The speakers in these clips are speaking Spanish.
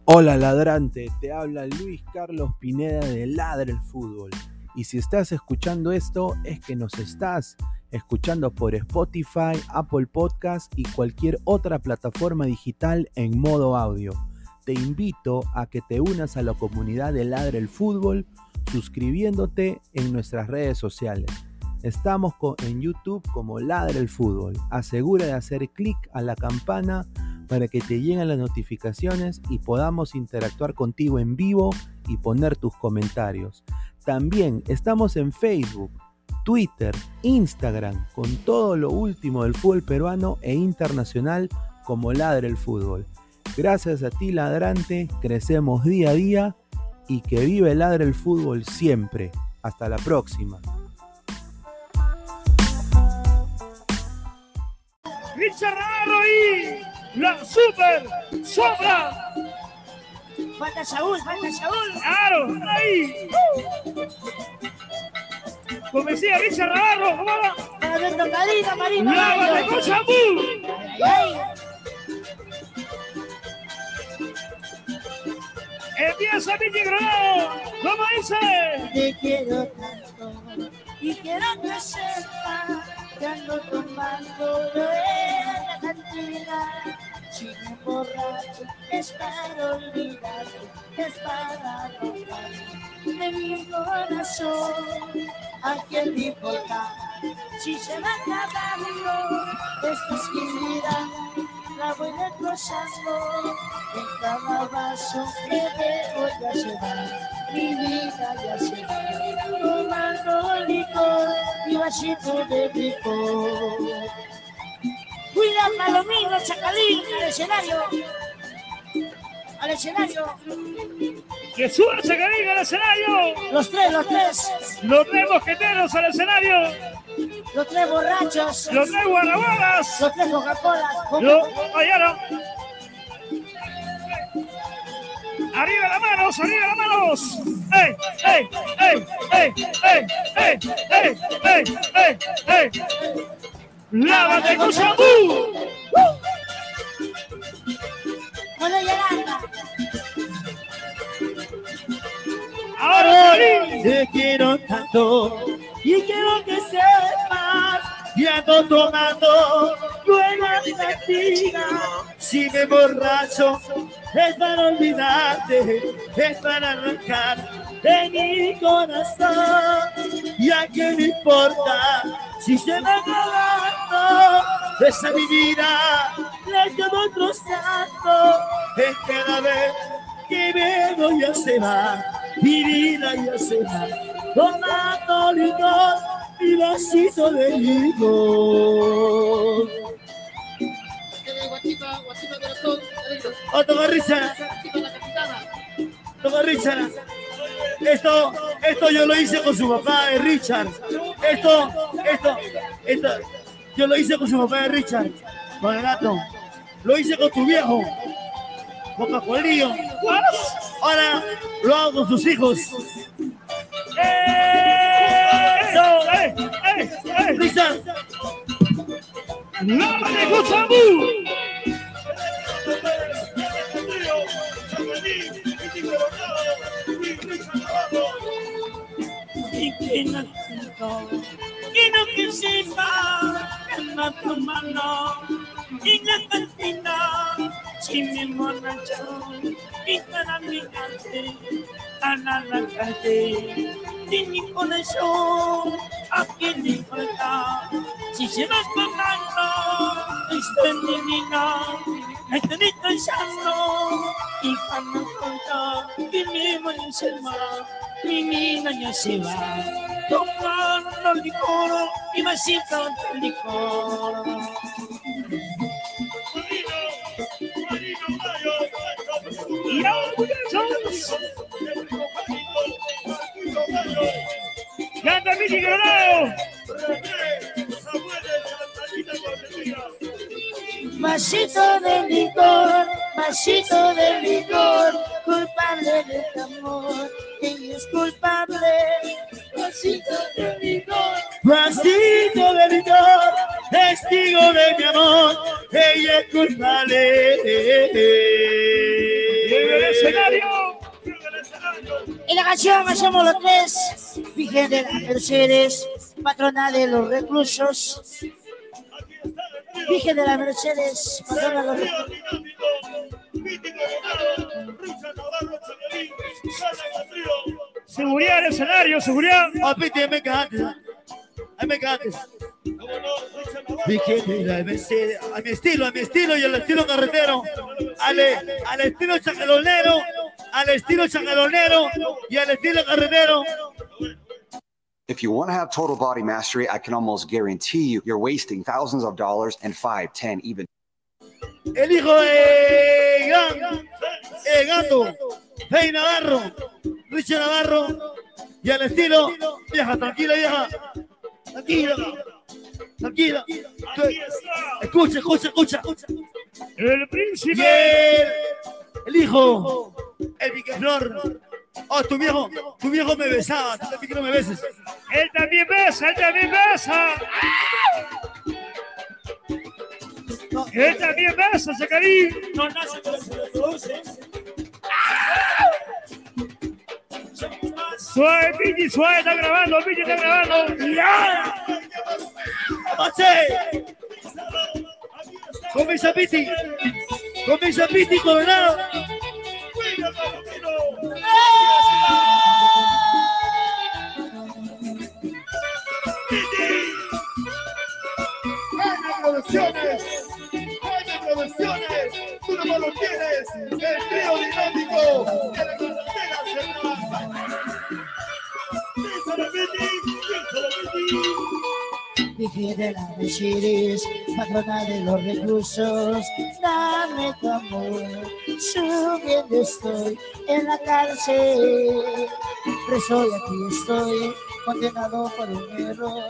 Hola ladrante, te habla Luis Carlos Pineda de Ladra el Fútbol. Y si estás escuchando esto, es que nos estás escuchando por Spotify, Apple Podcast y cualquier otra plataforma digital en modo audio. Te invito a que te unas a la comunidad de Ladra el Fútbol suscribiéndote en nuestras redes sociales. Estamos en YouTube como Ladra el Fútbol. Asegura de hacer clic a la campana para que te lleguen las notificaciones y podamos interactuar contigo en vivo y poner tus comentarios. También estamos en Facebook, Twitter, Instagram, con todo lo último del fútbol peruano e internacional como Ladra el Fútbol. Gracias a ti, ladrante, crecemos día a día y que vive Ladra el Fútbol siempre. Hasta la próxima. Richard Navarro y la super sombra. Falta Saúl. Claro, ahí. Como decía Richard Navarro, ¿cómo va? Alberto Marino. ¡Lávate con champú! Empieza Miki Granado. ¿Cómo dice? Te quiero tanto y quiero que sepas que ando tomando de la cantina. Si me emborracho es para olvidar, es para robar de mi corazón. ¿A quién le importa si se va acabando? Esta es mi vida, la voy destrozando. En cada vaso que bebo ya se va, mi vida ya se va. Tomando licor y vasito de licor. Cuida Palomino, Chacalín, al escenario. Que suba Chacalín al escenario. Los tres. Los tres mosqueteros al escenario. Los tres borrachos. Los tres guaraguaras. Los tres Coca-Cola. Oyeron. Arriba las manos. ¡Ey! ¡Lávate con champú! Bueno, Yolanda. Ahora te quiero tanto y quiero que sepas que ando tomando buena cantina. Si me borracho es para olvidarte, es para arrancar de mi corazón. Y a qué me importa si se va acabando esa mi vida, la que voy trozando. En cada vez que bebo ya se va, mi vida ya se va. Tomando licor y vasito de licor. Toma Richard. Esto yo lo hice con su papá de Richard. Esto yo lo hice con su papá de Richard, con el gato. Lo hice con tu viejo, con Pascualillo. Ahora lo hago con sus hijos. Richard. ¡No me escuchamos! Y que no que sepa que anda tomando en la cantina. Si me emborracho y para mirarte, para arrancarte de mi corazón. ¿A quién le importa si se va tomando? Estoy en mi vida, estoy descansando. Y cuando cuenta que mi vida se va, mi vida ya se va. Tomando licor y vasito de licor. Y ahora, muchachos, canta Miki Granado. Vasito de licor, culpable de amor, ella es culpable. Vasito de licor, testigo de mi amor, ella es culpable. el escenario. En la canción hacemos los tres. Virgen de las Mercedes, patrona de los reclusos. Virgen de las Mercedes, patrona de los reclusos. Seguridad en el escenario, seguridad. Piti, ahí me cantes. Ahí me cantes. Virgen de las Mercedes, a mi estilo y al estilo carretero. Al estilo chacalonero. Al estilo chacalonero y al estilo carretero. If you want to have total body mastery, I can almost guarantee you're wasting thousands of dollars and 5, 10, even. El hijo de Gato, Fey Navarro, Richard Navarro y al estilo, vieja, tranquila, vieja. Tranquila. Escucha. El príncipe. Y el hijo, el Piqueflor. Oh, tu viejo me besaba, tú también que no me beses. Él también besa. Él también besa, Chacarín. No nace con se reproduce. Suave, Piti, suave, está grabando. ¡Ya! ¡Pase! Comienza Piti, Coronado. Producciones, tú no lo tienes, el trío dinámico de la carretera Virgen de las Mercedes, patrona de los reclusos, dame tu amor, subiendo estoy en la cárcel, preso y aquí estoy, condenado por un error,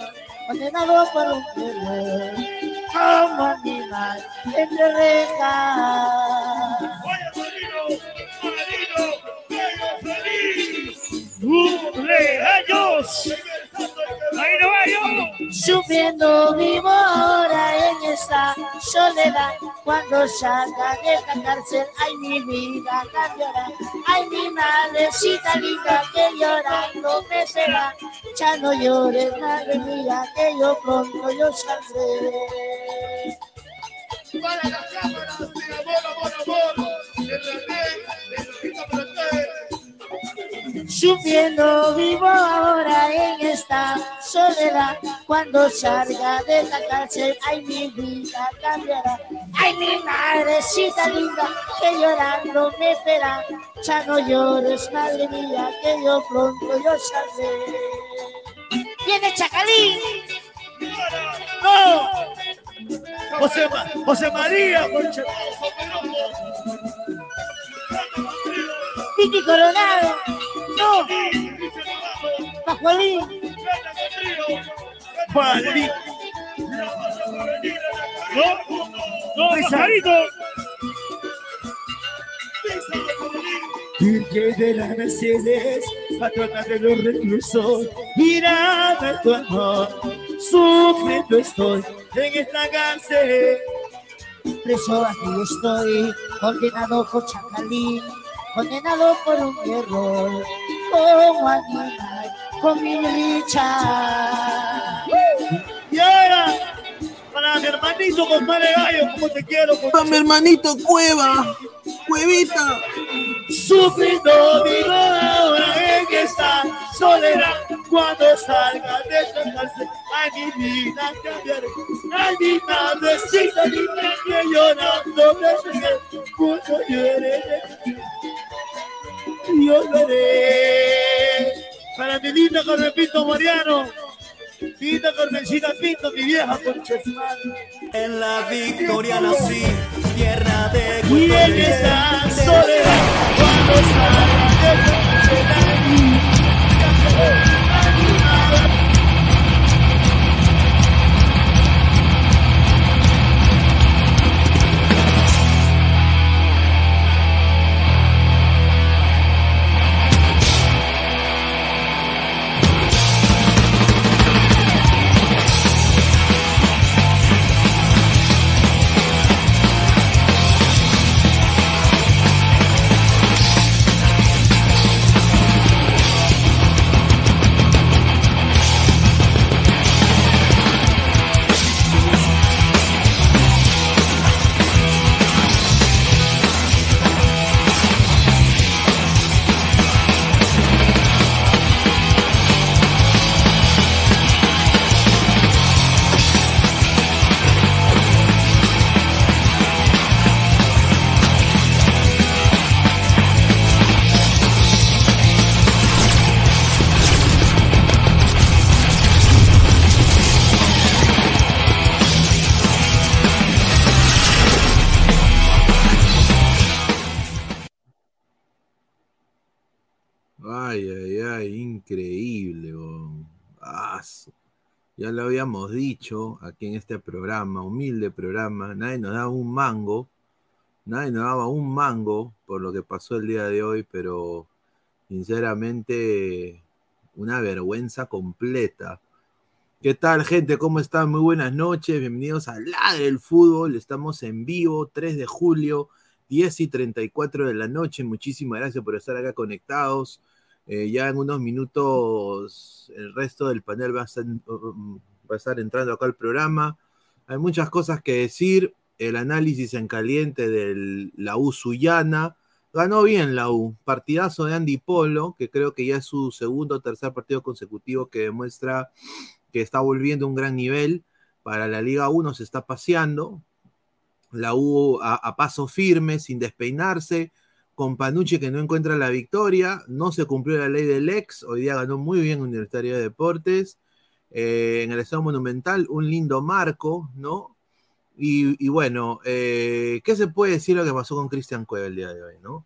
como animal entre rejas. ¡Vaya feliz! ¡Cumpleaños! ¡Ahí no va yo! Sufriendo vivo ahora en esta soledad. Cuando salga de esta cárcel, ay, mi vida cambiará. Ay, mi madrecita linda que llorando me será. Ya no llores, madre mía, que yo pronto yo saldré. Para las cámaras, amor, Sufriendo vivo ahora en esta soledad. Cuando salga de la cárcel, ay, mi vida cambiará. Ay, mi madrecita linda que llorando me espera. Ya no llores, madre mía, que yo pronto yo saldré. ¡Viene Chacalín! ¡No! José María, concha. Vicky Coronado. No. Pajuelín. Juanín. No, Pajarito. Virgen de las Mercedes, patrona de los reclusos, mírame tu amor, sufriendo estoy en esta cárcel. Preso aquí estoy, condenado por Chacalín, condenado por un error, como animal, con mi lucha. Y ahora, para mi hermanito compadre Gallo, como te quiero. Para mi hermanito Cuevita. Sufriendo vivo ahora en esta soledad. Cuando salga de esta cárcel, ay, mi vida cambiaré. Ay, mi madrecita linda que llorando me sigue. Cuando lloraré. Para mi linda Carmenito Mariano. Linda Carmencita Pinto, mi vieja concha. En la victoria nací, tierra de y en esta soledad, cuando salga de esta soledad. Ya lo habíamos dicho aquí en este programa, humilde programa, nadie nos daba un mango por lo que pasó el día de hoy, pero sinceramente una vergüenza completa. ¿Qué tal, gente? ¿Cómo están? Muy buenas noches, bienvenidos a Ladre del Fútbol, estamos en vivo, 3 de julio, 10:34 de la noche, muchísimas gracias por estar acá conectados. Ya en unos minutos el resto del panel va a estar entrando acá al programa. Hay muchas cosas que decir. El análisis en caliente de la U Sullana. Ganó bien la U. Partidazo de Andy Polo, que creo que ya es su segundo o tercer partido consecutivo que demuestra que está volviendo a un gran nivel. Para la Liga 1 se está paseando. La U a paso firme, sin despeinarse, con Panucci que no encuentra la victoria, no se cumplió la ley del ex, hoy día ganó muy bien Universitario de Deportes, en el Estadio Monumental, un lindo marco, ¿no? Y bueno, ¿qué se puede decir lo que pasó con Cristian Cueva el día de hoy, ¿no?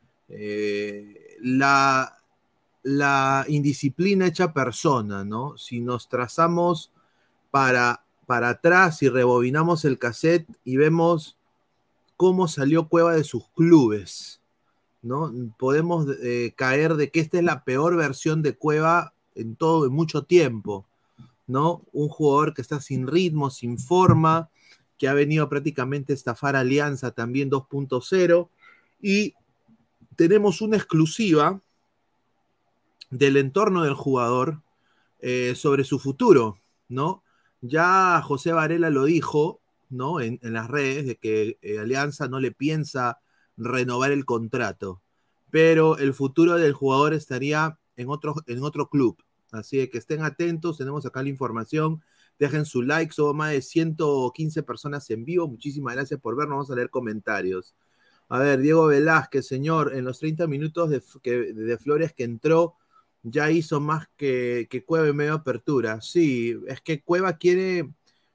La indisciplina hecha persona, ¿no? Si nos trazamos para atrás y rebobinamos el cassette y vemos cómo salió Cueva de sus clubes, ¿no? Podemos caer de que esta es la peor versión de Cueva en mucho tiempo, ¿no? Un jugador que está sin ritmo, sin forma, que ha venido prácticamente a estafar a Alianza también 2.0, y tenemos una exclusiva del entorno del jugador sobre su futuro, ¿no? Ya José Varela lo dijo, ¿no? En las redes, de que Alianza no le piensa renovar el contrato, pero el futuro del jugador estaría en otro club, así que estén atentos, tenemos acá la información, dejen su like, somos más de 115 personas en vivo, muchísimas gracias por vernos, vamos a leer comentarios. A ver, Diego Velázquez, señor, en los 30 minutos de Flores que entró, ya hizo más que Cueva en medio apertura. Sí, es que Cueva quiere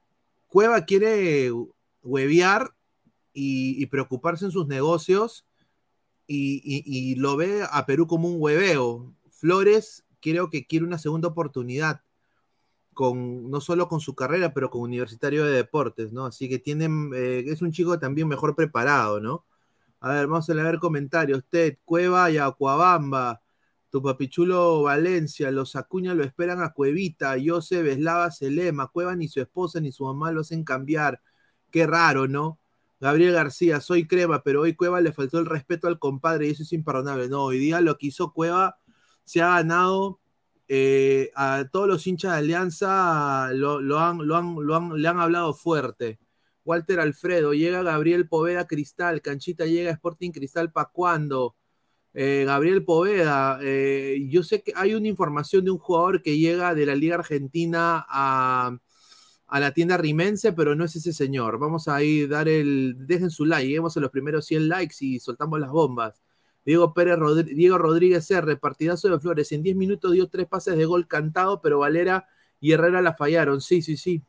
huevear y preocuparse en sus negocios y lo ve a Perú como un hueveo. Flores creo que quiere una segunda oportunidad, no solo con su carrera, pero con Universitario de Deportes, ¿no? Así que es un chico también mejor preparado, ¿no? A ver, vamos a leer comentarios. Ted, Cueva y Acuabamba, tu papichulo Valencia, los Acuña lo esperan a Cuevita, José Veslava Selema, Cueva ni su esposa ni su mamá lo hacen cambiar. Qué raro, ¿no? Gabriel García, soy crema, pero hoy Cueva le faltó el respeto al compadre y eso es imperdonable. No, hoy día lo que hizo Cueva se ha ganado a todos los hinchas de Alianza, le han hablado fuerte. Walter Alfredo, llega Gabriel Poveda Cristal, Canchita llega Sporting Cristal, ¿pa' cuándo? Gabriel Poveda, yo sé que hay una información de un jugador que llega de la Liga Argentina a la tienda rimense, pero no es ese señor. Vamos a ir dejen su like, lleguemos a los primeros 100 likes y soltamos las bombas. Diego Rodríguez R, partidazo de Flores, en 10 minutos dio 3 pases de gol cantado, pero Valera y Herrera la fallaron. Sí.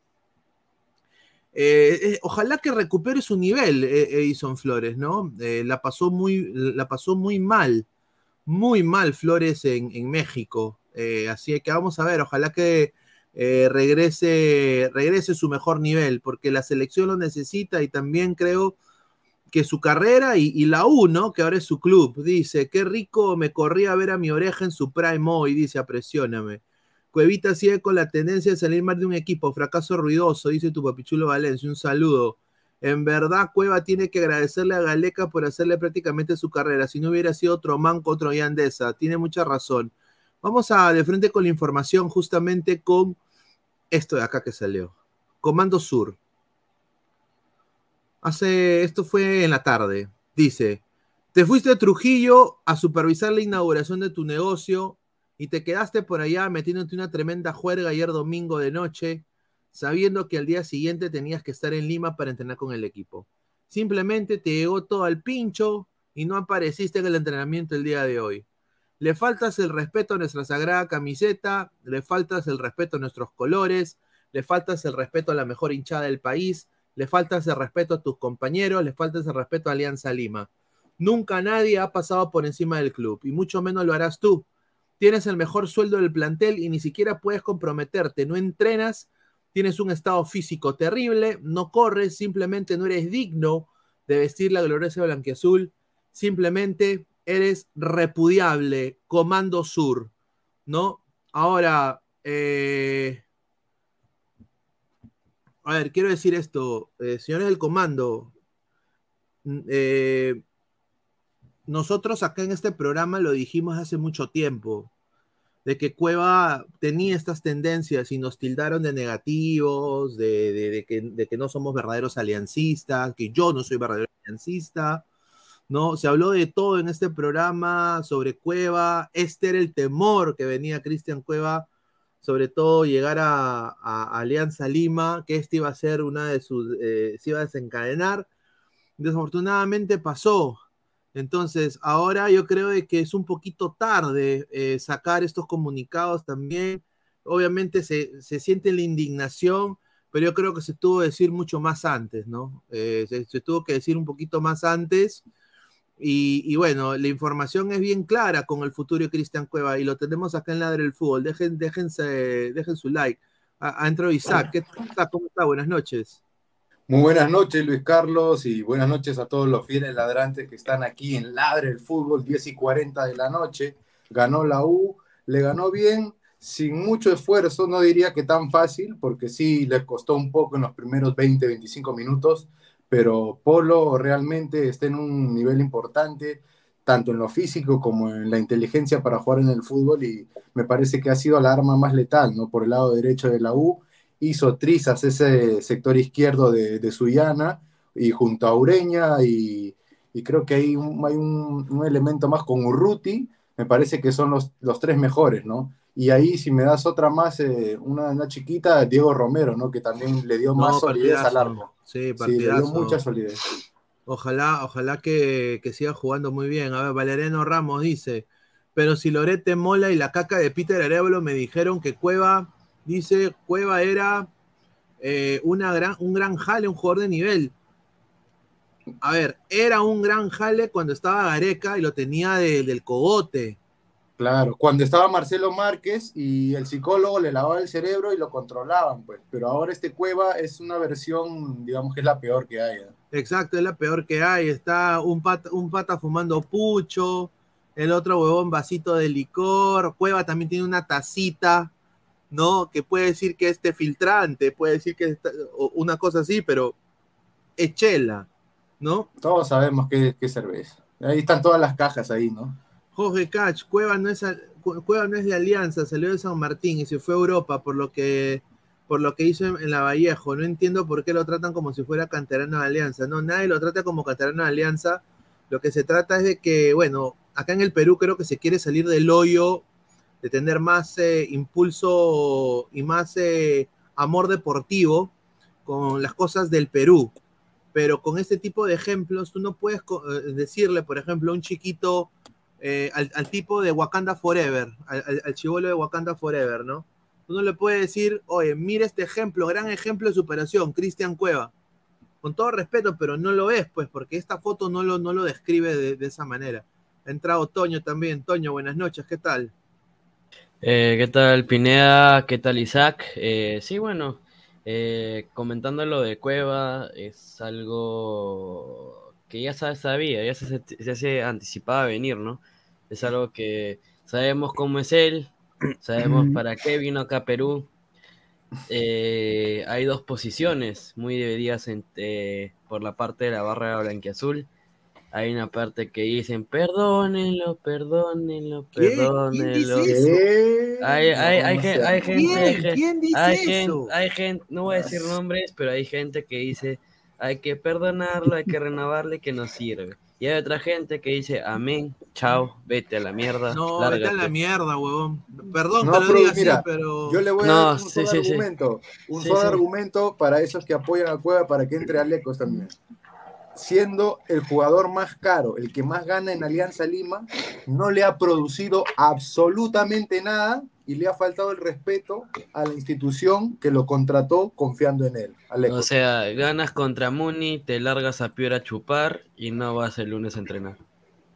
Ojalá que recupere su nivel Edison Flores, ¿no? La pasó muy mal Flores en México, así que vamos a ver, ojalá que regrese su mejor nivel, porque la selección lo necesita y también creo que su carrera y la U, ¿no? Que ahora es su club. Dice, qué rico me corría a ver a mi oreja en su prime hoy, dice, apresióname. Cuevita sigue con la tendencia de salir mal de un equipo, fracaso ruidoso, dice tu papichulo Valencia, un saludo. En verdad, Cueva tiene que agradecerle a Galeca por hacerle prácticamente su carrera, si no hubiera sido otro manco, otro Yandesa, tiene mucha razón. Vamos de frente con la información, justamente con esto de acá que salió. Comando Sur. Esto fue en la tarde. Dice, te fuiste a Trujillo a supervisar la inauguración de tu negocio y te quedaste por allá metiéndote una tremenda juerga ayer domingo de noche, sabiendo que al día siguiente tenías que estar en Lima para entrenar con el equipo. Simplemente te llegó todo al pincho y no apareciste en el entrenamiento el día de hoy. Le faltas el respeto a nuestra sagrada camiseta, le faltas el respeto a nuestros colores, le faltas el respeto a la mejor hinchada del país, le faltas el respeto a tus compañeros, le faltas el respeto a Alianza Lima. Nunca nadie ha pasado por encima del club, y mucho menos lo harás tú. tienes el mejor sueldo del plantel y ni siquiera puedes comprometerte, no entrenas, tienes un estado físico terrible, no corres, simplemente no eres digno de vestir la gloriosa blanquiazul, simplemente eres repudiable, Comando Sur, ¿no? Ahora, a ver, quiero decir esto, señores del comando, nosotros acá en este programa lo dijimos hace mucho tiempo, de que Cueva tenía estas tendencias y nos tildaron de negativos, de que no somos verdaderos aliancistas, que yo no soy verdadero aliancista, ¿no? Se habló de todo en este programa sobre Cueva, este era el temor que venía Cristian Cueva, sobre todo llegar a Alianza Lima, que este iba a ser una de sus, se iba a desencadenar, desafortunadamente pasó. Entonces, ahora yo creo de que es un poquito tarde sacar estos comunicados también. Obviamente se siente la indignación, pero yo creo que se tuvo que decir mucho más antes, ¿no? Se tuvo que decir un poquito más antes. Y bueno, la información es bien clara con el futuro de Cristian Cueva y lo tenemos acá en Ladre el Fútbol. Dejen su like. Ha entrado Isaac. ¿Qué tal? ¿Cómo está? Buenas noches. Muy buenas noches, Luis Carlos, y buenas noches a todos los fieles ladrantes que están aquí en Ladre el Fútbol, 10:40 de la noche. Ganó la U, le ganó bien, sin mucho esfuerzo, no diría que tan fácil, porque sí les costó un poco en los primeros 20, 25 minutos, pero Polo realmente está en un nivel importante, tanto en lo físico como en la inteligencia para jugar en el fútbol, y me parece que ha sido la arma más letal, ¿no? Por el lado derecho de la U, hizo trizas ese sector izquierdo de Sullana, y junto a Ureña, y creo que hay un elemento más con Urruti, me parece que son los tres mejores, ¿no? Y ahí, si me das otra más, una chiquita, Diego Romero, ¿no? Que también le dio más solidez al arco. Sí, sí, le dio mucha solidez. Ojalá que siga jugando muy bien. A ver, Valeriano Ramos dice, pero si Lorete Mola y la caca de Peter Arevalo me dijeron que Cueva, dice, Cueva era un gran jale, un jugador de nivel. A ver, era un gran jale cuando estaba Gareca y lo tenía del cogote. Claro, cuando estaba Marcelo Márquez y el psicólogo le lavaba el cerebro y lo controlaban, pues. Pero ahora este Cueva es una versión, digamos que es la peor que hay, ¿eh? Exacto, es la peor que hay. Está un pata fumando pucho, el otro huevón vasito de licor. Cueva también tiene una tacita, ¿no? Que puede decir que es filtrante, puede decir que es una cosa así, pero es chela, ¿no? Todos sabemos que es cerveza. Ahí están todas las cajas ahí, ¿no? Jorge Cach, Cueva no es de Alianza, salió de San Martín y se fue a Europa por lo que hizo en la Vallejo. No entiendo por qué lo tratan como si fuera canterano de Alianza. No, nadie lo trata como canterano de Alianza. Lo que se trata es de que, bueno, acá en el Perú creo que se quiere salir del hoyo, de tener más impulso y más amor deportivo con las cosas del Perú. Pero con este tipo de ejemplos, tú no puedes decirle, por ejemplo, a un chiquito, al tipo de Wakanda Forever, al chibolo de Wakanda Forever, ¿no? Tú no le puedes decir, oye, mira este ejemplo, gran ejemplo de superación, Cristian Cueva. Con todo respeto, pero no lo es, pues, porque esta foto no lo describe de esa manera. Ha entrado Toño también. Toño, buenas noches, ¿qué tal? ¿Qué tal, Pineda? ¿Qué tal, Isaac? Sí, bueno, comentando lo de Cueva, es algo que ya se sabía, ya se anticipaba venir, ¿no? Es algo que sabemos cómo es él, sabemos para qué vino acá a Perú. Hay dos posiciones muy divididas por la parte de la barra blanquiazul. Hay una parte que dicen, perdónenlo. ¿Quién dice eso? Hay gente, no voy a decir nombres, pero hay gente que dice, hay que perdonarlo, hay que renovarle, que no sirve. Y hay otra gente que dice, amén, chao, vete a la mierda. No, lárgate. vete a la mierda, huevón. Perdón no, que lo pero diga mira, así, pero... yo le voy a dar un solo argumento. Un solo argumento para esos que apoyan a Cueva para que entre Alecos también. Siendo el jugador más caro, el que más gana en Alianza Lima, no le ha producido absolutamente nada y le ha faltado el respeto a la institución que lo contrató confiando en él. Alecos. O sea, ganas contra Muni, te largas a Piura a chupar y no vas el lunes a entrenar.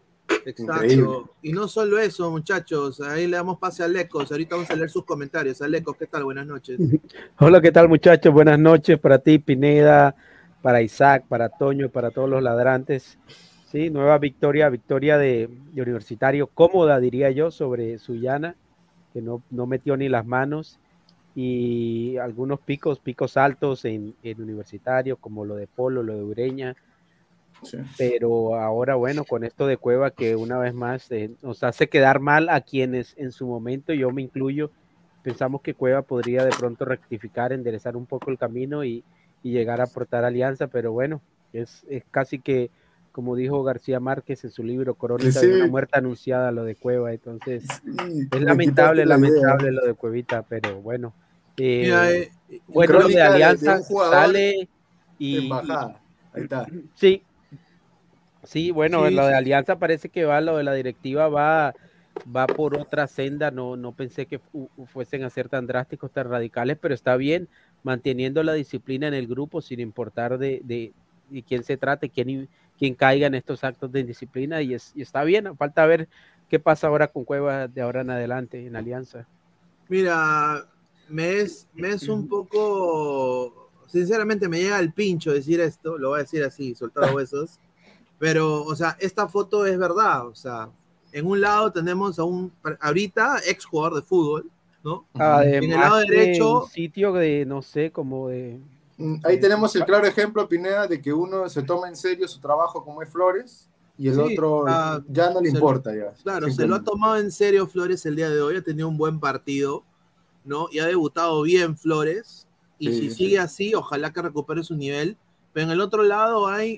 Exacto. Increíble. Y no solo eso, muchachos. Ahí le damos pase a Lecos. Ahorita vamos a leer sus comentarios. Alecos, ¿qué tal? Buenas noches. Hola, ¿qué tal, muchachos? Buenas noches para ti, Pineda, para Isaac, para Toño, para todos los ladrantes. Sí, nueva victoria de Universitario, cómoda, diría yo, sobre Sullana, que no metió ni las manos, y algunos picos altos en Universitario, como lo de Polo, lo de Ureña. Sí. Pero ahora, bueno, con esto de Cueva, que una vez más nos hace quedar mal a quienes en su momento, yo me incluyo, pensamos que Cueva podría de pronto rectificar, enderezar un poco el camino y llegar a aportar Alianza, pero bueno, es casi que, como dijo García Márquez en su libro Crónica de una muerte anunciada, lo de Cueva. Entonces es lamentable lo de Cuevita, pero bueno. Bueno, lo de Alianza sale y embajada. Ahí está. Sí, bueno, lo de Alianza parece que lo de la directiva va por otra senda. No pensé que fuesen a ser tan drásticos, tan radicales, pero está bien, manteniendo la disciplina en el grupo sin importar de quién se trate, quién caiga en estos actos de indisciplina, y está bien. Falta ver qué pasa ahora con Cueva de ahora en adelante en Alianza. Mira, me es un poco, sinceramente me llega al pincho decir esto, lo voy a decir así, soltado huesos, pero, o sea, esta foto es verdad, o sea, en un lado tenemos a un, ahorita, ex jugador de fútbol, ¿no? Además, en el lado derecho, un sitio de, no sé, como de... Ahí tenemos el claro ejemplo, Pineda, de que uno se toma en serio su trabajo como es Flores, y el otro ya no le importa. Ya, claro, se lo ha tomado en serio Flores el día de hoy, ha tenido un buen partido, ¿no? Y ha debutado bien Flores, y si sigue así, ojalá que recupere su nivel. Pero en el otro lado hay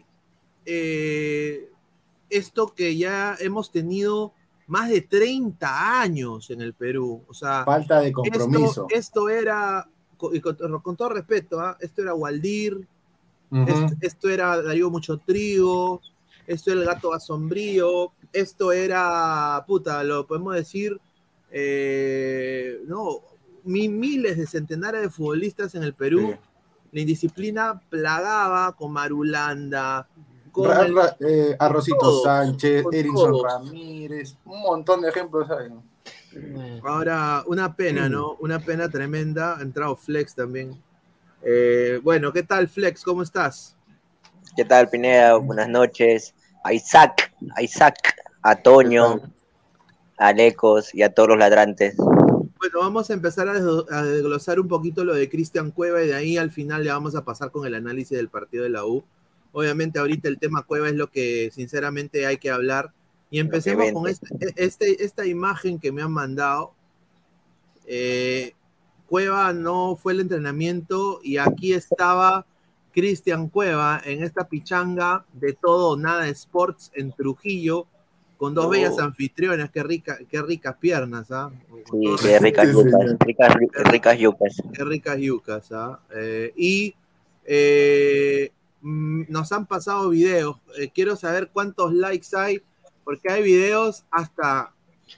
esto que ya hemos tenido más de 30 años en el Perú. O sea, falta de compromiso. Esto era, con todo respeto, esto era Waldir, esto era Darío Mucho Trigo, esto era el Gato Asombrío, esto era, lo podemos decir, no, miles de centenares de futbolistas en el Perú. Sí. La indisciplina plagaba con Marulanda, con Arrocito Sánchez, Erinson Ramírez, un montón de ejemplos hay, ¿no? Ahora, una pena, ¿no? Una pena tremenda. Ha entrado Flex también. Bueno, ¿qué tal, Flex? ¿Cómo estás? ¿Qué tal, Pineda? Buenas noches. A Isaac, a Toño, a Lecos y a todos los ladrantes. Bueno, vamos a empezar a desglosar un poquito lo de Cristian Cueva, y de ahí al final le vamos a pasar con el análisis del partido de la U. Obviamente ahorita el tema Cueva es lo que sinceramente hay que hablar. Y empecemos con esta imagen que me han mandado. Cueva no fue el entrenamiento, y aquí estaba Cristian Cueva en esta pichanga de Todo o Nada Sports en Trujillo, con dos bellas anfitrionas. Qué ricas piernas, ¿ah? Sí, qué ricas yucas, ricas yucas. Qué ricas yucas, ¿ah? Nos han pasado videos. Quiero saber cuántos likes hay, porque hay videos hasta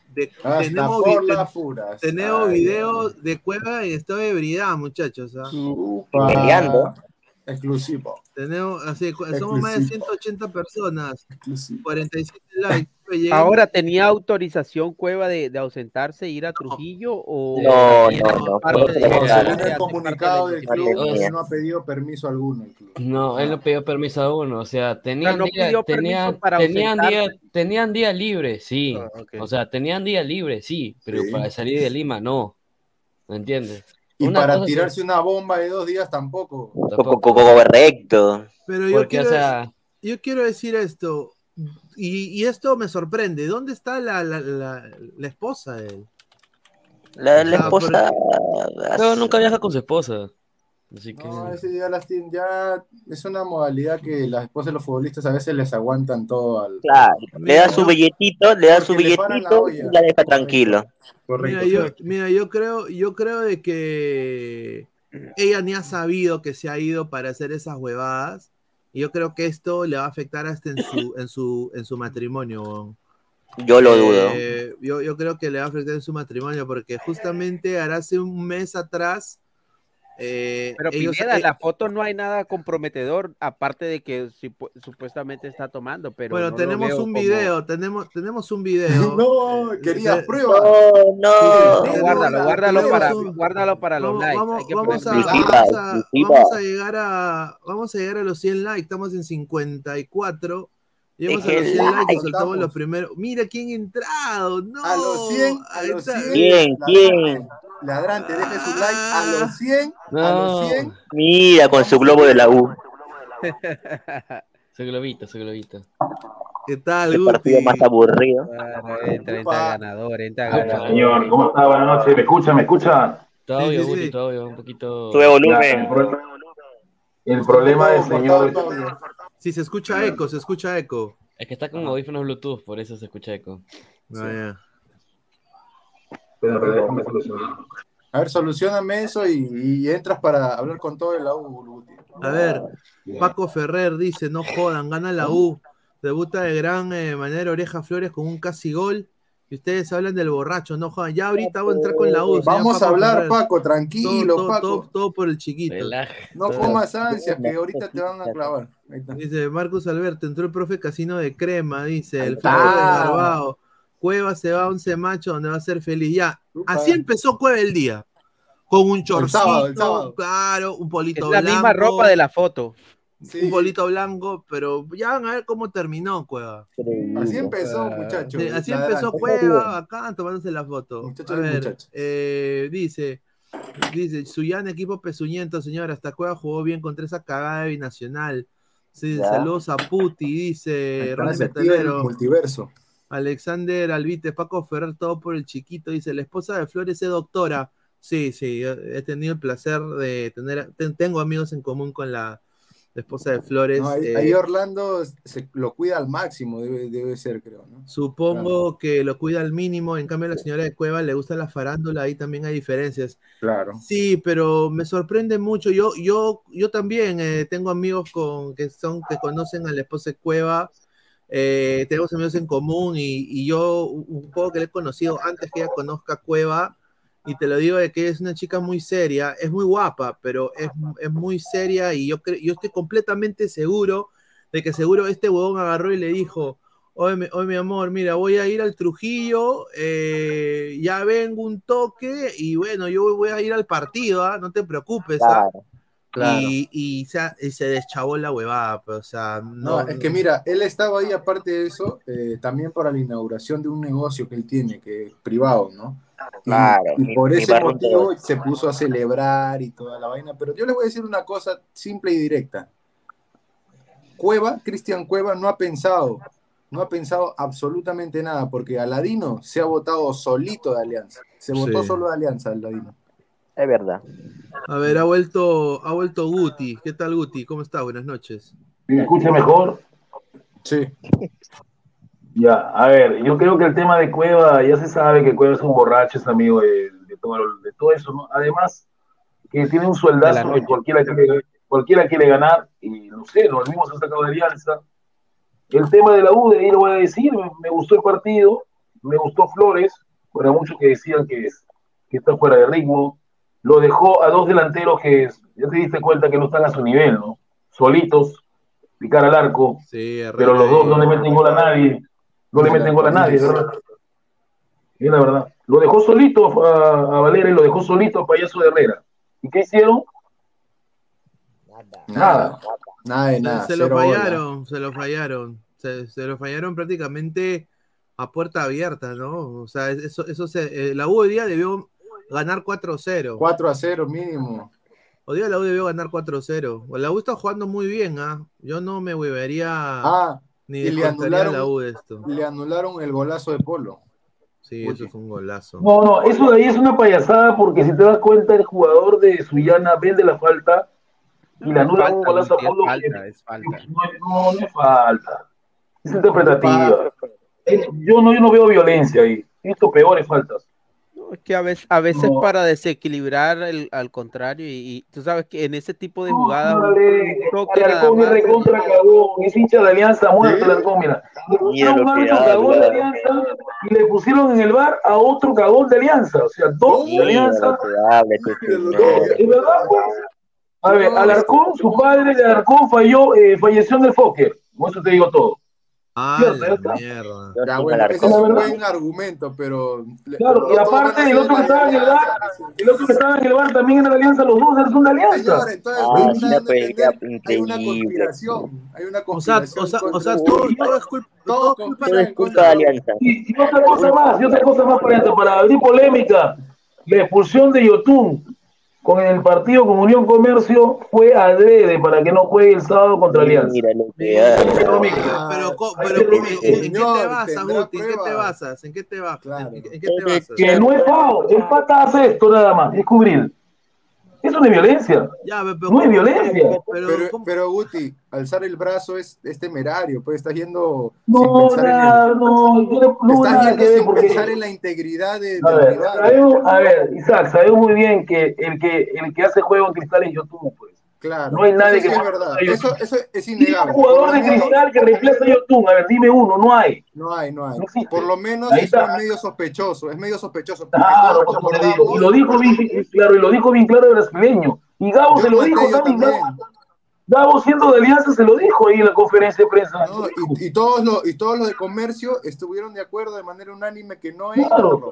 tenemos videos de Cueva en estado de ebriedad, muchachos, ¿ah? Peleando. Exclusivo. Tenemos, somos más de 180 personas, 47 likes. Ahora, ¿tenía autorización Cueva de ausentarse e ir a Trujillo? ¿O no. Según el comunicado del club, él no ha pedido permiso alguno. No, él no pidió permiso alguno. O sea, tenían día libre, sí. O sea, tenían día libre, sí, pero para salir de Lima, no. ¿Me entiendes? Y para tirarse una bomba de 2 días tampoco. Correcto. Pero yo quiero decir esto, y esto me sorprende. ¿Dónde está la esposa de él? La esposa... No, nunca viaja con su esposa. Así que... No, ese ya es una modalidad que las esposas de los futbolistas a veces les aguantan todo al... Claro, le da su billetito, y la deja tranquilo. Mira, yo creo de que ella ni ha sabido que se ha ido para hacer esas huevadas, y yo creo que esto le va a afectar hasta en su matrimonio. Yo lo dudo. Yo creo que le va a afectar en su matrimonio, porque justamente hace un mes atrás Pero ellos, Pineda, la foto no hay nada comprometedor, aparte de que supuestamente está tomando, pero bueno, no tenemos lo veo un como- video, tenemos un video. No, querías pruebas. Guárdalo para los likes. Hay que Vamos a llegar a los 100 likes, estamos en 54. Llegamos a los 100 likes y soltamos los primeros. Mira quién ha entrado. No, A los 100, ahí está. ¿Quién? Ladrante, deje su like a los 100. A los 100. Mira, con su globo de la U. Su globito. ¿Qué tal, Qué partido más aburrido. Entra ganador, Señor, ¿cómo está? Buenas noches. ¿Me escucha? Todo bien, Guti, todo bien, un poquito. Sube volumen. El problema del señor... Sí, se escucha eco. Es que está con audífonos Bluetooth, por eso se escucha eco. Vaya. Pero déjame solucionar. A ver, solucioname eso y entras para hablar con todo el la U. A ver, Paco Ferrer dice, no jodan, gana la U. Debuta de gran manera Oreja Flores con un casi gol. Y ustedes hablan del borracho, no jodan. Ya ahorita voy a entrar con la U. Vamos a hablar, Paco, tranquilo, Paco. Todo por el chiquito. No comas ansias, que ahorita te van a clavar. Dice Marcus Alberto, entró el profe Casino de Crema, dice, el flaco de Garbao. Cueva se va a 11 macho donde va a ser feliz. Ya, así empezó Cueva el día. Con un chorcito, el sábado. claro, un polito Es la blanco. misma ropa de la foto. Sí. Un polito blanco, pero ya van a ver cómo terminó Cueva. Así empezó, muchachos. Sí, así empezó Cueva, acá tomándose la foto. Muchachos A de ver, muchachos. dice, Suyana, equipo pezuñento, señor, hasta Cueva jugó bien contra esa cagada de Binacional. Sí, Ya. saludos a Puti, dice Acá Ronnie se activa el Metalero. multiverso. Alexander Alvite, Paco Ferrer, todo por el chiquito, dice, la esposa de Flores es doctora. Sí, he tenido el placer de tengo amigos en común con la esposa de Flores. No, ahí Orlando lo cuida al máximo, debe ser, creo, ¿no? Supongo que lo cuida al mínimo, en cambio a la señora de Cueva le gusta la farándula, ahí también hay diferencias. Claro. Sí, pero me sorprende mucho, yo también tengo amigos que conocen a la esposa de Cueva, tenemos amigos en común y yo un poco que le he conocido antes que ella conozca a Cueva, y te lo digo de que es una chica muy seria, es muy guapa, pero es muy seria y yo estoy completamente seguro de que seguro este huevón agarró y le dijo, oye mi amor, mira, voy a ir al Trujillo, ya vengo un toque y bueno, yo voy a ir al partido, no te preocupes. Claro. Y se deschavó la huevada, pues, o sea, No, es que mira, él estaba ahí aparte de eso, también para la inauguración de un negocio que él tiene, que es privado, ¿no? Claro, y por mi ese barrio motivo todo. se puso a celebrar y toda la vaina, pero yo les voy a decir una cosa simple y directa. Cristian Cueva no ha pensado absolutamente nada, porque Aladino se ha votado solito de Alianza, se votó solo de Alianza Aladino. Es verdad. A ver, ha vuelto Guti. ¿Qué tal, Guti? ¿Cómo está? Buenas noches. ¿Me escucha mejor? Sí. Ya, a ver, yo creo que el tema de Cueva, ya se sabe que Cueva es un borracho, es amigo de todo eso, ¿no? Además, que tiene un sueldazo que cualquiera quiere ganar, y no sé, los mismos han sacado de Alianza. El tema de la U, de ahí lo voy a decir, me gustó el partido, me gustó Flores, para muchos que decían que está fuera de ritmo, lo dejó a dos delanteros que ya te diste cuenta que no están a su nivel, ¿no? Solitos, picar al arco, sí, pero los dos no le meten gol a nadie, ¿verdad? Es la verdad. Lo dejó solito a Valera y lo dejó solito a Payaso de Herrera. ¿Y qué hicieron? Nada. Se lo fallaron. Se lo fallaron prácticamente a puerta abierta, ¿no? O sea, la U hoy día debió ganar 4-0. 4-0 mínimo. Hoy día la U debió ganar 4-0. La U está jugando muy bien, ¿ah? Yo no me huevería ni descontaría a la U de esto. Le anularon el golazo de Polo. Sí, eso fue un golazo. No, eso de ahí es una payasada, porque si te das cuenta, el jugador de Suyana vende la falta y le anula un golazo a Polo. Es falta. No es falta. Es interpretativa. Yo no veo violencia ahí. He visto peores faltas. Es que a veces No. para desequilibrar al contrario, y tú sabes que en ese tipo de jugadas Dale, un toque nada Alarcón es más. recontra cagón, es hincha de Alianza muerto, Alarcón, mira. Le pusieron un árbitro cagón de Alianza y le pusieron en el bar a otro cagón de Alianza, o sea, dos de Alianza. ¿Es verdad, pues? A ver, Alarcón, su padre de Alarcón falleció en el Fokker, con eso te digo todo. ¿Cierto? Ya está. Mierda. Ya, bueno, ese es un buen argumento, pero... Claro, y aparte el otro que estaba en el bar, también era de Alianza, los dos son de Alianza. Señor, entonces hay una conspiración. Hay una conspiración. O sea, todo es culpa. Todo es culpa de Alianza. Y otra cosa más, para abrir polémica, la expulsión de Yotun con el partido con Unión Comercio fue adrede para que no juegue el sábado contra Alianza. Mira lo que hay. Pero ¿en qué te basas, Guti? ¿En qué te basas? Que no es FAO, el pata hace esto nada más, es cubrir. Eso no es violencia. No es violencia. Pero Guti, alzar el brazo es temerario, pues estás yendo no, sin pensar en la integridad del rival. A ver, Isaac, sabemos muy bien que el que hace juego en Cristal es Yotun, pues. Claro, no hay nadie que es verdad. Eso es innegable. Un jugador de Cristal que reemplaza a Yotun, a ver, dime uno, no hay. No hay. No existe. Por lo menos Ahí eso está. es medio sospechoso. Claro, y lo dijo bien claro el brasileño. Y Gabo se lo dijo también. Gabo siendo de Alianza se lo dijo ahí en la conferencia de prensa. No, y todos los de comercio estuvieron de acuerdo de manera unánime que no es. Claro.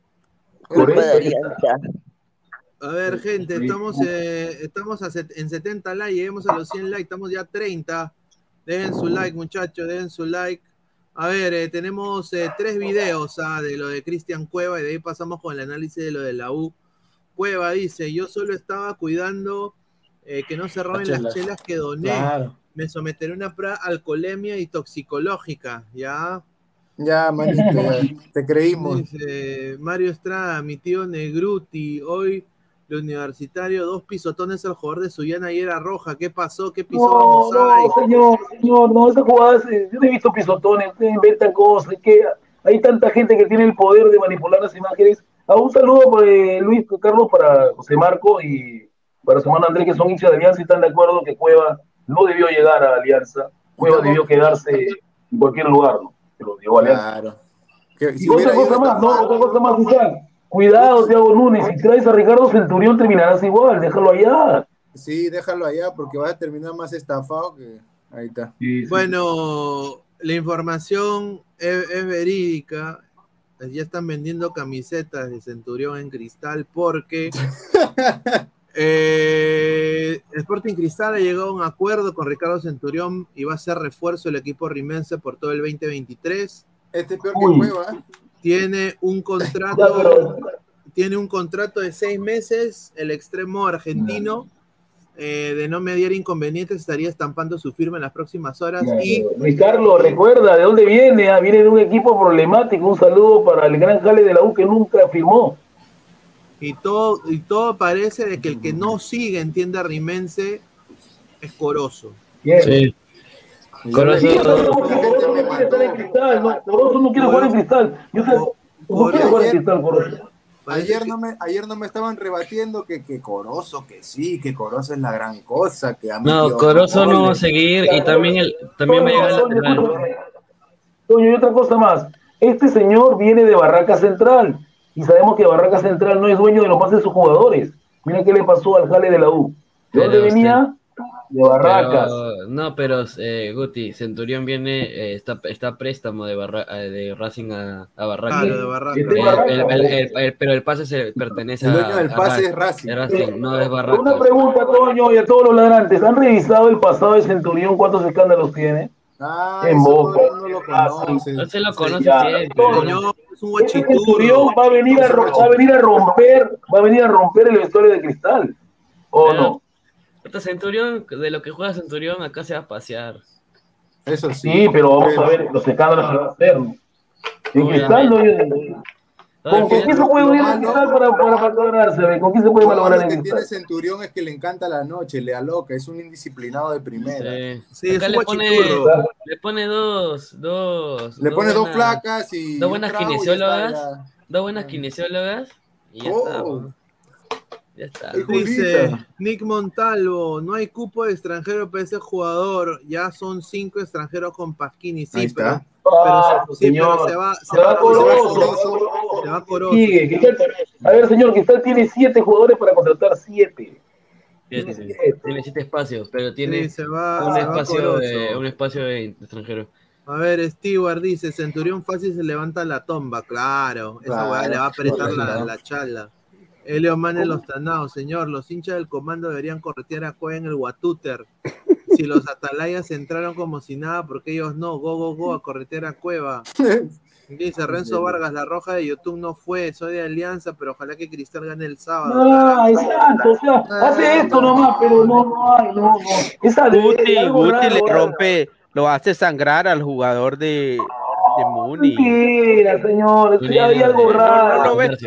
A ver, gente, estamos en 70 likes, lleguemos a los 100 likes, estamos ya a 30. Dejen su like, muchachos, dejen su like. A ver, tenemos 3 videos de lo de Cristian Cueva y de ahí pasamos con el análisis de lo de la U. Cueva dice, yo solo estaba cuidando que no se roben las chelas que doné. Claro. Me someteré a una prueba alcoholemia y toxicológica, ¿ya? Ya, manito, ya, te creímos. Dice Mario Estrada, mi tío Negruti, hoy el Universitario, 2 pisotones al jugador de Sullana y era roja. ¿Qué pasó? ¿Qué pisó? Señor, no, esas jugadas, yo no he visto pisotones, ustedes inventan cosas, que hay tanta gente que tiene el poder de manipular las imágenes. Un saludo para Luis Carlos, para José Marco y para su hermano Andrés, que son hinchas de Alianza y están de acuerdo que Cueva no debió llegar a Alianza. Cueva debió quedarse en cualquier lugar, ¿no? Pero llegó a Alianza. Claro. Y otra cosa más, Isaac. Cuidado, Thiago Núñez, si traes a Ricardo Centurión terminarás igual, déjalo allá. Sí, déjalo allá porque vas a terminar más estafado que... Ahí está. Sí. Bueno, la información es verídica. Ya están vendiendo camisetas de Centurión en cristal porque Sporting Cristal ha llegado a un acuerdo con Ricardo Centurión y va a ser refuerzo del equipo rimense por todo el 2023. Este peor que Cueva. Tiene un contrato de 6 meses. El extremo argentino, de no mediar inconvenientes, estaría estampando su firma en las próximas horas. Y Ricardo, recuerda de dónde viene. Viene de un equipo problemático. Un saludo para el gran Jale de la U que nunca firmó. Y todo parece de que el que no sigue en tienda rimense es Corozo. Sí. Corozo no quiere jugar en Cristal. No quiere jugar en Cristal, Corozo. Ayer no me estaban rebatiendo que Corozo, que sí, que Corozo es la gran cosa. Que no, Corozo no va a seguir y también va a llegar al lateral. Toño, y otra cosa más. Este señor viene de Barraca Central y sabemos que Barraca Central no es dueño de los más de sus jugadores. Mira qué le pasó al Jale de la U. ¿De dónde venía? De Barracas. Pero Guti, Centurión viene, está a préstamo de Racing a Barracas. Claro, de Barracas. Pero el pase pertenece el dueño del pase es Racing. No es Barracas. Una pregunta, Toño, y a todos los ladrantes. ¿Han revisado el pasado de Centurión? ¿Cuántos escándalos tiene? En Boca. No se lo conoce siempre. Es un guachituro. Centurión va a venir a romper el vestuario de Cristal. ¿O no? Centurión, de lo que juega Centurión, acá se va a pasear. Eso sí. Sí, pero vamos a ver los escándalos que va a hacer. En Cristal no hay... ¿Con qué se puede unir en Cristal para ganarse? ¿Con qué se puede malograr en Cristal? Lo que tiene Centurión es que le encanta la noche, le aloca, es un indisciplinado de primera. Sí, acá le pone dos flacas y... Dos buenas kinesiólogas. Y ya está, ¿no? Ya está. Dice Nick Montalvo, no hay cupo de extranjero para ese jugador, ya son 5 extranjeros con Pasquini, sí, Ahí pero, está. Ah, pero, sí, señor. pero Se va Corozo. Se va Corozo. Sí, a ver, señor, Cristal tiene 7 jugadores para contratar 7. Tiene 7 espacios, pero tiene Sí, se va un espacio Corozo. de extranjero. A ver, Stewart dice, Centurión fácil se levanta la tomba, claro, esa weá le va a apretar la chala. Elio Manes los Tanaos, señor, los hinchas del comando deberían corretear a Cueva en el Guatúter. Si los atalayas entraron como si nada, porque ellos no, go, a corretear a Cueva. Dice Renzo Vargas, la roja de YouTube no fue, soy de Alianza, pero ojalá que Cristal gane el sábado. Ah, exacto, o sea, hace esto nomás, pero no hay, no. Esa Guti le rompe, lo hace sangrar al jugador de Muni. Mentira, señor, hay algo raro.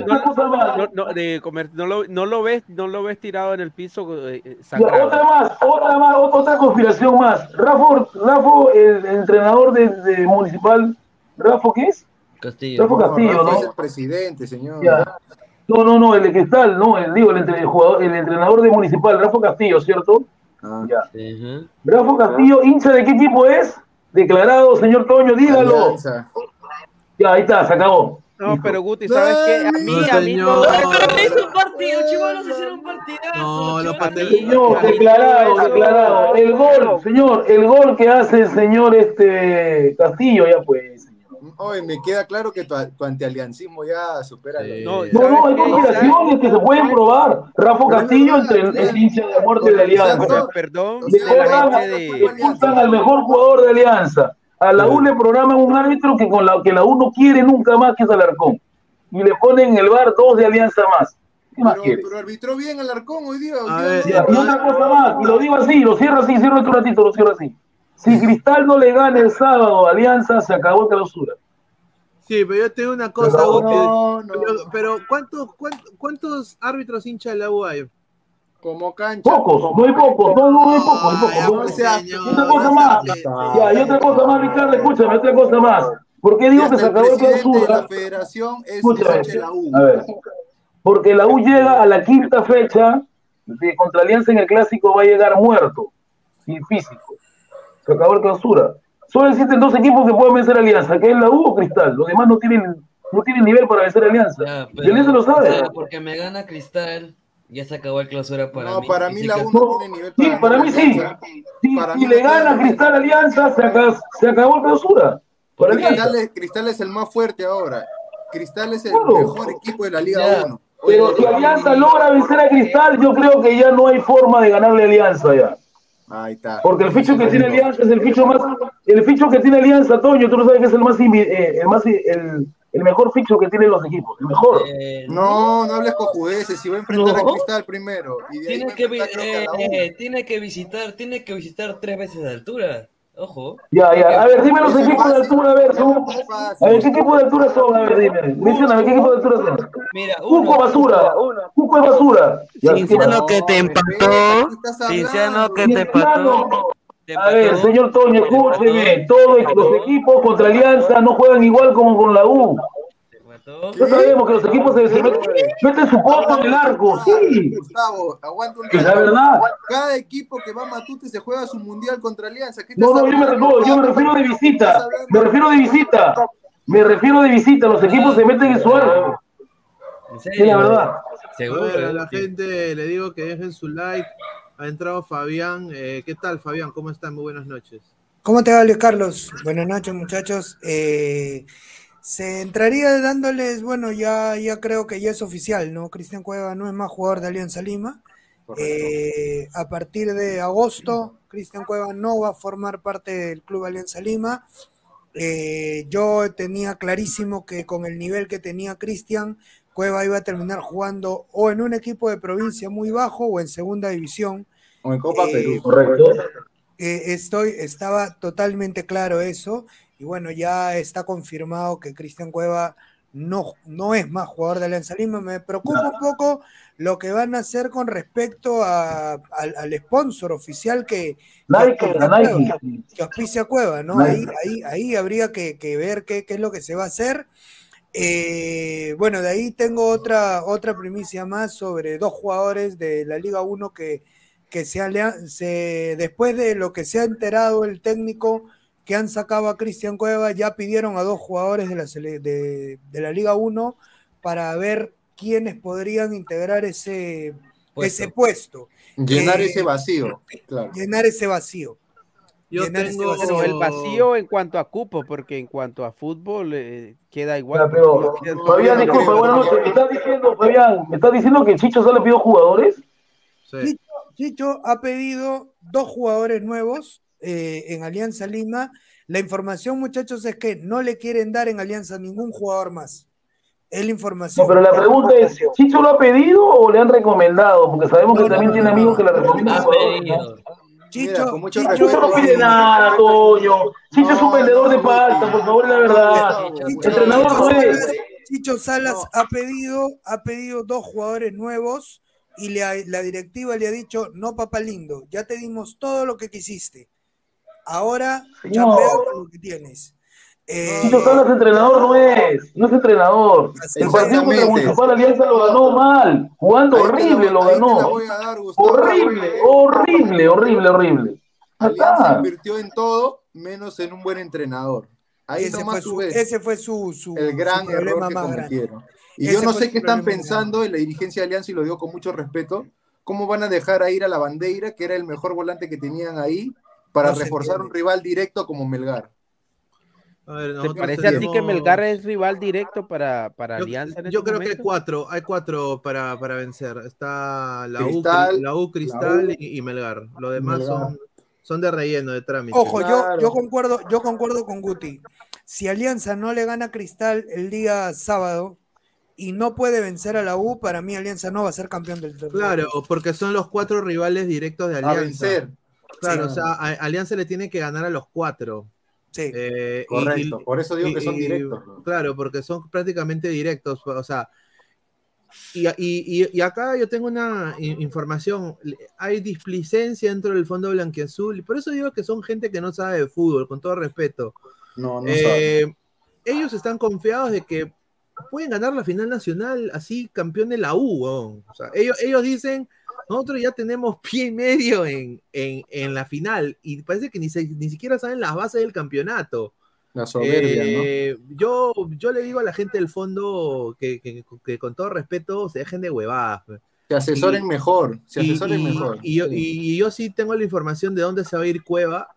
No lo ves tirado en el piso sangrado. Otra conspiración más. Rafa, el entrenador de Municipal, ¿Rafa qué es? Castillo. Rafa Castillo, ¿no? Es el presidente, señor. Ya. No, el de Cristal, no, el entrenador de Municipal, Rafa Castillo, ¿cierto? Ya. Rafa Castillo, hincha de qué equipo es? Declarado, señor Toño, dígalo. Alianza. Ya, ahí está, se acabó. No, pero Guti, ¿sabes qué? A mí no. Pero hizo un partido, chibolos, hicieron un partidazo. No, lo señor, declarado. El gol que hace el señor Castillo, ya pues. Oye, me queda claro que tu antialiancismo ya supera. No, hay conspiraciones que se pueden probar. Rafa Castillo el hincha de muerte de Alianza. Perdón. Expulsan al mejor jugador de Alianza. A la U le programan un árbitro que la U no quiere nunca más, que es Alarcón. Y le ponen en el VAR 2 de Alianza más. ¿Qué más quieres? Pero arbitró bien Alarcón hoy día. Y otra cosa más, y lo digo así, cierro otro ratito, lo cierro así. Si Cristal no le gana el sábado a Alianza, se acabó la clausura. Sí, pero yo te digo una cosa, pero ¿cuántos árbitros hincha de la U hay? Como cancha. Pocos, no hay pocos. Otra cosa más. Y otra cosa más, Ricardo, escúchame, otra cosa más. ¿Por qué digo que se acabó la clausura? La federación es la U. A ver, porque la U llega a la quinta fecha contra Alianza en el Clásico, va a llegar muerto y físico. Se acabó la clausura. Solo existen 2 equipos que pueden vencer a Alianza, que es la U o Cristal. Los demás no tienen nivel para vencer a Alianza. Y Alianza lo sabe. O sea, porque me gana Cristal, ya se acabó la clausura para mí. No, para mí la U no tiene nivel para para mí sí. Si le gana Cristal a Alianza, se acabó la clausura. Cristal es el más fuerte ahora. Cristal es el mejor equipo de la Liga 1. Pero si Alianza logra vencer a Cristal, yo creo que ya no hay forma de ganarle a Alianza ya. Ahí está. Porque el ficho que tiene Alianza es el ficho que tiene Alianza, Toño, tú no sabes que es el mejor ficho que tienen los equipos, el mejor. No hables cojudeces, si va a enfrentar a Cristal primero. Y de tiene que visitar 3 veces de altura. Ojo. Ya. A ver, dime los equipos de altura, a ver, ¿qué equipo de altura son? A ver, dime. Mencióname, ¿qué equipo de altura son? Mira, Cusco es basura. Cinciano que te empató. Cinciano que te empató. A ver, señor Toño, escúcheme. Todos los equipos contra Alianza no juegan igual como con la U. No sabemos que los equipos se meten su costo en el arco, sí. Gustavo, aguanta un rato. La verdad. Cada equipo que va a Matute se juega su mundial contra Alianza. Yo me refiero de visita. Me refiero de visita. Los equipos se meten en su arco. Sí, la verdad. Seguro. A la gente le digo que dejen su like. Ha entrado Fabián. ¿Qué tal, Fabián? ¿Cómo están? Muy buenas noches. ¿Cómo te va, Luis Carlos? Buenas noches, muchachos. Se entraría dándoles, bueno, ya creo que ya es oficial, ¿no? Cristian Cueva no es más jugador de Alianza Lima. A partir de agosto, Cristian Cueva no va a formar parte del Club Alianza Lima. Yo tenía clarísimo que con el nivel que tenía Cristian, Cueva iba a terminar jugando o en un equipo de provincia muy bajo o en segunda división. O en Copa Perú. Correcto. Estaba totalmente claro eso. Y bueno, ya está confirmado que Cristian Cueva no es más jugador de Alianza Lima. Me preocupa un poco lo que van a hacer con respecto al sponsor oficial que auspicia Cueva, ¿no? Ahí habría que ver qué es lo que se va a hacer. Bueno, de ahí tengo otra primicia más sobre dos jugadores de la Liga 1 que después de lo que se ha enterado el técnico que han sacado a Cristian Cueva, ya pidieron a dos jugadores de la Liga 1 para ver quiénes podrían integrar ese puesto. Llenar ese vacío. Claro. Llenar ese vacío. Bueno, el vacío en cuanto a cupo, porque en cuanto a fútbol queda igual. Pero, Fabián, disculpa, buenas noches. ¿Me estás diciendo, Fabián, me estás diciendo que Chicho solo pidió jugadores? Sí. Chicho ha pedido dos jugadores nuevos en Alianza Lima. La información, muchachos, es que no le quieren dar en Alianza ningún jugador más. Es la información. No, pero la pregunta es, ¿Chicho lo ha pedido o le han recomendado? Porque sabemos que también tiene amigos que le recomiendan jugadores. Chicho no pide nada, Toño. Chicho es un vendedor de pasta, por favor, la verdad. Entrenador no es. Chicho Salas ha pedido dos jugadores nuevos y la directiva le ha dicho, no, papá lindo, ya te dimos todo lo que quisiste. Ahora, chapea con lo que tienes. Chicho Salas entrenador no es entrenador. El partido contra el Municipal Alianza lo ganó mal, jugando horrible lo ganó. Horrible. Alianza invirtió en todo, menos en un buen entrenador. Ahí ese fue su el gran error que cometieron. Y yo no sé qué están pensando en la dirigencia de Alianza, y lo digo con mucho respeto, cómo van a dejar a ir a la Bandeira, que era el mejor volante que tenían ahí, para reforzar un rival directo como Melgar. A ver, ¿te parece a ti que Melgar es rival directo para Alianza? Yo creo que hay cuatro para vencer. Está la U, Cristal y Melgar. Lo demás son de relleno, de trámite. Ojo, yo concuerdo con Guti. Si Alianza no le gana a Cristal el día sábado y no puede vencer a la U, para mí Alianza no va a ser campeón del torneo. Claro, porque son los cuatro rivales directos de Alianza. A vencer. Claro, sí. O sea, Alianza le tiene que ganar a los cuatro. Sí. Correcto, por eso digo que son directos. Claro, porque son prácticamente directos. O sea, y acá yo tengo una información. Hay displicencia dentro del fondo blanquiazul. Y por eso digo que son gente que no sabe de fútbol, con todo respeto. No sabe. Ellos están confiados de que pueden ganar la final nacional así campeón de la U. O sea, ellos dicen, nosotros ya tenemos pie y medio en la final y parece que ni siquiera saben las bases del campeonato. La soberbia, ¿no? Yo le digo a la gente del fondo que con todo respeto se dejen de huevadas. Se asesoren mejor. Y yo sí tengo la información de dónde se va a ir Cueva.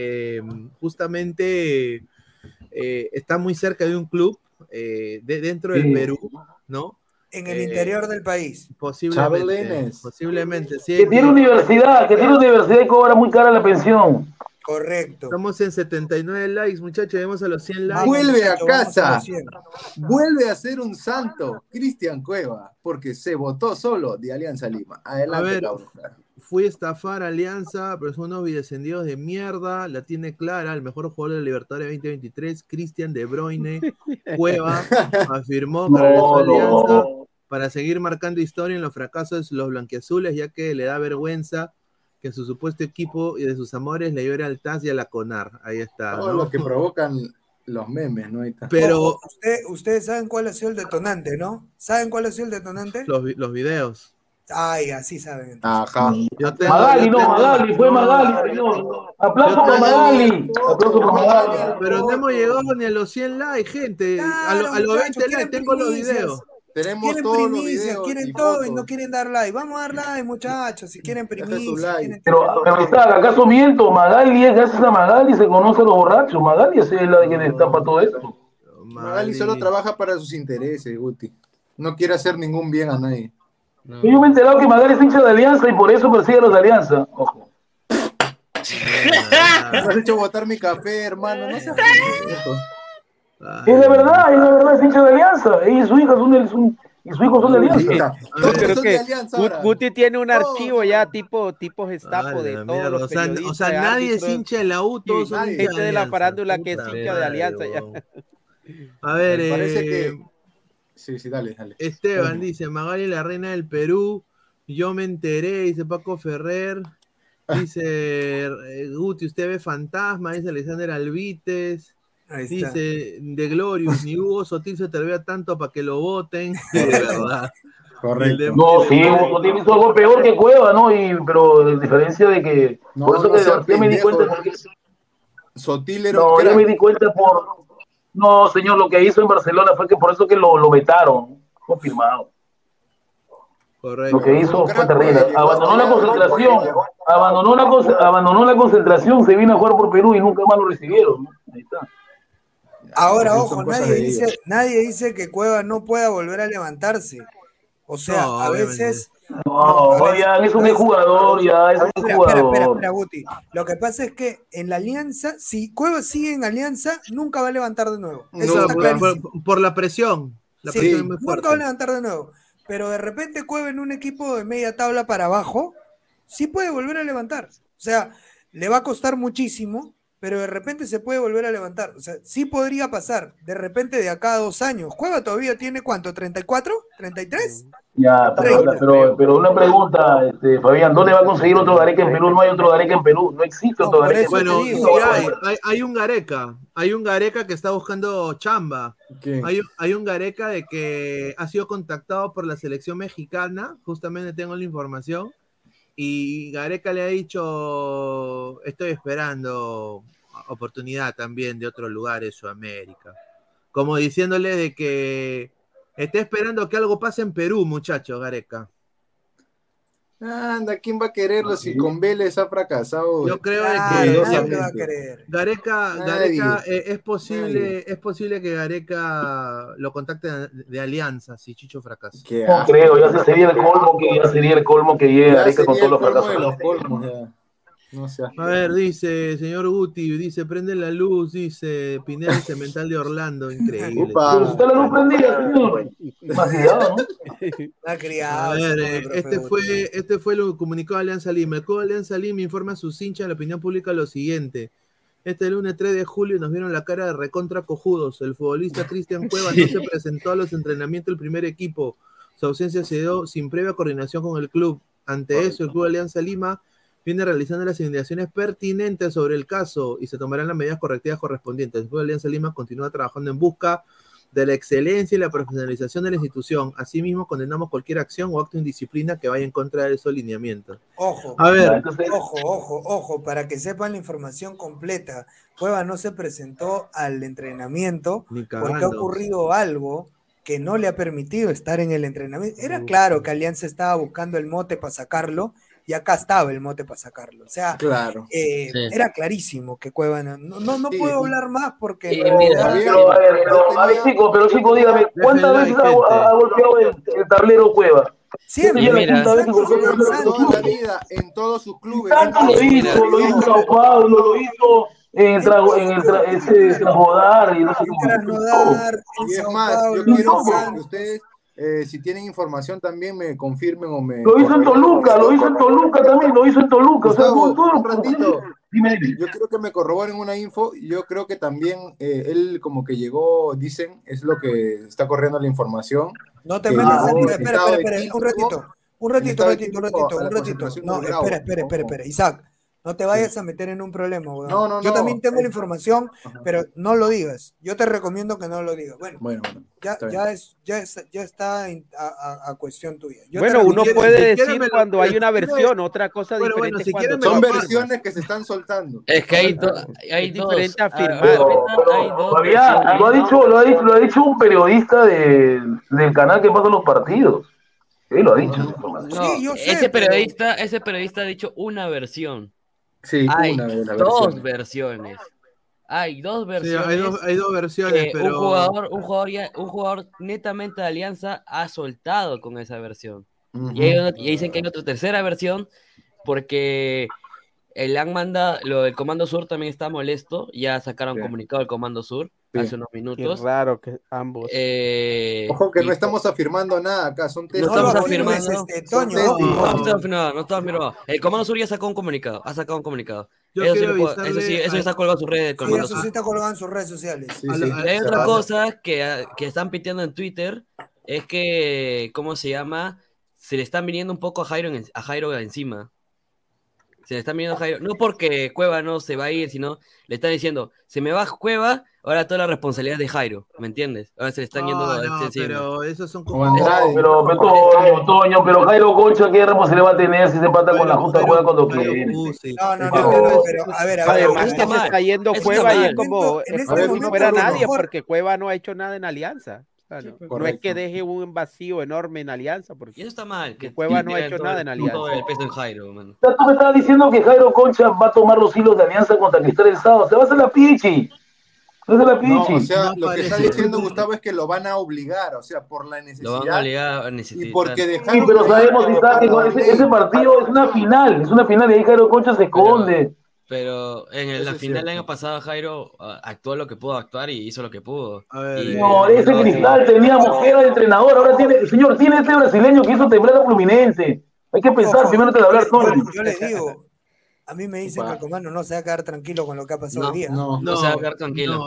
Justamente está muy cerca de un club dentro del Perú, ¿no? En el interior del país. Posiblemente. Sí, que tiene universidad y cobra muy cara la pensión. Correcto. Estamos en 79 likes, muchachos, llegamos a los 100 likes. Vuelve a casa. Vuelve a ser un santo, Cristian Cueva, porque se votó solo de Alianza Lima. Adelante, fui a estafar a Alianza, pero son unos videscendidos de mierda. La tiene clara, el mejor jugador de la Libertadores 2023, Cristian De Bruyne. Cueva afirmó que regresó a Alianza para seguir marcando historia en los fracasos de los blanquiazules, ya que le da vergüenza que su supuesto equipo y de sus amores le llore al TAS y a la CONAR. Ahí está. Todo lo que provocan los memes, ¿no? Pero ojo, ustedes saben cuál ha sido el detonante, ¿no? ¿Saben cuál ha sido el detonante? Los videos. Ay, así saben. Ajá. Magali, fue Magali. Aplauso para Magali. Pero no hemos llegado ni a los 100 likes, gente. Claro, a los 20 likes tengo los videos. Tenemos todos los videos. Quieren todo y no quieren dar like. Vamos a dar like, muchachos. Si quieren primicias. Pero ¿acaso miento? Magali, gracias a Magali se conoce a los borrachos. Magali es la que destapa todo esto. Magali solo trabaja para sus intereses, Guti. No quiere hacer ningún bien a nadie. No. Yo me he enterado que Magali es hincha de Alianza y por eso persigue a los de Alianza. Ojo. Me has hecho botar mi café, hermano. No seas es de verdad, es hincha de Alianza. Ella y su hija son de Alianza. Yo creo que Guti tiene un archivo ya tipo Gestapo de todos los periodistas. O sea, nadie es hincha de la U, todos son gente de la farándula que es hincha de Alianza ya. A ver, me parece que... Sí, dale. Esteban dice, Magali la reina del Perú, yo me enteré, dice Paco Ferrer, dice Guti, usted ve fantasma, dice Alexander Alvites, Ahí está. Dice de Glorious, ni Hugo Sotil se atrevía tanto para que lo voten. De verdad. Correcto. No, sí, Hugo Sotil hizo algo peor que Cueva, ¿no? Pero a diferencia de que... No, por eso no que seas yo me di pendejo. cuenta... Sotil era un No, yo crack. me di cuenta por... No, señor, lo que hizo en Barcelona fue que por eso que lo vetaron. Confirmado. Correcto. Lo que hizo fue terrible. Llegó Abandonó hasta la allá, concentración. Abandonó la concentración, se vino a jugar por Perú y nunca más lo recibieron, ¿no? Ahí está. Ahora, Son ojo, cosas de ellos. nadie dice que Cueva no pueda volver a levantarse. O sea, No, a obviamente. veces... No, ya es un jugador, ya es un jugador. Espera, Guti. Lo que pasa es que en la Alianza, si Cueva sigue en Alianza, nunca va a levantar de nuevo. Eso está clarísimo. Por la presión. La Sí, presión es muy fuerte. nunca va a levantar de nuevo. Pero de repente Cueva en un equipo de media tabla para abajo, sí puede volver a levantar. O sea, le va a costar muchísimo, pero de repente se puede volver a levantar. O sea, sí podría pasar. De repente de acá a 2 años. Cueva todavía tiene ¿cuánto? ¿34? ¿33? Ya, pero una pregunta, Fabián, ¿dónde va a conseguir otro Gareca en Perú? No hay otro Gareca en Perú, no existe otro Gareca en Perú. Bueno, sí hay un Gareca que está buscando chamba. Hay un Gareca de que ha sido contactado por la selección mexicana, justamente tengo la información, y Gareca le ha dicho, estoy esperando oportunidad también de otros lugares de Sudamérica, como diciéndole de que está esperando que algo pase en Perú, muchacho, Gareca. Anda, ¿quién va a quererlo si con Vélez ha fracasado? Yo creo que nadie va a querer. Gareca es posible que Gareca lo contacte de Alianza si Chicho fracasa. No creo, ya sería el colmo que llegue Gareca con todos los fracasos. No sé. A ver, dice, señor Guti, dice, prende la luz, dice Pineda el Cemental de Orlando, increíble. Pero está la luz prendida, señor. Demasiado, ¿no? Está criado. A ver, este fue el comunicado de Alianza Lima. El Club Alianza Lima informa a sus hinchas de la opinión pública lo siguiente. Este lunes 3 de julio nos vieron la cara de recontra cojudos. El futbolista Cristian Cueva no se presentó a los entrenamientos del primer equipo. Su ausencia se dio sin previa coordinación con el club. Ante eso, el Club Alianza Lima viene realizando las investigaciones pertinentes sobre el caso y se tomarán las medidas correctivas correspondientes. El Club Alianza Lima continúa trabajando en busca de la excelencia y la profesionalización de la institución. Asimismo, condenamos cualquier acción o acto de indisciplina que vaya en contra de esos lineamientos. Ojo, a ver. Ojo, para que sepan la información completa. Cueva no se presentó al entrenamiento porque ha ocurrido algo que no le ha permitido estar en el entrenamiento. Era claro que Alianza estaba buscando el mote para sacarlo, y acá estaba el mote para sacarlo. O sea, claro. Era clarísimo que Cueva no puedo hablar más porque... Pero chico, dígame, ¿cuántas veces ha golpeado el tablero Cueva? Siempre. Toda la vida, en todos sus clubes. Tanto lo hizo en Sao Paulo, lo hizo en el Trasnodar y no sé cómo. Y es más, yo quiero que ustedes, si tienen información también me confirmen o me... Lo hizo en Toluca también, lo hizo en Toluca. Gustavo, un ratito. Yo creo que me corroboren una info. Yo creo que también él como que llegó, dicen, es lo que está corriendo la información. No te metas, espera, un ratito. No, espera, Isaac. No te vayas a meter en un problema, weón. No, yo también tengo la información, pero no lo digas. Yo te recomiendo que no lo digas. Bueno. Ya está a cuestión tuya. Uno puede decir cuando hay una versión, otra cosa diferente. Si quieren, son versiones que se están soltando. Es que hay diferente dos. afirmar. Fabián, lo ha dicho un periodista del canal que pasa los partidos. Él lo ha dicho. Sí, yo sé, ese periodista ha dicho una versión. Sí, hay dos versiones. Hay dos versiones. Sí, hay dos versiones, pero un jugador netamente de Alianza ha soltado con esa versión. Y dicen que hay otra tercera versión porque el Comando Sur también está molesto. Ya sacaron comunicado el Comando Sur hace unos minutos. Qué raro que ambos. Ojo que no estamos afirmando nada acá, son testigos. No estamos afirmando. El Comando Sur ya sacó un comunicado. Eso sí está colgado en sus redes. Eso sí está colgado en sus redes sociales. Hay otra cosa que están piteando en Twitter, es que, ¿cómo se llama? Se le están viniendo un poco a Jairo encima. Se le están viendo a Jairo, no porque Cueva no se va a ir, sino le están diciendo, se me va Cueva, ahora toda la responsabilidad es de Jairo, ¿me entiendes? Ahora se le están yendo a No, encima. pero esos son Como Toño, pero Jairo Concha, ¿qué responsabilidad va a tener si se pata con la Junta juega cuando quiere? No, pero a ver. Además que se está yendo Cueva y es como si no fuera nadie, mejor. porque Cueva no ha hecho nada en Alianza. O sea, no, pues, no es que deje un vacío enorme en Alianza, porque Y eso está mal. Que Cueva no ha tiene hecho todo nada en Alianza. todo el peso en Jairo, mano. O sea, tú me estabas diciendo que Jairo Concha va a tomar los hilos de Alianza contra Cristal el sábado. Se va a hacer la pichi. No, o sea, lo que está diciendo Gustavo es que lo van a obligar, o sea, por la necesidad. Lo van a obligar a necesitar. Y porque Sí, dejaron pero sabemos, Isaac, que ese partido es una final y ahí Jairo Concha se esconde. Pero en la final del año pasado Jairo actuó lo que pudo actuar y hizo lo que pudo. No, ese Cristal tenía Mosquera de entrenador, ahora tiene este brasileño que hizo temblar a Fluminense. Hay que pensar, primero antes de hablar todo. Yo les digo, a mí me dicen que el comando no se va a quedar tranquilo con lo que ha pasado hoy día. No se va a quedar tranquilo.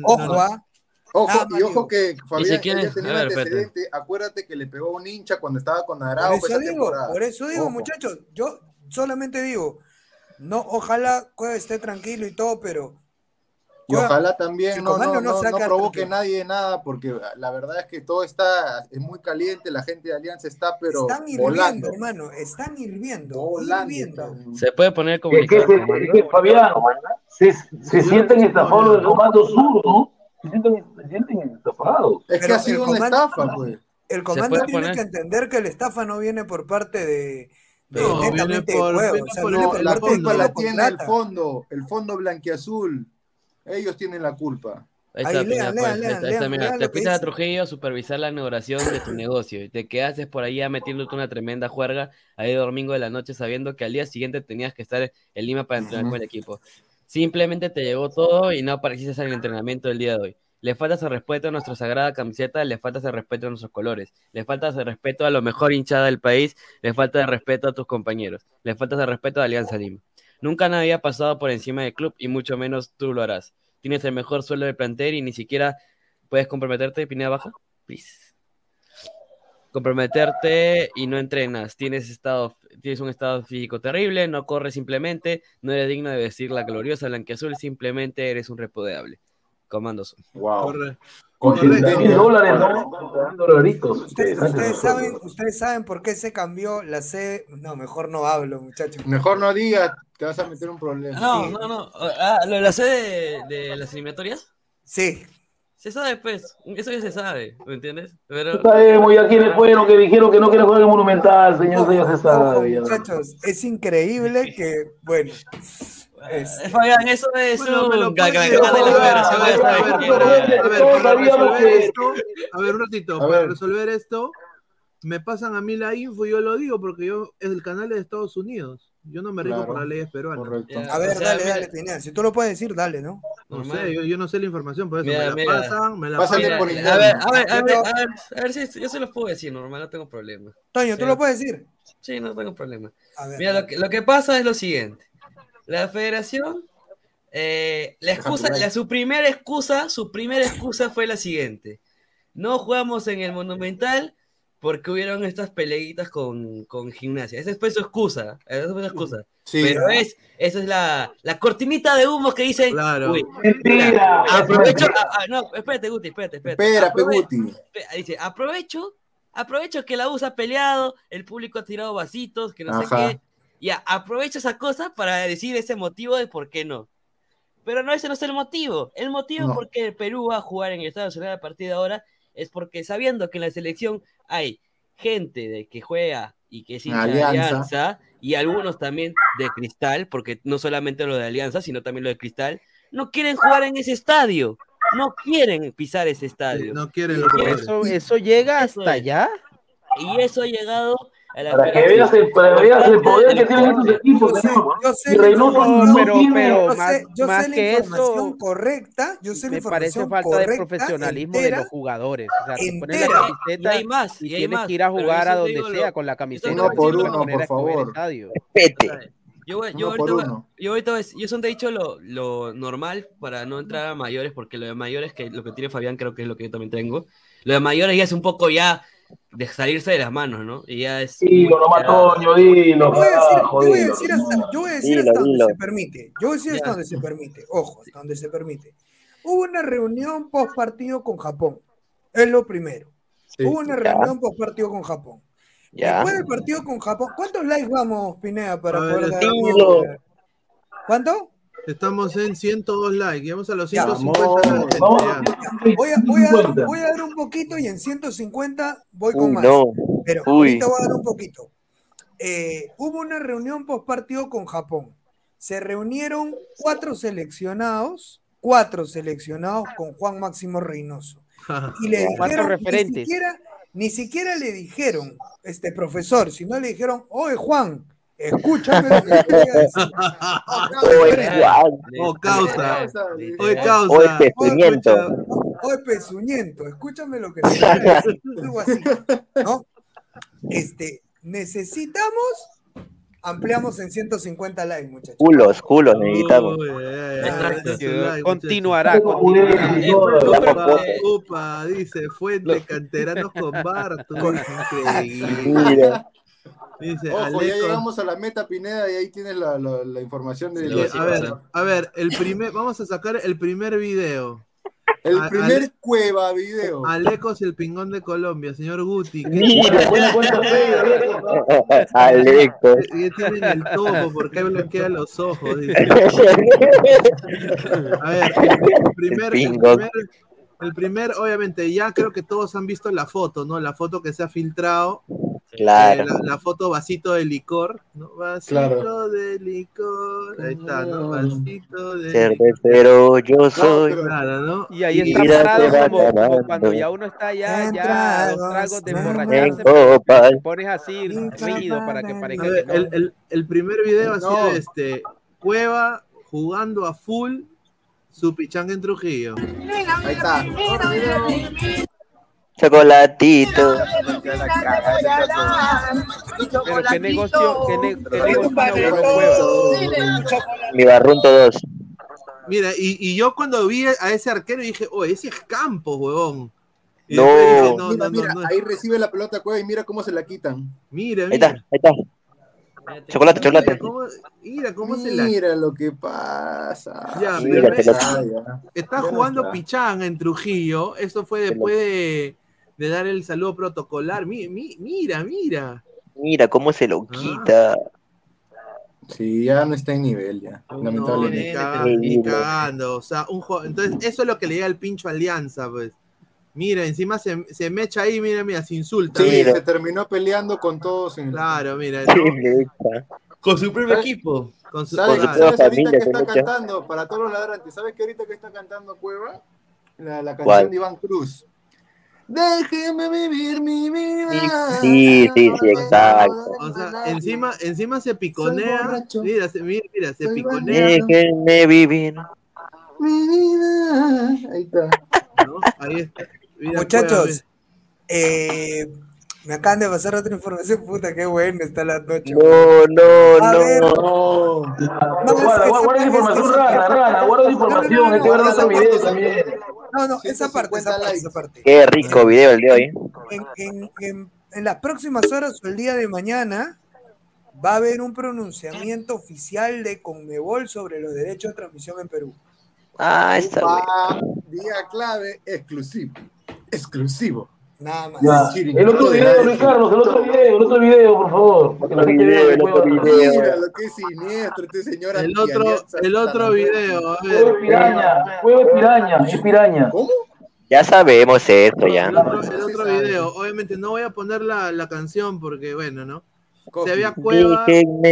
Ojo que Fabián quién ya es? tenía A un ver, espérate. antecedente. Acuérdate que le pegó a un hincha cuando estaba con Araujo esa temporada. Por eso digo, Ojo. muchachos, yo solamente digo, no, ojalá Cueva esté tranquilo y todo, pero Y ojalá también el no comando no se va a quedar provoque tranquilo. nadie nada, porque la verdad es que todo es muy caliente, la gente de Alianza está, pero Están hirviendo, volando. hermano, están hirviendo. Se puede poner Es comunicado. que Fabián, se sienten estafados del comando sur, ¿no? Se sienten estafados. Es que Pero ha sido el una comando- estafa, pues. El comando tiene que entender que la estafa no viene por parte de No, netamente viene por- de Cueva, viene o sea, por viene el- por la parte de culpa quien la lo tiene contrata. el fondo blanquiazul. Ellos tienen la culpa. Ahí Ahí está, lean, Pineda, pues, lean, ahí está, lean, mira, lean te lo que fuiste a dice. Trujillo a supervisar la inauguración de tu negocio y te quedaste por allá metiéndote una tremenda juerga ahí domingo de la noche sabiendo que al día siguiente tenías que estar en Lima para entrenar con el equipo. Simplemente te llegó todo y no apareciste en el entrenamiento del día de hoy. Le faltas el respeto a nuestra sagrada camiseta, le faltas el respeto a nuestros colores, le faltas el respeto a lo mejor hinchada del país, le falta el respeto a tus compañeros, le faltas el respeto a Alianza Lima. Nunca nadie ha pasado por encima del club y mucho menos tú lo harás. Tienes el mejor sueldo del plantel y ni siquiera puedes comprometerte, Pineda Baja, please. Comprometerte y no entrenas, tienes un estado físico terrible, no corres simplemente, no eres digno de vestir la gloriosa blanquiazul, simplemente eres un repudiable. Comando Sol. Wow. Con $80,000, ¿no? Dolaritos. Ustedes saben por qué se cambió la sede. No, mejor no hablo, muchachos. Mejor no digas, te vas a meter un problema. No. ¿Lo de la sede de las eliminatorias? Sí. Se sabe, pues. Eso ya se sabe, ¿me entiendes? Pero... Sabemos ya quiénes fueron que dijeron que no quieren jugar en el Monumental, señor, ya se sabe. Ya. Muchachos, es increíble que, bueno. Fabián, eso es un A ver, un ratito, para resolver esto, me pasan a mí la info y yo lo digo porque es el canal de Estados Unidos. Yo no me rijo por las leyes peruanas. A ver, dale, Pineda. Si tú lo puedes decir, dale, ¿no? No sé, yo no sé la información, por eso Mira, me la pasan, me la Pásale pasan. por internet. A ver si yo se los puedo decir, normal, no tengo problema. Toño, ¿tú lo puedes decir? Sí, no tengo problema. A ver, mira, lo que pasa es lo siguiente. La federación, su primera excusa fue la siguiente. No jugamos en el Monumental porque hubieron estas peleitas con Gimnasia. Esa fue su excusa. Sí. Pero esa es la cortinita de humo que dicen. Claro. Uy, Mentira. aprovecho. No, espérate, Guti, espérate. Guti. Dice, aprovecho que la U se ha peleado, el público ha tirado vasitos, que no sé qué. Ya, aprovecho esa cosa para decir ese motivo de por qué no. Pero no, ese no es el motivo. El motivo por qué Perú va a jugar en el Estadio Nacional a partir de ahora es porque sabiendo que en la selección hay gente de que juega y que es hincha de Alianza y algunos también de Cristal, porque no solamente lo de Alianza, sino también lo de Cristal, no quieren jugar en ese estadio. No quieren pisar ese estadio. No quieren eso llega hasta allá. Y eso ha llegado a la Para que veas el poder que tienen estos equipos. Yo sé la información correcta. Yo sé la me parece información falta de correcta, profesionalismo entera, de los jugadores. O sea, te pones la entera. camiseta Y hay más, y y hay tienes más, que ir a pero jugar eso a te donde digo sea lo- con la camiseta. Uno por uno, poner por a escoger favor. estadio. Yo son de dicho lo normal para no entrar a mayores, porque lo de mayores, que lo que tiene Fabián creo que es lo que yo también tengo. Lo de mayores ya es un poco ya de salirse de las manos, ¿no? Y ya es... Dilo, no Matoño, dilo. Yo voy a decir hasta donde se permite. Yo voy a decir hasta donde se permite. Ojo, hasta donde se permite. Hubo una reunión post partido con Japón. Es lo primero. Hubo una reunión post partido con Japón. Después del partido con Japón, ¿cuántos likes vamos, Pineda, para poder dar? ¿Cuánto? Estamos en 102 likes, llegamos a los 150 likes. Voy a dar un poquito y en 150 voy con más. Pero ahorita voy a dar un poquito. Hubo una reunión post partido con Japón. Se reunieron 4 seleccionados con Juan Máximo Reynoso. Y le dijeron, referentes? Ni siquiera le dijeron, profesor, sino le dijeron, oye Juan, escúchame lo que te voy a decir. Oye, pezuñento. Oye, pezuñento, escúchame lo que te voy a decir. Algo así, ¿no? Necesitamos, ampliamos en 150 likes, muchachos. Culos necesitamos. Continuará. Upa, dice Fuente, canteranos con Bartu. Dice, ojo, ya llegamos a la meta, Pineda, y ahí tienes la información de... A ver, vamos a sacar el primer video. El primer Cueva video. Alecos, el pingón de Colombia, señor Guti. Alecos. ¿Qué tienen el topo? ¿Por qué bloquea los ojos? Dice. A ver, el primer, obviamente, ya creo que todos han visto la foto, ¿no? La foto que se ha filtrado. Claro. La foto vasito de licor, ¿no? Vasito de licor. Ahí está, ¿no? Vasito de cervecero yo soy. Claro, ¿no? Y ahí está parado como cuando ya uno está ya los tragos de emborracharse, te pones así rígido para que parezca que no. El primer video ha sido Cueva jugando a full su pichanga en Trujillo. Ahí está. Chocolatito. Pero qué negocio Cueva. Mi Barrunto 2. Mira, y yo cuando vi a ese arquero dije, oh, ese es Campos, huevón. Y no. Dije, mira, ahí recibe la pelota Cueva y mira cómo se la quitan. Mira. Ahí está. Chocolate. Mira lo que pasa. Ya, está jugando pichanga en Trujillo. Eso fue después de dar el saludo protocolar. Mira. Mira cómo se lo quita. Sí, ya no está en nivel, ya. Lamentablemente. Ni cagando. O sea, entonces, eso es lo que le llega al pincho Alianza, pues. Mira, encima se mecha ahí, mira, se insulta. Sí, mira. se terminó peleando con todos. Claro, mira. Con su propio equipo. ¿Sabes ahorita que está cantando? Para todos los ladrantes, ¿sabes qué ahorita que está cantando Cueva? La canción de Iván Cruz. Déjeme vivir mi vida. Sí, exacto. O sea, encima se piconea. Mira, se piconea. Déjenme vivir mi vida. Ahí está. ¿No? Ahí está. Mira, muchachos, me acaban de pasar otra información, puta, qué buena está la noche. No. Guarda información rara, guarda información, hay que ver otro video también. No, esa parte. Qué rico video el de hoy. En las próximas horas o el día de mañana va a haber un pronunciamiento oficial de Conmebol sobre los derechos de transmisión en Perú. Está bien. Día clave exclusivo. Nada más. El otro video, Luis Carlos, el otro video, por favor. Para que la gente vea Mira lo que es siniestro este señor. El otro video, a ver. Es piraña. ¿Cómo? Ya sabemos esto, ya. El otro video, obviamente no voy a poner la canción porque, bueno, ¿no? Se había Cueva.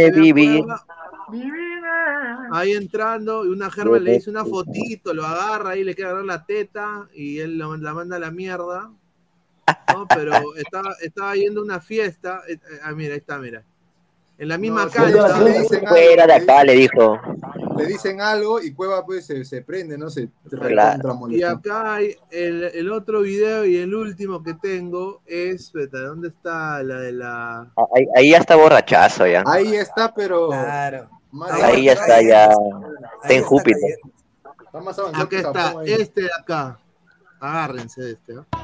Ahí entrando, y una germa le dice una fotito, lo agarra, ahí le quiere agarrar la teta, y él la manda a la mierda. No, pero estaba yendo a una fiesta. Mira, ahí está, mira. En la misma cancha. Fuera de acá, le dijo. Le dicen algo y Cueva pues se prende, ¿no? Y acá hay el otro video y el último que tengo es. ¿Dónde está la de la.? Ahí ya está borrachazo, ya. Ahí está, pero. Claro. Ahí ya está, ya. Está en Júpiter. Acá está, este de acá. Agárrense de este, ¿no?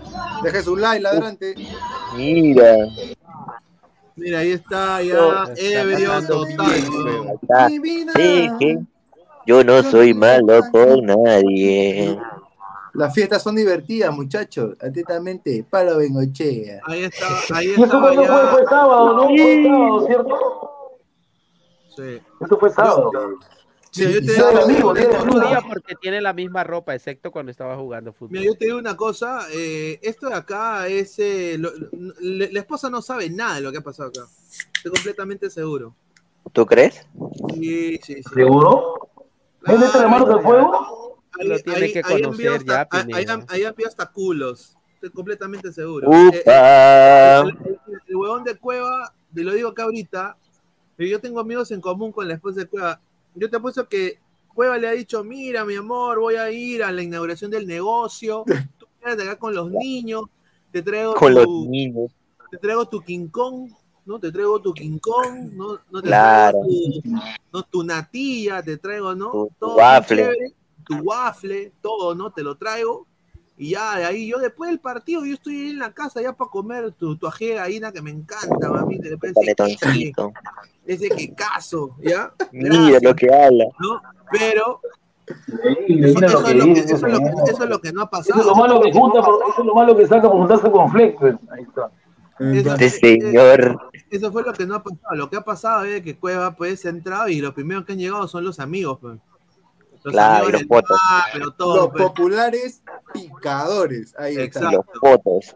Deje su like, ladrante. Mira. Mira, ahí está, ya, ebrio total. Está. Sí, que yo no soy malo con nadie. Las fiestas son divertidas, muchachos. Atentamente, Pablo Bengochea. Ahí está, ahí ¿Y eso está. cuando Ya. fue sábado, no? Fue sábado, ¿cierto? Sí. Eso fue sábado. Mira, yo te Día del amigo, El día del otro amigo. día porque tiene la misma ropa, excepto cuando estaba jugando fútbol. Mira, yo te digo una cosa, esto de acá es, la esposa no sabe nada de lo que ha pasado acá, estoy completamente seguro. ¿Tú crees? Sí, sí, sí. ¿Seguro? ¿Es de manos al fuego? Lo tiene que conocer ya, Pineda. Ahí envió hasta culos, estoy completamente seguro. ¡Upa! El huevón de Cueva, te lo digo acá ahorita, yo tengo amigos en común con la esposa de Cueva. Yo te apuesto que Cueva le ha dicho, mira, mi amor, voy a ir a la inauguración del negocio, tú quédate acá con los niños, te traigo Con los niños. te traigo tu King Kong, ¿no? Te traigo tu King Kong, ¿no? No te Claro. traigo tu natilla, te traigo, ¿no? Tu Todo waffle. bien chévere, tu waffle, todo, ¿no? Te lo traigo. Y ya, de ahí, yo después del partido, yo estoy ahí en la casa ya para comer tu ají de gallina que me encanta, mami. Después Panetoncito. ese que caso, ¿ya? Mira lo que habla. ¿No? Pero Mira lo que dice, eso es lo que no ha pasado. Eso es lo malo que junta, eso es lo malo que saca por juntarse con Fleck. Pues. Ahí está. Este señor. Eso fue lo que no ha pasado. Lo que ha pasado es que Cueva pues ha entrado y los primeros que han llegado son los amigos, pues. Los Claro, amigos y los del potos. barrio, todo, Los pues. populares picadores. Ahí está. Los fotos.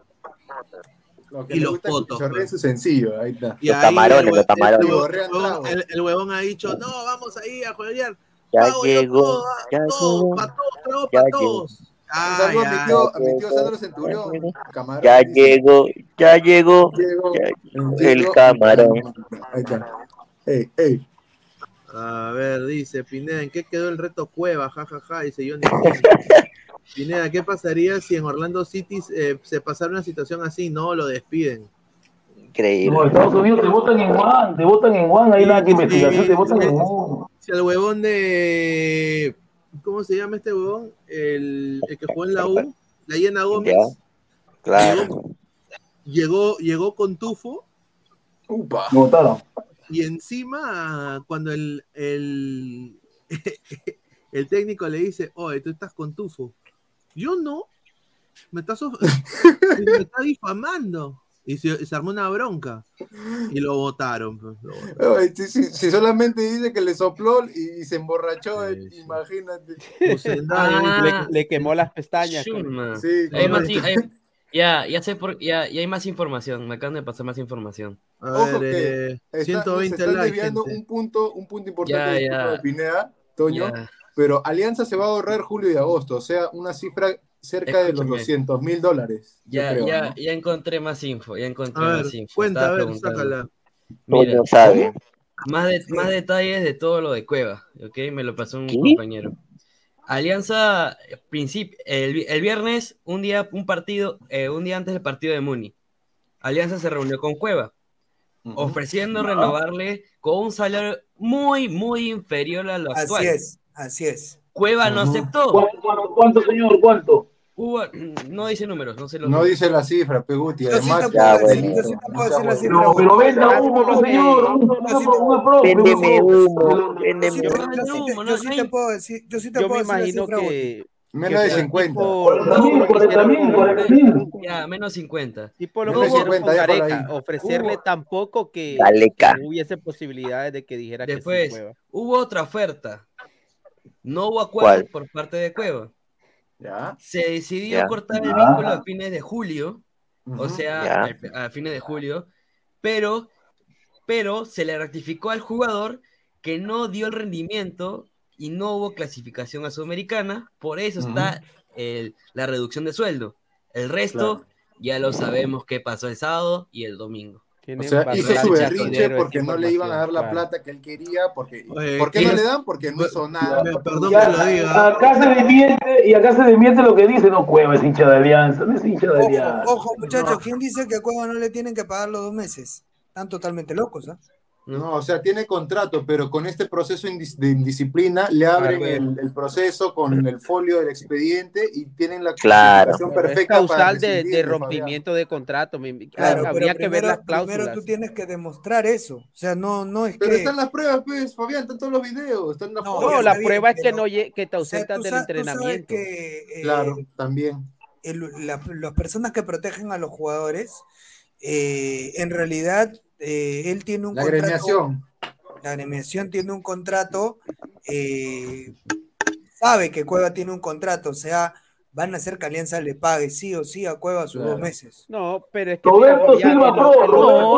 Lo que Y le los gusta que fotos, chorreen pues. su sencillo. Ahí está. Y Los ahí camarones, el los camarones. el huevón ha dicho, no, vamos ahí a jugar. Ya Pago yo llegó, todo, ya todo, llegó, para todos, trago ya para llegó. todos. Un Ah, saludo ya. a mi tío Sandro Centurión. Camarón, Ya dice. llegó, ya llegó. Llegó, Ya llegó el camarón. Ahí está. Ey. A ver, dice Pineda, ¿en qué quedó el reto Cueva? Ja, ja, ja, dice Johnny. Pineda, ¿qué pasaría si en Orlando City se pasara una situación así? No, lo despiden. Increíble. No, Estados Unidos te votan en One, hay nada que investigación, te votan en One. Si el huevón de... ¿Cómo se llama este huevón? El que jugó en la U, la Llena Gómez. Ya, claro. Llegó con tufo. Upa. Me votaron. Y encima, cuando el técnico le dice, oye, tú estás con tufo. Yo no. Me está difamando. Y se armó una bronca. Y lo votaron. Pues, lo votaron. Ay, si solamente dice que le sopló y se emborrachó, imagínate. Le quemó las pestañas. Chuma. Sí, Hay más, correcto. ya sé ya hay más información. Me acaban de pasar más información. Ojo que ver, 120 se están likes, desviando gente. un punto importante Ya. de Pineda, Toño, Ya. pero Alianza se va a ahorrar julio y agosto, o sea, una cifra cerca de los Escúchame. $200,000. Ya, yo creo, ya, ¿no? ya encontré más info. Ya encontré A ver, más info. cuenta, Estaba a ver, preguntando. sácala. Mira, Toño sabe. más detalles de todo lo de Cueva, ¿ok? Me lo pasó un ¿Qué? compañero. Alianza, el viernes, un día antes del partido de Muni, Alianza se reunió con Cueva, ofreciendo renovarle con un salario muy, muy inferior a lo actual. Así es. Cueva no aceptó. ¿Cuánto, señor? ¿Cuánto? No dice números, no sé los No números. dice la cifra, Peguti, Yo sí además... te puedo decir, yo sí te puedo decir la cifra. No, pero venda humo, señor. Véndeme humo, véndeme Yo humo. sí te puedo decir, Yo me imagino que menos de 50. 40.000. Ya, menos 50. Tipo lo Menos que hicieron 50, con déjalo Gareca, ahí. ofrecerle tan poco que Gareca. no hubiese posibilidades de que dijera que sí, Después, Cueva. hubo otra oferta. No hubo acuerdo ¿Cuál? por parte de Cueva. ¿Ya? Se decidió Ya. cortar el vínculo a fines de julio, o Ujú. sea, Ya. a fines de julio, pero se le ratificó al jugador que no dio el rendimiento y no hubo clasificación a Sudamericana, por eso está la reducción de sueldo. El resto ya lo sabemos qué pasó el sábado y el domingo. O sea, hizo su berrinche porque no le iban a dar la claro. plata que él quería. Porque, Oye, ¿por qué ¿quién no es? le dan? Porque no hizo nada. Perdón que lo diga. Acá se desmiente lo que dice, no Cueva es hincha de Alianza, no es hincha de Alianza. Ojo, muchachos, ¿quién dice que a Cueva no le tienen que pagar los 2 meses? Están totalmente locos, ¿ah? No, o sea, tiene contrato, pero con este proceso de indisciplina le abren el proceso con el folio del expediente y tienen la justificación perfecta es para causal de rescindirle, rompimiento de contrato. Claro, Habría pero que ver las primero cláusulas. tú tienes que demostrar eso. O sea, no es Pero que... están las pruebas, pues, Fabián, están todos los videos, están las No, fotos. la prueba es que pero- no que te O sea, ausentas tú del sabes entrenamiento. que Claro, también. las personas que protegen a los jugadores, en realidad, él tiene un La contrato. agremiación. La agremiación tiene un contrato, sabe que Cueva tiene un contrato, o sea, van a hacer que Alianza le pague sí o sí a Cueva sus 2 meses. No, pero es que mira, Roberto Fabián, Silva Pro,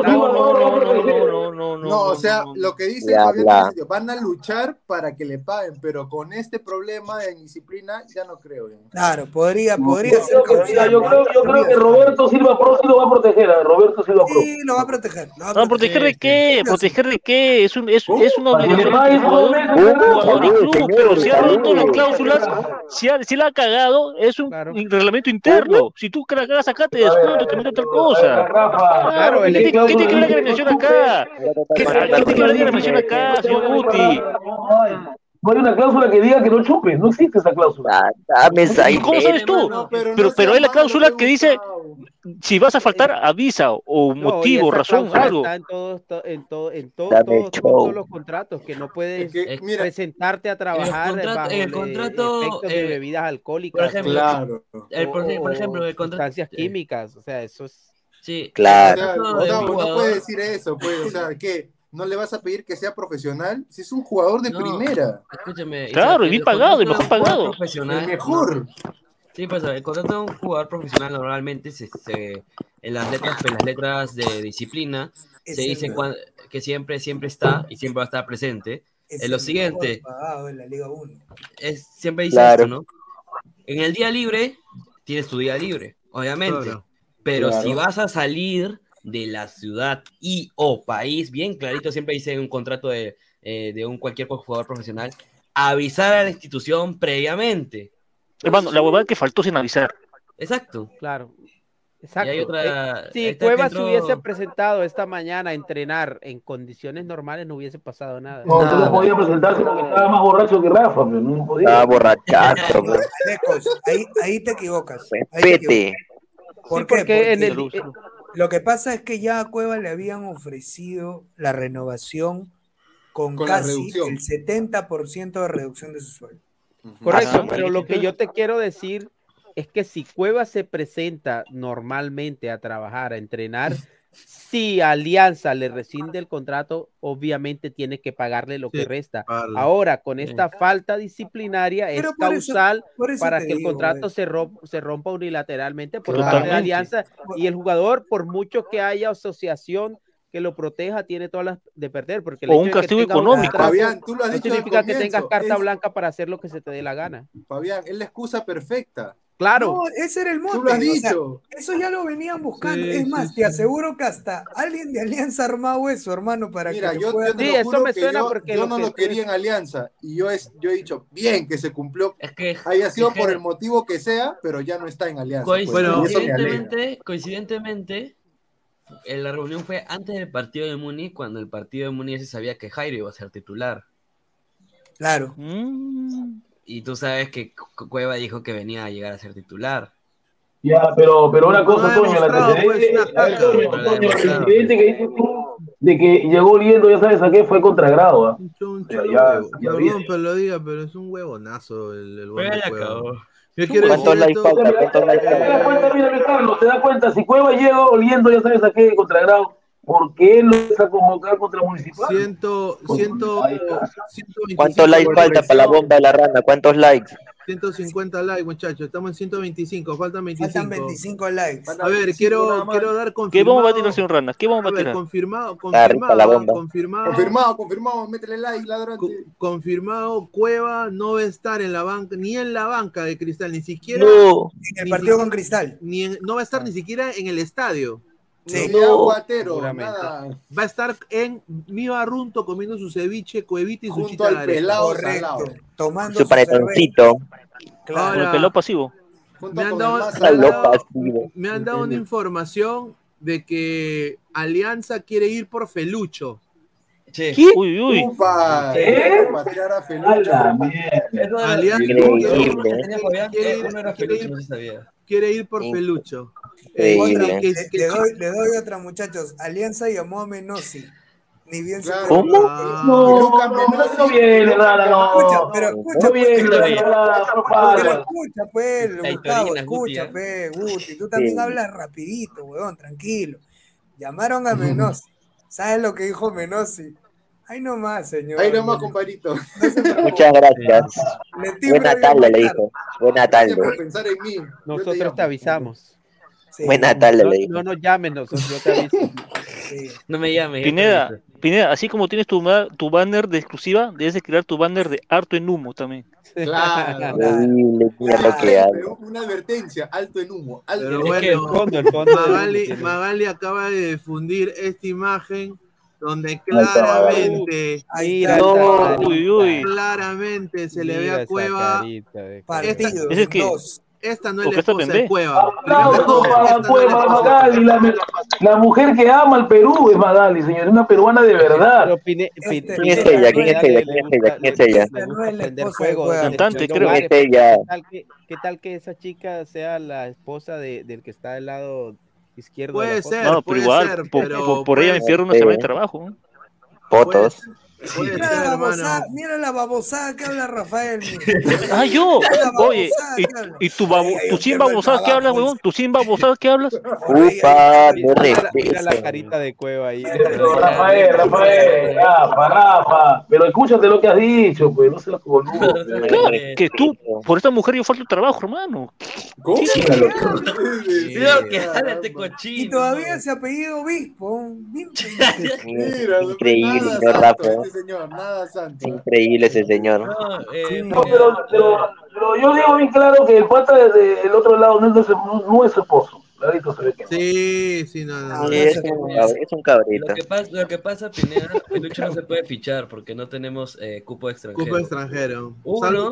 No, o sea, lo que dice Fabián tiene sentido. Van a luchar para que le paguen, pero con este problema de indisciplina ya no creo. Claro, podría ser. Yo creo que Roberto Silva Pro sí lo va a proteger. Roberto Silva Pro. Sí, lo va a proteger. No, ¿proteger de qué? ¿Proteger de qué? Es una Para que le obligación paguen del jugador y club, pero si ha roto las cláusulas, si la ha cagado, es un reglamento interno. Si tú la cagas acá, te descuento, te meto tal cosa. Claro, ¿qué tiene que ver la agremiación acá? ¿Qué tiene que ver la agremiación acá, señor Guti? No hay una cláusula que diga que no chupes, no existe esa cláusula. ¿Cómo sabes tú? Pero hay la cláusula que dice, si vas a faltar, avisa, o motivo, razón, algo. Está en todos los contratos, que no puedes presentarte a trabajar bajo efectos de bebidas alcohólicas. Por ejemplo, el contrato. Sustancias químicas, o sea, eso es... Sí, Claro. No puede decir eso, pues, o sea, ¿qué? ¿No le vas a pedir que sea profesional? Si es un jugador de primera. Escúchame. Claro, y bien pagado, y mejor pagado. El mejor. Sí, pues el contrato de un jugador profesional normalmente en las letras de disciplina se dice que siempre está y siempre va a estar presente. En lo siguiente, En la Liga 1. siempre dice esto, ¿no? En el día libre, tienes tu día libre, obviamente. Claro. Pero si vas a salir de la ciudad y o país, bien clarito, siempre dice en un contrato de cualquier jugador profesional, avisar a la institución previamente. Hermano, la huevada que faltó sin avisar. Exacto. Claro. Exacto. Y hay otra, si Cuevas se hubiese presentado esta mañana a entrenar en condiciones normales, no hubiese pasado nada. No, no podía presentarse porque estaba más borracho que Rafa, pero no podía. Estaba borrachazo. Ahí te equivocas. Respete. ¿Por qué? Porque lo que pasa es que ya a Cueva le habían ofrecido la renovación con casi el 70% de reducción de su sueldo. Correcto, pero lo que yo te quiero decir es que si Cueva se presenta normalmente a trabajar, a entrenar, si Alianza le rescinde el contrato, obviamente tiene que pagarle lo que resta. Ahora, con esta falta disciplinaria, es causal para que el contrato se rompa unilateralmente por parte de Alianza, y el jugador, por mucho que haya asociación que lo proteja, tiene todas las de perder, porque o un castigo económico. Fabián, tú lo has no dicho significa al que comienzo, tengas carta blanca para hacer lo que se te dé la gana. Fabián, es la excusa perfecta. Claro. No, ese era el mote. Tú lo has o sea, dicho. eso ya lo venían buscando. Es más, te aseguro que hasta alguien de Alianza ha armado eso, hermano, para Mira, que yo puedan... te lo juro que yo no lo quería en Alianza. Y yo he dicho, bien que se cumplió. Es que haya sido por el motivo que sea, pero ya no está en Alianza. Coincidentemente, la reunión fue antes del partido de Múnich, cuando el partido de Múnich se sabía que Jairo iba a ser titular. Claro. Y tú sabes que Cueva dijo que venía a llegar a ser titular. Ya, pero una cosa, Toño, el antecedente que dices tú de que llegó oliendo, ya sabes a qué, fue contra Grado. Perdón, pero lo diga, pero es un huevonazo el gol de Cueva. Yo quiero ¿Cuántos likes falta? Mira, Carlos, ¿te das cuenta? Si Cueva llega oliendo, ya sabes a qué, contra Grado, ¿por qué lo vas a convocar contra Municipal? ¿Cuántos likes falta para la bomba de la rana? ¿Cuántos likes? 150 likes, muchachos. Estamos en 125, faltan 25. Faltan 25 likes. A ver, quiero dar confirmado. ¿Qué bomba va a tirar, señor Rana? ¿Qué bomba va a tirar? Confirmado, métele like, ladrante. Confirmado, Cueva no va a estar en la banca, ni en la banca de Cristal, ni siquiera en el partido con Cristal. No va a estar ni siquiera en el estadio. Sí. Aguatero, nada. Va a estar en Mibarrunto comiendo su ceviche, Cuevita y su chita de arepa. Correcto. Tomando su panetoncito. Claro. El peló pasivo. Me han dado una información de que Alianza quiere ir por Felucho. ¿Qué? Uy, uy. Upa, patear a Felucho. Quiere ir por Felucho. Le doy otra, muchachos. Alianza llamó a Menossi. Ni bien se ¿Cómo? No viene, no. Escucha, pues, Gustavo, escucha, pues, Guti. Tú también hablas rapidito, weón, tranquilo. Llamaron a Menossi. ¿Sabes lo que dijo Menossi? Ahí nomás, señor. Ahí nomás, compadrito. Muchas gracias. Buena tarde, le dijo. Buena tarde. Pensar en mí. Nosotros te avisamos. Sí. Buena tarde, le dijo. No nos llamen, nosotros yo te aviso. Sí. No me llames. Pineda, así como tienes tu banner de exclusiva, debes de crear tu banner de harto en humo también. Claro. Una advertencia, alto en humo. Alto Pero en bueno, el fondo Magali acaba de difundir esta imagen donde claramente, claramente se le ve a Cueva. Esta no es la esposa de Cueva. Magali, la mujer que ama al Perú es Magali, señor, una peruana de verdad. ¿Quién es ella? ¿Quién es ella? Cantante, creo. ¿Quién es ella? ¿Qué tal que esa chica sea la esposa del que está del lado izquierdo? Puede ser. No, pero igual, por ella me pierdo una semana de trabajo. Fotos. Mira la babosada que habla Rafael. Yo. Oye, ¿y tu sin babosada qué hablas, huevón? ¿Tu sin babosada qué hablas? Upa, no mira la carita de Cueva ahí. Rafael, Rafa. Pero escúchate lo que has dicho, pues, no seas boludo. Que tú, por esta mujer yo falto trabajo, hermano. ¿Cómo? Y todavía se apellido Obispo. Increíble, Rafa. Señor, nada santo. Increíble ese señor. Pero yo digo bien claro que el pata del otro lado no es su esposo. Clarito se ve que no. Es un cabrito. Lo que pasa, Pineda, Pelucho no se puede fichar porque no tenemos cupo extranjero. Cupo extranjero. Uno,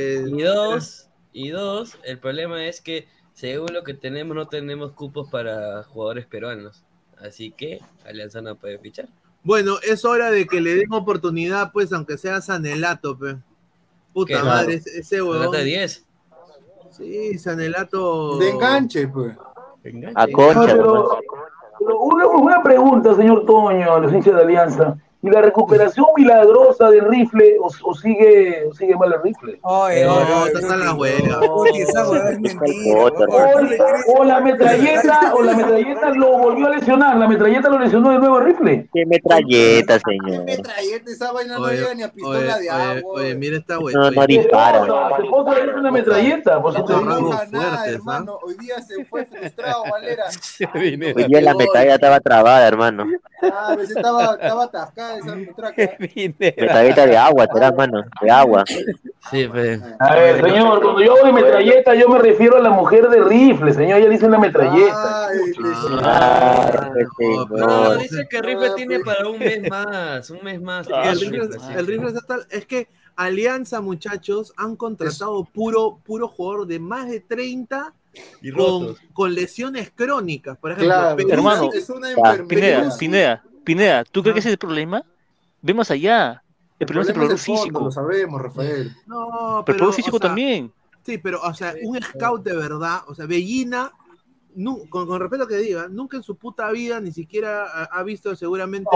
y dos, el problema es que según lo que tenemos, no tenemos cupos para jugadores peruanos. Así que Alianza no puede fichar. Bueno, es hora de que le den oportunidad, pues, aunque sea Sanelato, pe. Puta madre, ese huevón. ¿Sanelato de 10? Sí, Sanelato. De enganche, pues. A concha. Pero una pregunta, señor Toño, los hinchas de Alianza. ¿Y la recuperación milagrosa del rifle o sigue mal el rifle? Está la hueva. O la metralleta lo volvió a lesionar. La metralleta lo lesionó de nuevo el rifle. ¿Qué metralleta, señor? ¿Qué metralleta? Esa vaina no llega ni a pistola de agua. Oye, mira esta hueva. No dispara. Se puede una metralleta, por no deja nada, hermano. Hoy día se fue frustrado, Valera. Hoy día la metralla estaba trabada, hermano. Estaba atascada esa metraca. Metralleta de agua, será, hermano, de agua. Sí, pues. A ver, señor, cuando yo hablo de metralleta, yo me refiero a la mujer de rifle, señor, ella dice una metralleta. No, dice que el rifle tiene para un mes más. El rifle está tal. Es que Alianza, muchachos, han contratado puro jugador de más de 30 con lesiones crónicas. Por ejemplo, claro, hermano, es una enfermedad. Pineda, ¿tú crees que ese es el problema? Ve más allá. El problema es el problema físico. Lo sabemos, Rafael. No, pero el problema físico también. Sí, pero, o sea, un scout de verdad, o sea, Bellina, con respeto a que diga, nunca en su puta vida ni siquiera ha visto seguramente.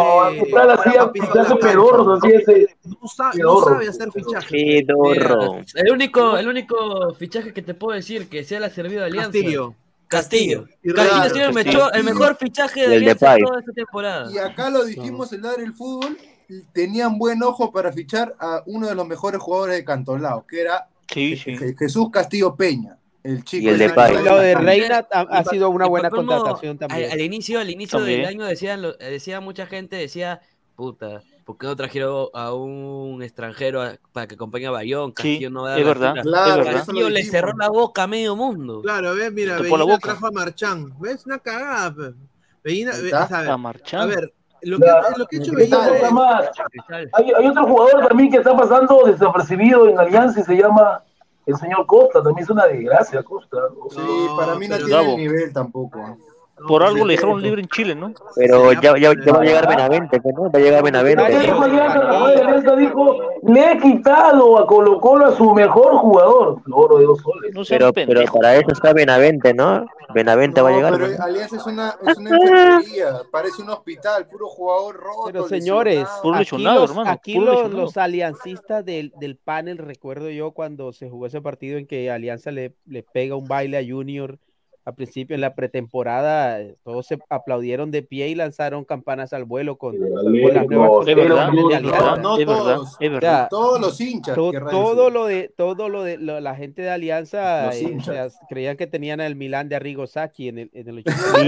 No sabe hacer fichaje. El único fichaje que te puedo decir que se le ha servido a Alianza. Castillo ha sido el mejor fichaje de Alianza toda esta temporada. Y acá lo dijimos en Ladre el Fútbol, tenían buen ojo para fichar a uno de los mejores jugadores de Cantolao, que era Jesús Castillo Peña, el chico. Y el Depay. Lo de Reina ha sido una buena contratación también. Al inicio del año decía mucha gente, puta, ¿por qué no trajeron a un extranjero para que acompañe a Bayón? Castillo no da. Es verdad. Claro, Castillo le cerró la boca a medio mundo. Claro, ves, mira, Bellina trajo a Marchán. ¿Ves? Una cagada. Bellina, a ver, lo que ha hecho Bellina. Hay otro jugador también que está pasando desapercibido en Alianza y se llama el señor Costa. También es una desgracia, Costa. Sí, para mí no tiene el nivel tampoco. Por algo le dejaron libre en Chile, ¿no? Pero ya va a llegar Benavente, ¿no? Va a llegar Benavente. Alianza dijo, le he quitado a Colo-Colo a su mejor jugador, oro de 2 soles. Pero para eso está Benavente, ¿no? Benavente va a llegar. Pero Alianza es una enfermería, parece un hospital, puro jugador roto. Pero señores, aquí los aliancistas del panel, recuerdo yo cuando se jugó ese partido en que Alianza le pega un baile a Junior al principio en la pretemporada, todos se aplaudieron de pie y lanzaron campanas al vuelo con las nuevas contrataciones de Alianza. No todos, es verdad. Todos los hinchas. Todo lo de la gente de Alianza creían que tenían al Milán de Arrigo Sacchi en el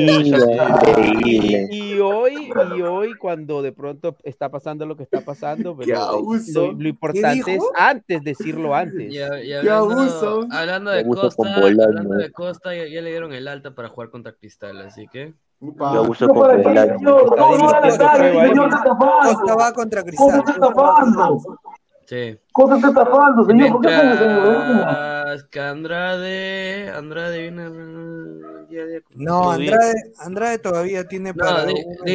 80. Y hoy cuando de pronto está pasando lo que está pasando, pero lo importante es decirlo antes. Hablando de Costa, ya le dieron el alta para jugar contra Cristal, así que Costa va contra Cristal. Sí. Costa está estafando, señor. ¿Por qué que Andrade viene no, Andrade todavía tiene para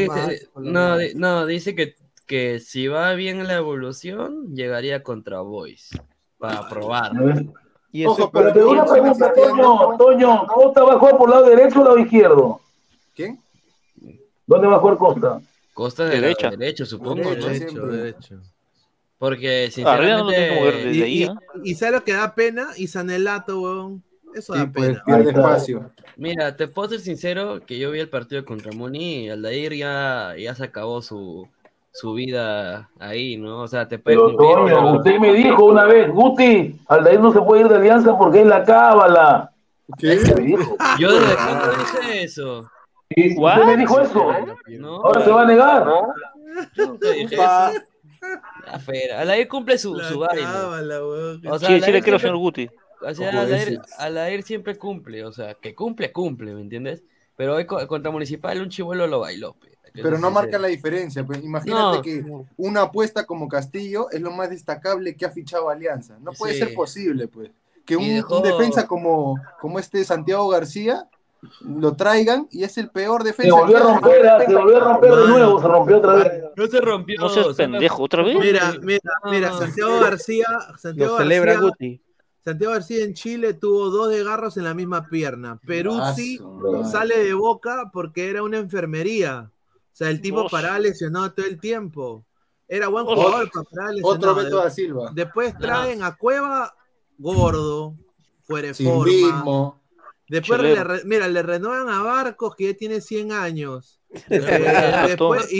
dice que si va bien la evolución llegaría contra Boys para probar. Y eso, pero una pregunta, Toño, ¿Costa va a jugar por lado derecho o lado izquierdo? ¿Quién? ¿Dónde va a jugar Costa? Costa de derecho, supongo. Derecho. Porque sinceramente y ¿sabes lo que da pena? Y Sanelato, weón. Eso da pena. Pierde espacio. Mira, te puedo ser sincero que yo vi el partido contra Muni y Aldair ya se acabó su vida ahí, ¿no? O sea, te puede cumplir. Toño, usted me dijo una vez, Guti, Aldair no se puede ir de Alianza porque es la cábala. ¿Qué? Yo desde cuándo dije eso. ¿Usted me dijo eso? No, ahora se va a negar. Yo nunca dije eso. Aldair cumple su baile. O sea, sí le quiero, señor Guti. O sea, Aldair siempre cumple, o sea, que cumple, ¿me entiendes? Pero hoy contra Municipal un chivuelo lo bailó. Pero no marca la diferencia. Pues imagínate que una apuesta como Castillo es lo más destacable que ha fichado Alianza. No puede ser posible, pues. Que un defensa como Santiago García lo traigan y es el peor defensa. Se volvió a romper de nuevo, se rompió otra vez. No se rompió. No seas pendejo, ¿otra vez? Mira, Santiago García. Santiago García en Chile tuvo 2 desgarros en la misma pierna. Peruzzi sale de Boca porque era una enfermería. O sea, el tipo paraba lesionado todo el tiempo. Era buen jugador para parar lesionado. Otro Beto da Silva. Después traen a Cueva gordo, fuera de sin forma. ritmo. Después le renuevan a Barcos que ya tiene 100 años. Después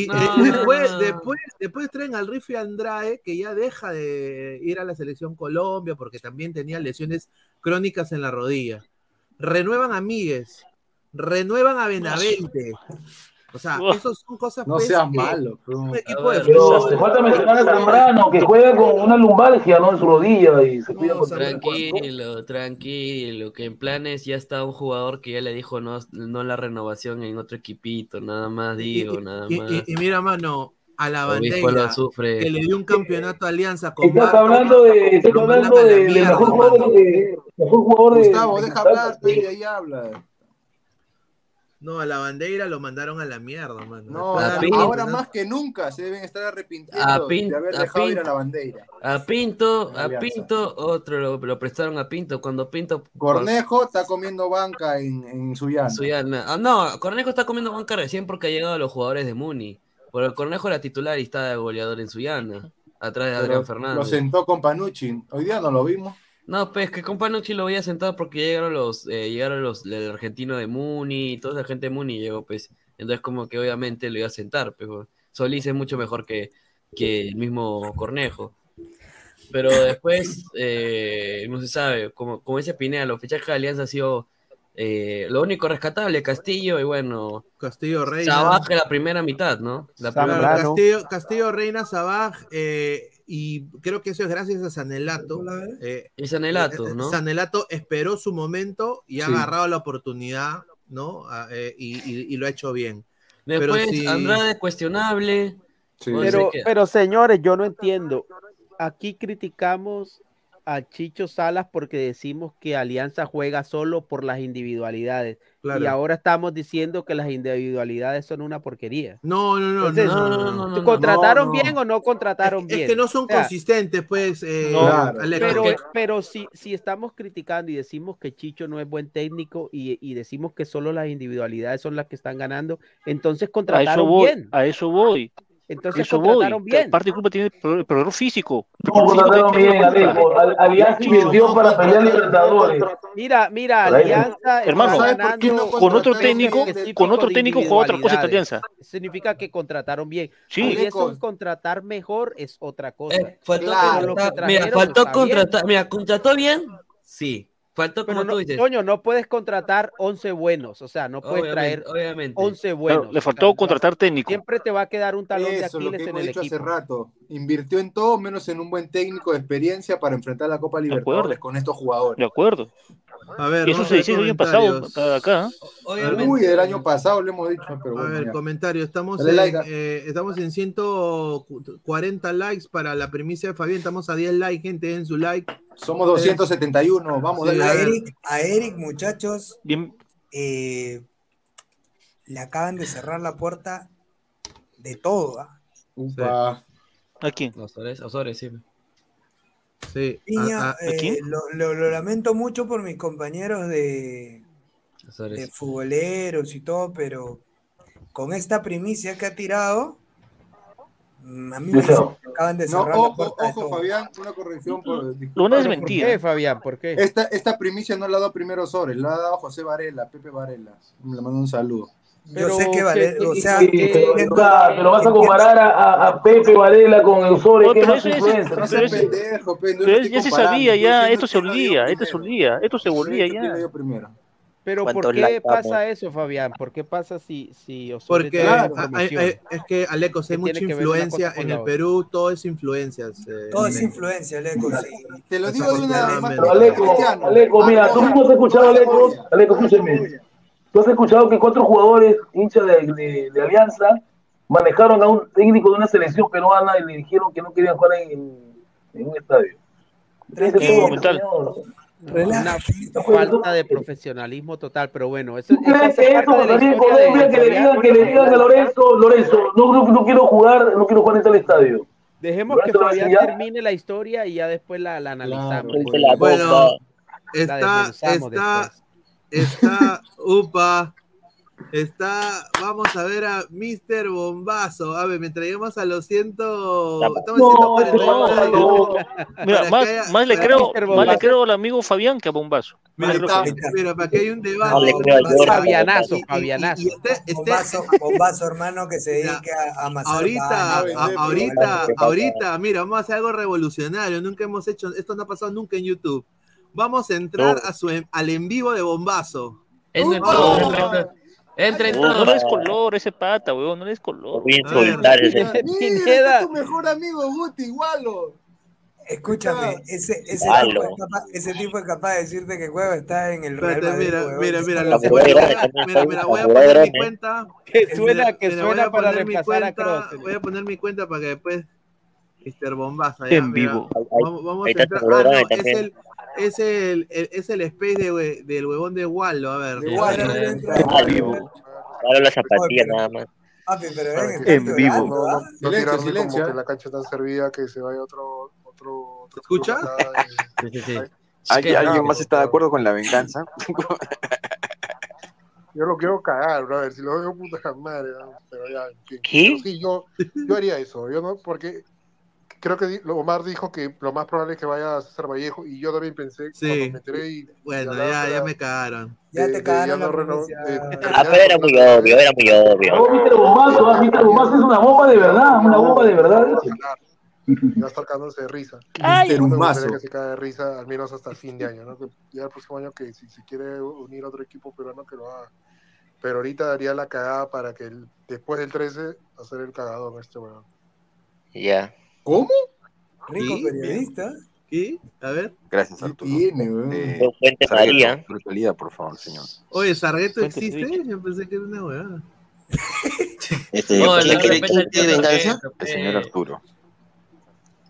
traen al Riffy Andrade que ya deja de ir a la selección Colombia porque también tenía lesiones crónicas en la rodilla. Renuevan a Míguez, renuevan a Benavente. O sea, esos son cosas. No seas malo. Un equipo de fútbol. Te falta mencionar a Zambrano, que juega con una lumbalgia, ¿no? En su rodilla y se cuida con tranquilo. Que en planes ya está un jugador que ya le dijo no la renovación en otro equipito, nada más nada más. Y mira, mano, a la bandera que le dio un campeonato a Alianza con Estás hablando del mejor jugador de Gustavo, deja hablar, y ahí habla. No, a la bandera lo mandaron a la mierda, mano. No, ahora más que nunca se deben estar arrepintiendo de haber dejado ir a la bandera. A Pinto, otro lo prestaron a Pinto cuando Pinto. Cornejo está comiendo banca en Suyana. No, Cornejo está comiendo banca recién porque ha llegado a los jugadores de Muni. Pero el Cornejo era titular y está de goleador en Suyana, atrás de Adrián Fernández. Lo sentó con Panucci. Hoy día no lo vimos. No, pues que con Panucci lo voy a sentar porque llegaron los el argentino de Muni, toda esa gente de Muni llegó, pues. Entonces como que obviamente lo iba a sentar, pero Solís es mucho mejor que el mismo Cornejo. Pero después no se sabe, como ese Pineda, los fichajes de Alianza ha sido lo único rescatable, Castillo y bueno, Castillo Reina. Sabaj la primera mitad, ¿no? Castillo Reina, Sabaj, y creo que eso es gracias a Sanelato. Y Sanelato, ¿no? Sanelato esperó su momento y ha agarrado la oportunidad, ¿no? Y lo ha hecho bien. Después Andrade cuestionable. Sí. Pero señores, yo no entiendo. Aquí criticamos a Chicho Salas porque decimos que Alianza juega solo por las individualidades. Claro. Y ahora estamos diciendo que las individualidades son una porquería. No. Entonces, ¿contrataron bien o no contrataron bien? Es que no son consistentes, pues. Pero si estamos criticando y decimos que Chicho no es buen técnico y decimos que solo las individualidades son las que están ganando, entonces contrataron bien. A eso voy. Entonces contrataron bien. Parte de culpa tiene el progreso físico. No, contrataron bien, Alejo. Alianza invirtió para pelear Libertadores. Mira, Alianza, hermano, con otro técnico juega otra cosa esta Alianza. Significa que contrataron bien. Sí. Y eso contratar mejor es otra cosa. ¿Contrató bien? Sí. Faltó, como tú dices. Toño, no puedes contratar 11 buenos, o sea, no puedes traer 11 buenos. Claro, le faltó contratar técnico. Siempre te va a quedar un talón de Aquiles lo que en hemos el dicho equipo. hace rato. Invirtió en todo menos en un buen técnico de experiencia para enfrentar la Copa Libertadores con estos jugadores. De acuerdo. A ver, eso se dice el año pasado acá. Uy, el año pasado lo hemos dicho. Pero bueno, a ver, ya. comentario. Estamos en 140 likes para la primicia de Fabián. Estamos a 10 likes, gente, en su like. Somos 271. Vamos, sí, a Eric, muchachos. Bien. Le acaban de cerrar la puerta de todo. Upa. ¿A quién? Osores, sí. Sí. Piña, ¿A quién? Lo lamento mucho por mis compañeros de futboleros y todo, pero con esta primicia que ha tirado, a mí me acaban de cerrar la puerta de todo. Fabián, una corrección. Lo es mentira. ¿Por qué, Fabián? ¿Por qué? Esta primicia no la ha dado primero Osores, la ha dado José Varela, Pepe Varela. Le mando un saludo. Yo sé que Varela, o sea, pero vas a comparar a Pepe Varela con Osores, que más influencia. Pero ya se sabía, ya, esto se volvía ya. Pero ¿por qué pasa eso, Fabián? ¿Por qué pasa si Osores porque es que, Alecos, hay mucha influencia en el Perú, todo es influencia. Todo es influencia, Alecos. Te lo digo de una manera. Aleco, mira, tú mismo has escuchado, Aleco, escúchame. Tú has escuchado que 4 jugadores hinchas de Alianza manejaron a un técnico de una selección peruana y le dijeron que no querían jugar en un estadio. Una falta de profesionalismo total, pero bueno, eso ¿crees que eso pasaría en Colombia, que le digan a Lorenzo, no quiero jugar en tal estadio? Dejemos que Fabián termine la historia y ya después la analizamos. Bueno, vamos a ver a Mr. Bombazo. A ver, mientras llegamos a los 100, estamos haciendo más le creo al amigo Fabián que a Bombazo. Mira, para que hay un debate. Fabianazo. Bombazo, hermano, que se dedique a amasar. Ahorita, mira, vamos a hacer algo revolucionario. Nunca hemos hecho, esto no ha pasado nunca en YouTube. Vamos a entrar al en vivo de Bombazo. No le des color ese pata, weón, no le des color. Mira, es tu mejor amigo, Guti, igualo. Escúchame, ese tipo es capaz de decirte que Cueva está en el Real Madrid. Mira, voy a poner mi cuenta. Que suena para reemplazar a Kroos. Voy a poner mi cuenta para que después Mr. Bombazo. En vivo. Vamos a entrar. Es el space del huevón de Waldo, a ver. En vivo. Ahora la zapatilla nada más. En vivo. No tirarme como que la cancha está servida, que se vaya otro. ¿Se escucha? Sí. ¿Alguien más está de acuerdo con la venganza? Yo lo quiero cagar, brother. Si lo veo, puta madre. Pero ya, en fin. ¿Qué? Pero sí, yo haría eso. Yo no, porque creo que Omar dijo que lo más probable es que vaya a César Vallejo, y yo también pensé, cuando me enteré y... Bueno, ya me cagaron. Ya te cagaron. Pero era muy obvio. Mr. Bombazo es una bomba de verdad, Va a estar cagándose de risa. Un mazo. Que se cae de risa, al menos hasta el fin de año, ¿no? Que ya el próximo año, que si quiere unir a otro equipo peruano, que lo haga. Pero ahorita daría la cagada para que después del 13 hacer el cagadón weón. Ya. ¿Cómo? Rico periodista. ¿Qué? A ver. Gracias, Arturo. Brutalidad, por favor, señor. Oye, ¿Sargueto existe? Yo pensé que era una huevada. ¿Quién venganza? El señor Arturo.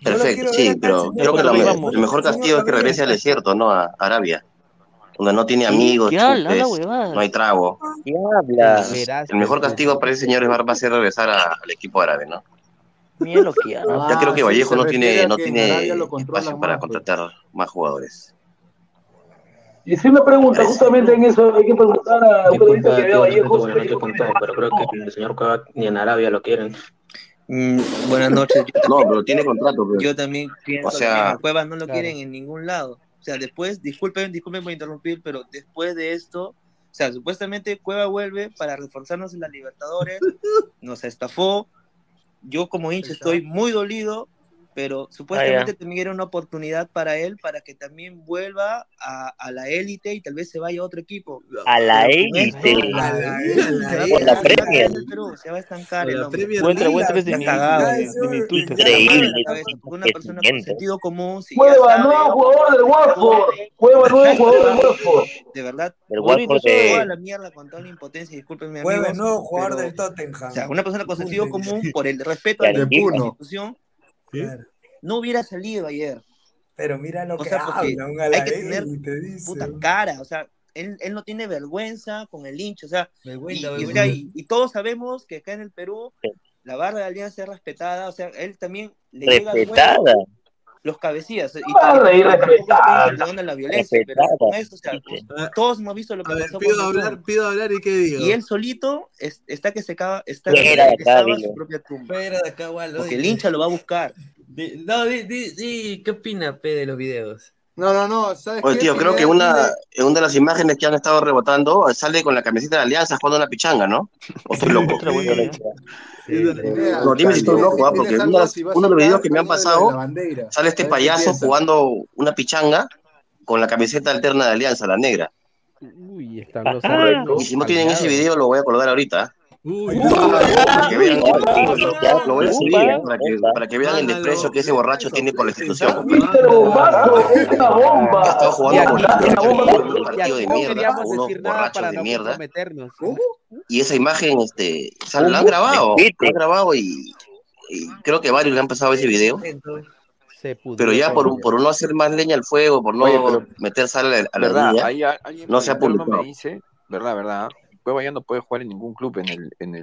Perfecto, sí, pero creo que el mejor castigo es que regrese al desierto, ¿no? A Arabia, donde no tiene amigos, chupes, no hay trago. ¿Qué habla? El mejor castigo para ese señor va a ser regresar al equipo árabe, ¿no? Mira lo que habla. Ya creo que Vallejo se no refiere a tiene que en Arabia lo controlan espacio para más, pues. contratar más jugadores. Y si una pregunta, justamente en eso, hay que preguntar a un periodista que vea Vallejo. Pero creo que el señor Cueva ni en Arabia lo quieren. Buenas noches. No, pero tiene contrato. Pero... Yo también pienso O sea, lo mismo. Cuevas no lo claro. quieren en ningún lado. O sea, después, disculpen por interrumpir, pero después de esto, o sea, supuestamente Cueva vuelve para reforzarnos en la Libertadores, nos estafó. Yo como hincha estoy muy dolido, pero supuestamente también era una oportunidad para él, para que también vuelva a la élite y tal vez se vaya a otro equipo. A la élite. Por la Premier. Se va a estancar el hombre. Muéstrales de mi Twitter. Increíble. Una persona con sentido común. Si Cueva, nuevo jugador del Watford. Cueva, nuevo jugador del Watford. De verdad. El Watford de... toda la mierda con toda la impotencia, discúlpenme amigos. Cueva, nuevo jugador del Tottenham. O sea, una persona con sentido común, por el respeto a la institución, no hubiera salido ayer. Pero mira lo que porque habla, hay que tener puta cara, o sea, él no tiene vergüenza con el hincha, o sea, y todos sabemos que acá en el Perú la barra de Alianza es respetada, o sea, él también le llega los cabecillas y la violencia, pero con eso, o sea, todos hemos visto lo que pasó. Pido hablar y qué digo. Y él solito está que se cava su propia tumba. Porque el hincha lo va a buscar. ¿Qué opina P de los videos? No, ¿sabes Oye, qué? tío, creo que en una de las imágenes que han estado rebotando sale con la camiseta de Alianza jugando una pichanga, ¿no? ¿O estoy loco? No, dime si estoy loco, porque uno de los videos que me han pasado sale este payaso jugando una pichanga con la camiseta alterna de Alianza, la negra. Uy, están los arreglos. Y si no tienen ese video, lo voy a colgar ahorita. Para que vean, lo voy a subir para que vean el desprecio que ese borracho tiene por la institución. Ha estado jugando con un partido de mierda, con unos borrachos de mierda. Y esa imagen, la han grabado y creo que varios le han pasado ese video. Pero ya por no hacer más leña al fuego, por no meter sal a la herida, no se ha publicado. Verdad. Cueva ya no puede jugar en ningún club en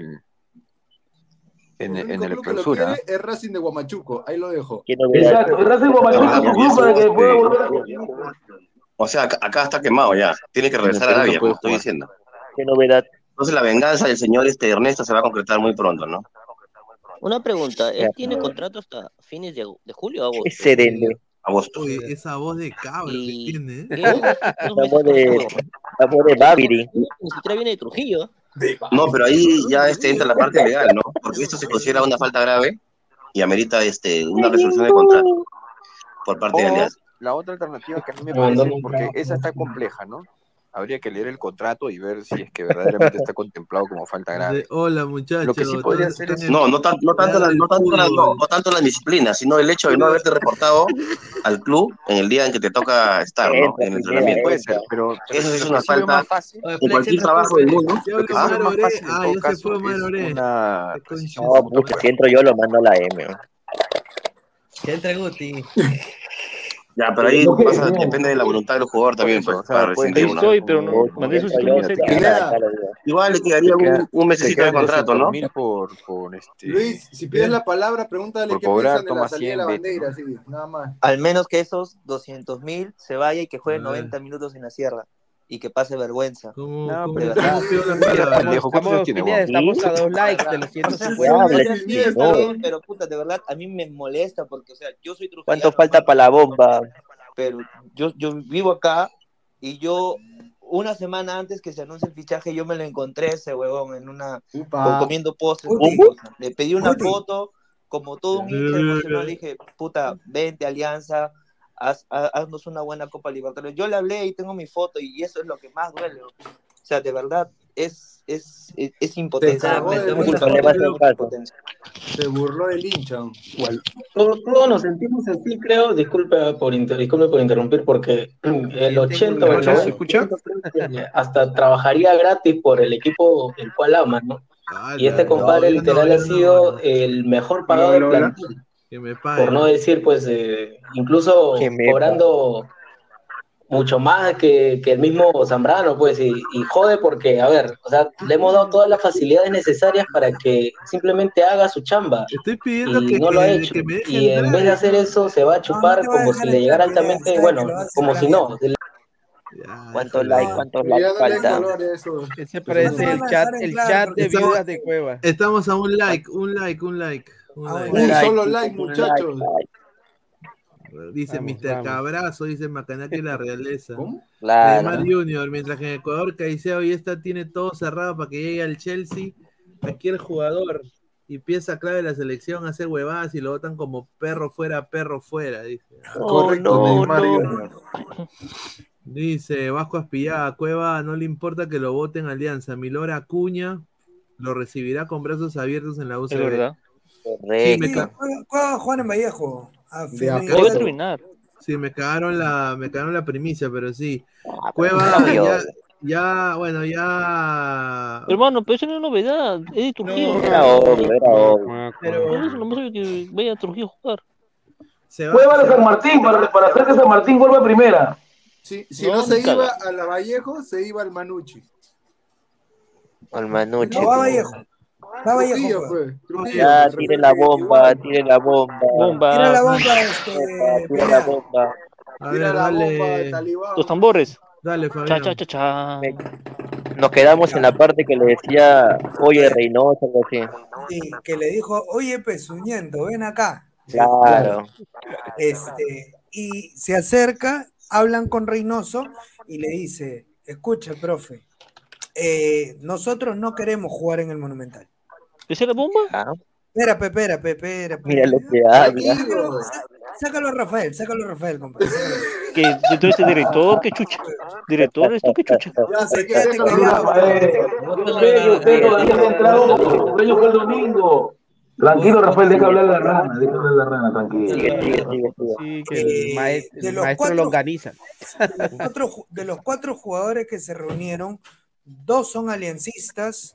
el clausura. Es Racing de Huamachuco, ahí lo dejo. Exacto, el Racing de Huamachuco para que pueda volver a... O sea, acá está quemado ya. Tiene que regresar a Arabia, como estoy diciendo. Qué novedad. Entonces la venganza del señor Ernesto se va a concretar muy pronto, ¿no? Una pregunta, ¿él tiene contrato hasta fines de julio o agosto? Agosto. Uy, esa voz de cabro que tiene. Esa voz de Babiri. Ni siquiera viene de Trujillo. No, pero ahí ya entra la parte legal, ¿no? Porque esto se considera una falta grave y amerita una resolución de contrato por parte de Alianza. La otra alternativa que a mí me parece, porque esa está compleja, ¿no? Habría que leer el contrato y ver si es que verdaderamente está contemplado como falta grave. Hola, muchachos. Lo que sí podría hacer es... No tanto la disciplina, sino el hecho de no haberte reportado al club en el día en que te toca estar, ¿no? En el entrenamiento. Puede ser, pero eso es una falta en cualquier trabajo del mundo. Ya se fue Omar Oré. No, pucha, si entro yo lo mando a la M. Que entre Guti. Ya, pero ahí depende de la voluntad del jugador también, pues, para rescindir uno. Pero no, mandé sus igual le quedaría un mesecito de contrato, ¿no? Luis, si pides la palabra, pregúntale qué piensan de la salida de la bandera, sí, nada más. Al menos que esos 200.000 se vaya y que juegue 90 minutos en la sierra. Y que pase vergüenza. No, pero estamos a 2 likes de los 150. Pero puta, de verdad, a mí me molesta porque, o sea, yo soy trujillano. ¿Cuánto falta para la bomba? Pero yo vivo acá y yo, una semana antes que se anuncie el fichaje, yo me lo encontré ese huevón en comiendo postres. Le pedí una foto, como todo un hincha emocional, dije, puta, vente Alianza, haznos una buena Copa Libertadores. Yo le hablé y tengo mi foto y eso es lo que más duele. O sea, de verdad, es impotencia. Se burló del hincha. Todos nos sentimos así, creo. Disculpe por interrumpir, porque el 80 o el 90% hasta trabajaría gratis por el equipo el cual ama, ¿no? Y este compadre literal ha sido el mejor pagado del plantel. Que me pague. Por no decir, pues, incluso cobrando mucho más que el mismo Zambrano, pues, y jode porque, a ver, o sea, le hemos dado todas las facilidades necesarias para que simplemente haga su chamba. Estoy pidiendo y no lo ha hecho. Y en vez de hacer eso, se va a chupar como si le llegara altamente, bueno, como si no. ¿Cuántos likes faltan? Ese parece el chat de viudas de Cueva. Estamos a un like. Un solo like, muchachos. Dice Mr. Cabrazo, dice Macanaki la realeza. ¿Cómo? Claro. Neymar Junior, mientras que en Ecuador Caicedo y esta tiene todo cerrado para que llegue al Chelsea, aquí el jugador y pieza clave de la selección hace huevadas y lo votan como perro fuera, dice. Correcto, Neymar Junior. Dice Vasco Aspillada, Cueva no le importa que lo voten Alianza, Milora Acuña lo recibirá con brazos abiertos en la UCB. Es verdad. Sí, Cueva Juan en Vallejo. Voy a terminar. Sí, me cagaron la primicia, pero sí. Cueva ya. Hermano, pero eso no es novedad. Es de Trujillo. Era obvio. Pero Por eso no me sabía que vaya a Trujillo a jugar. Cueva de San Martín, para hacer que San Martín vuelva a primera. Si no se iba a la Vallejo, se iba al Manucci. Al Manucci. No, va a Vallejo. Trujillo, pues. Ya, tire la bomba. Tira la bomba, Tira la bomba. A ver, dale. Los tambores. Dale, Fabián. Cha. Nos quedamos en la parte que le decía, oye, Reynoso, algo así. Sí, que le dijo, oye, Pezuñento, ven acá. Claro. Y se acerca, hablan con Reynoso y le dice, escucha, profe, nosotros no queremos jugar en el Monumental. ¿Esa es la bomba? Espera. Mira lo que habla. Sácalo a Rafael, compadre. Que entonces este director, qué chucha. Director, esto qué chucha. Usted todavía no ha entrado, su cumpleaños fue el domingo. Tranquilo, Rafael, deja hablar la rana, tranquilo. Sí, que el maestro lo organiza. De los 4 jugadores que se reunieron, 2 son aliancistas,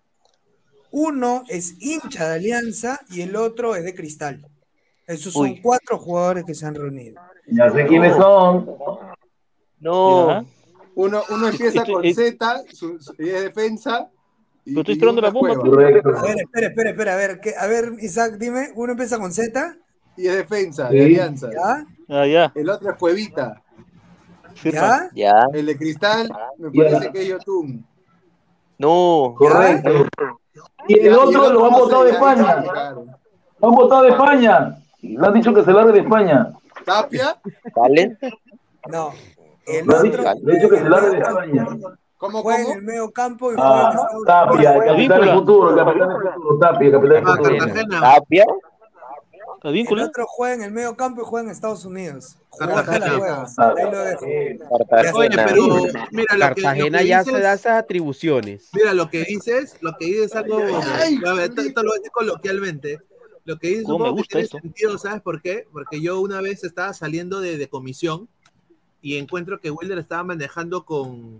1 es hincha de Alianza y el otro es de Cristal. Esos son 4 jugadores que se han reunido. Ya sé quiénes son. No. Uno empieza con Z, y es defensa. Pero estoy esperando la bomba. Espera, a ver, Isaac, dime, uno empieza con Z. Y es defensa, de Alianza. ¿Ya? El otro es Cuevita. ¿Ya? El de Cristal, me parece que es Yotun. No. Correcto. Y el otro lo han votado de España. Lo han votado de España. Le han dicho que se largue de España. ¿Tapia? ¿Vale? No. El otro. Le han dicho que se largue de España. ¿Cómo? Juega en el medio campo y juega en Estados Unidos. Tapia, el capitán del futuro, Tapia, el capitán del futuro. Tapia. El otro juega en el medio campo y juega en Estados Unidos. Ahí lo dejo. Oye, pero mira, Cartagena ya se da esas atribuciones. Mira, lo que dices algo, esto lo voy a decir coloquialmente. Lo que dices me gusta tiene esto. sentido, ¿sabes por qué? Porque yo una vez estaba saliendo de comisión y encuentro que Wilder estaba manejando con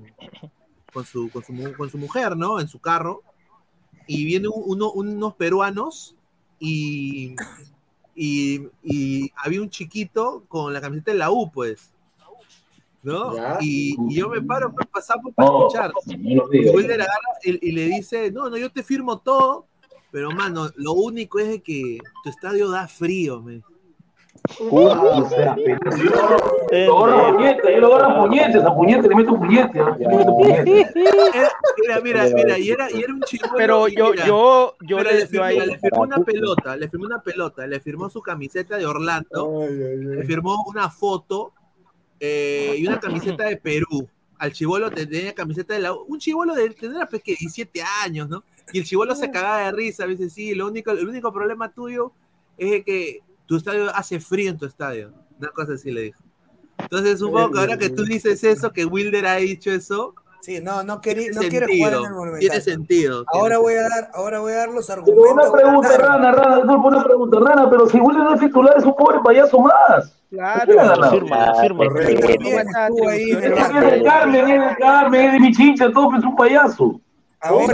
su mujer, ¿no? En su carro, y vienen unos peruanos y había un chiquito con la camiseta de la U, pues, ¿no? Y yo me paro para pasar para escuchar. Y Wilder agarra y le dice, no, yo te firmo todo, pero mano, lo único es que tu estadio da frío, me. Yo lo agarro a puñetes, le meto un puñete. Mira, y era un chico. Pero yo le firmó una pelota, le firmó su camiseta de Orlando, le firmó una foto y una camiseta de Perú. Al chibolo tenía camiseta de un chibolo tendrá pues que 17 años, ¿no? Y el chibolo se cagaba de risa, a veces sí, el único problema tuyo es que tu estadio hace frío en tu estadio. Una cosa así le dijo. Entonces supongo que ahora que tú dices eso, que Wilder ha dicho eso. Sí, no quiere jugar en el Monumental. Tiene sentido. Ahora voy a dar los argumentos. Una pregunta, Rana, pero si Wilder no es titular, es un pobre payaso más. Claro, firma. Es de Carmen, es de mi chincha, todo es un payaso.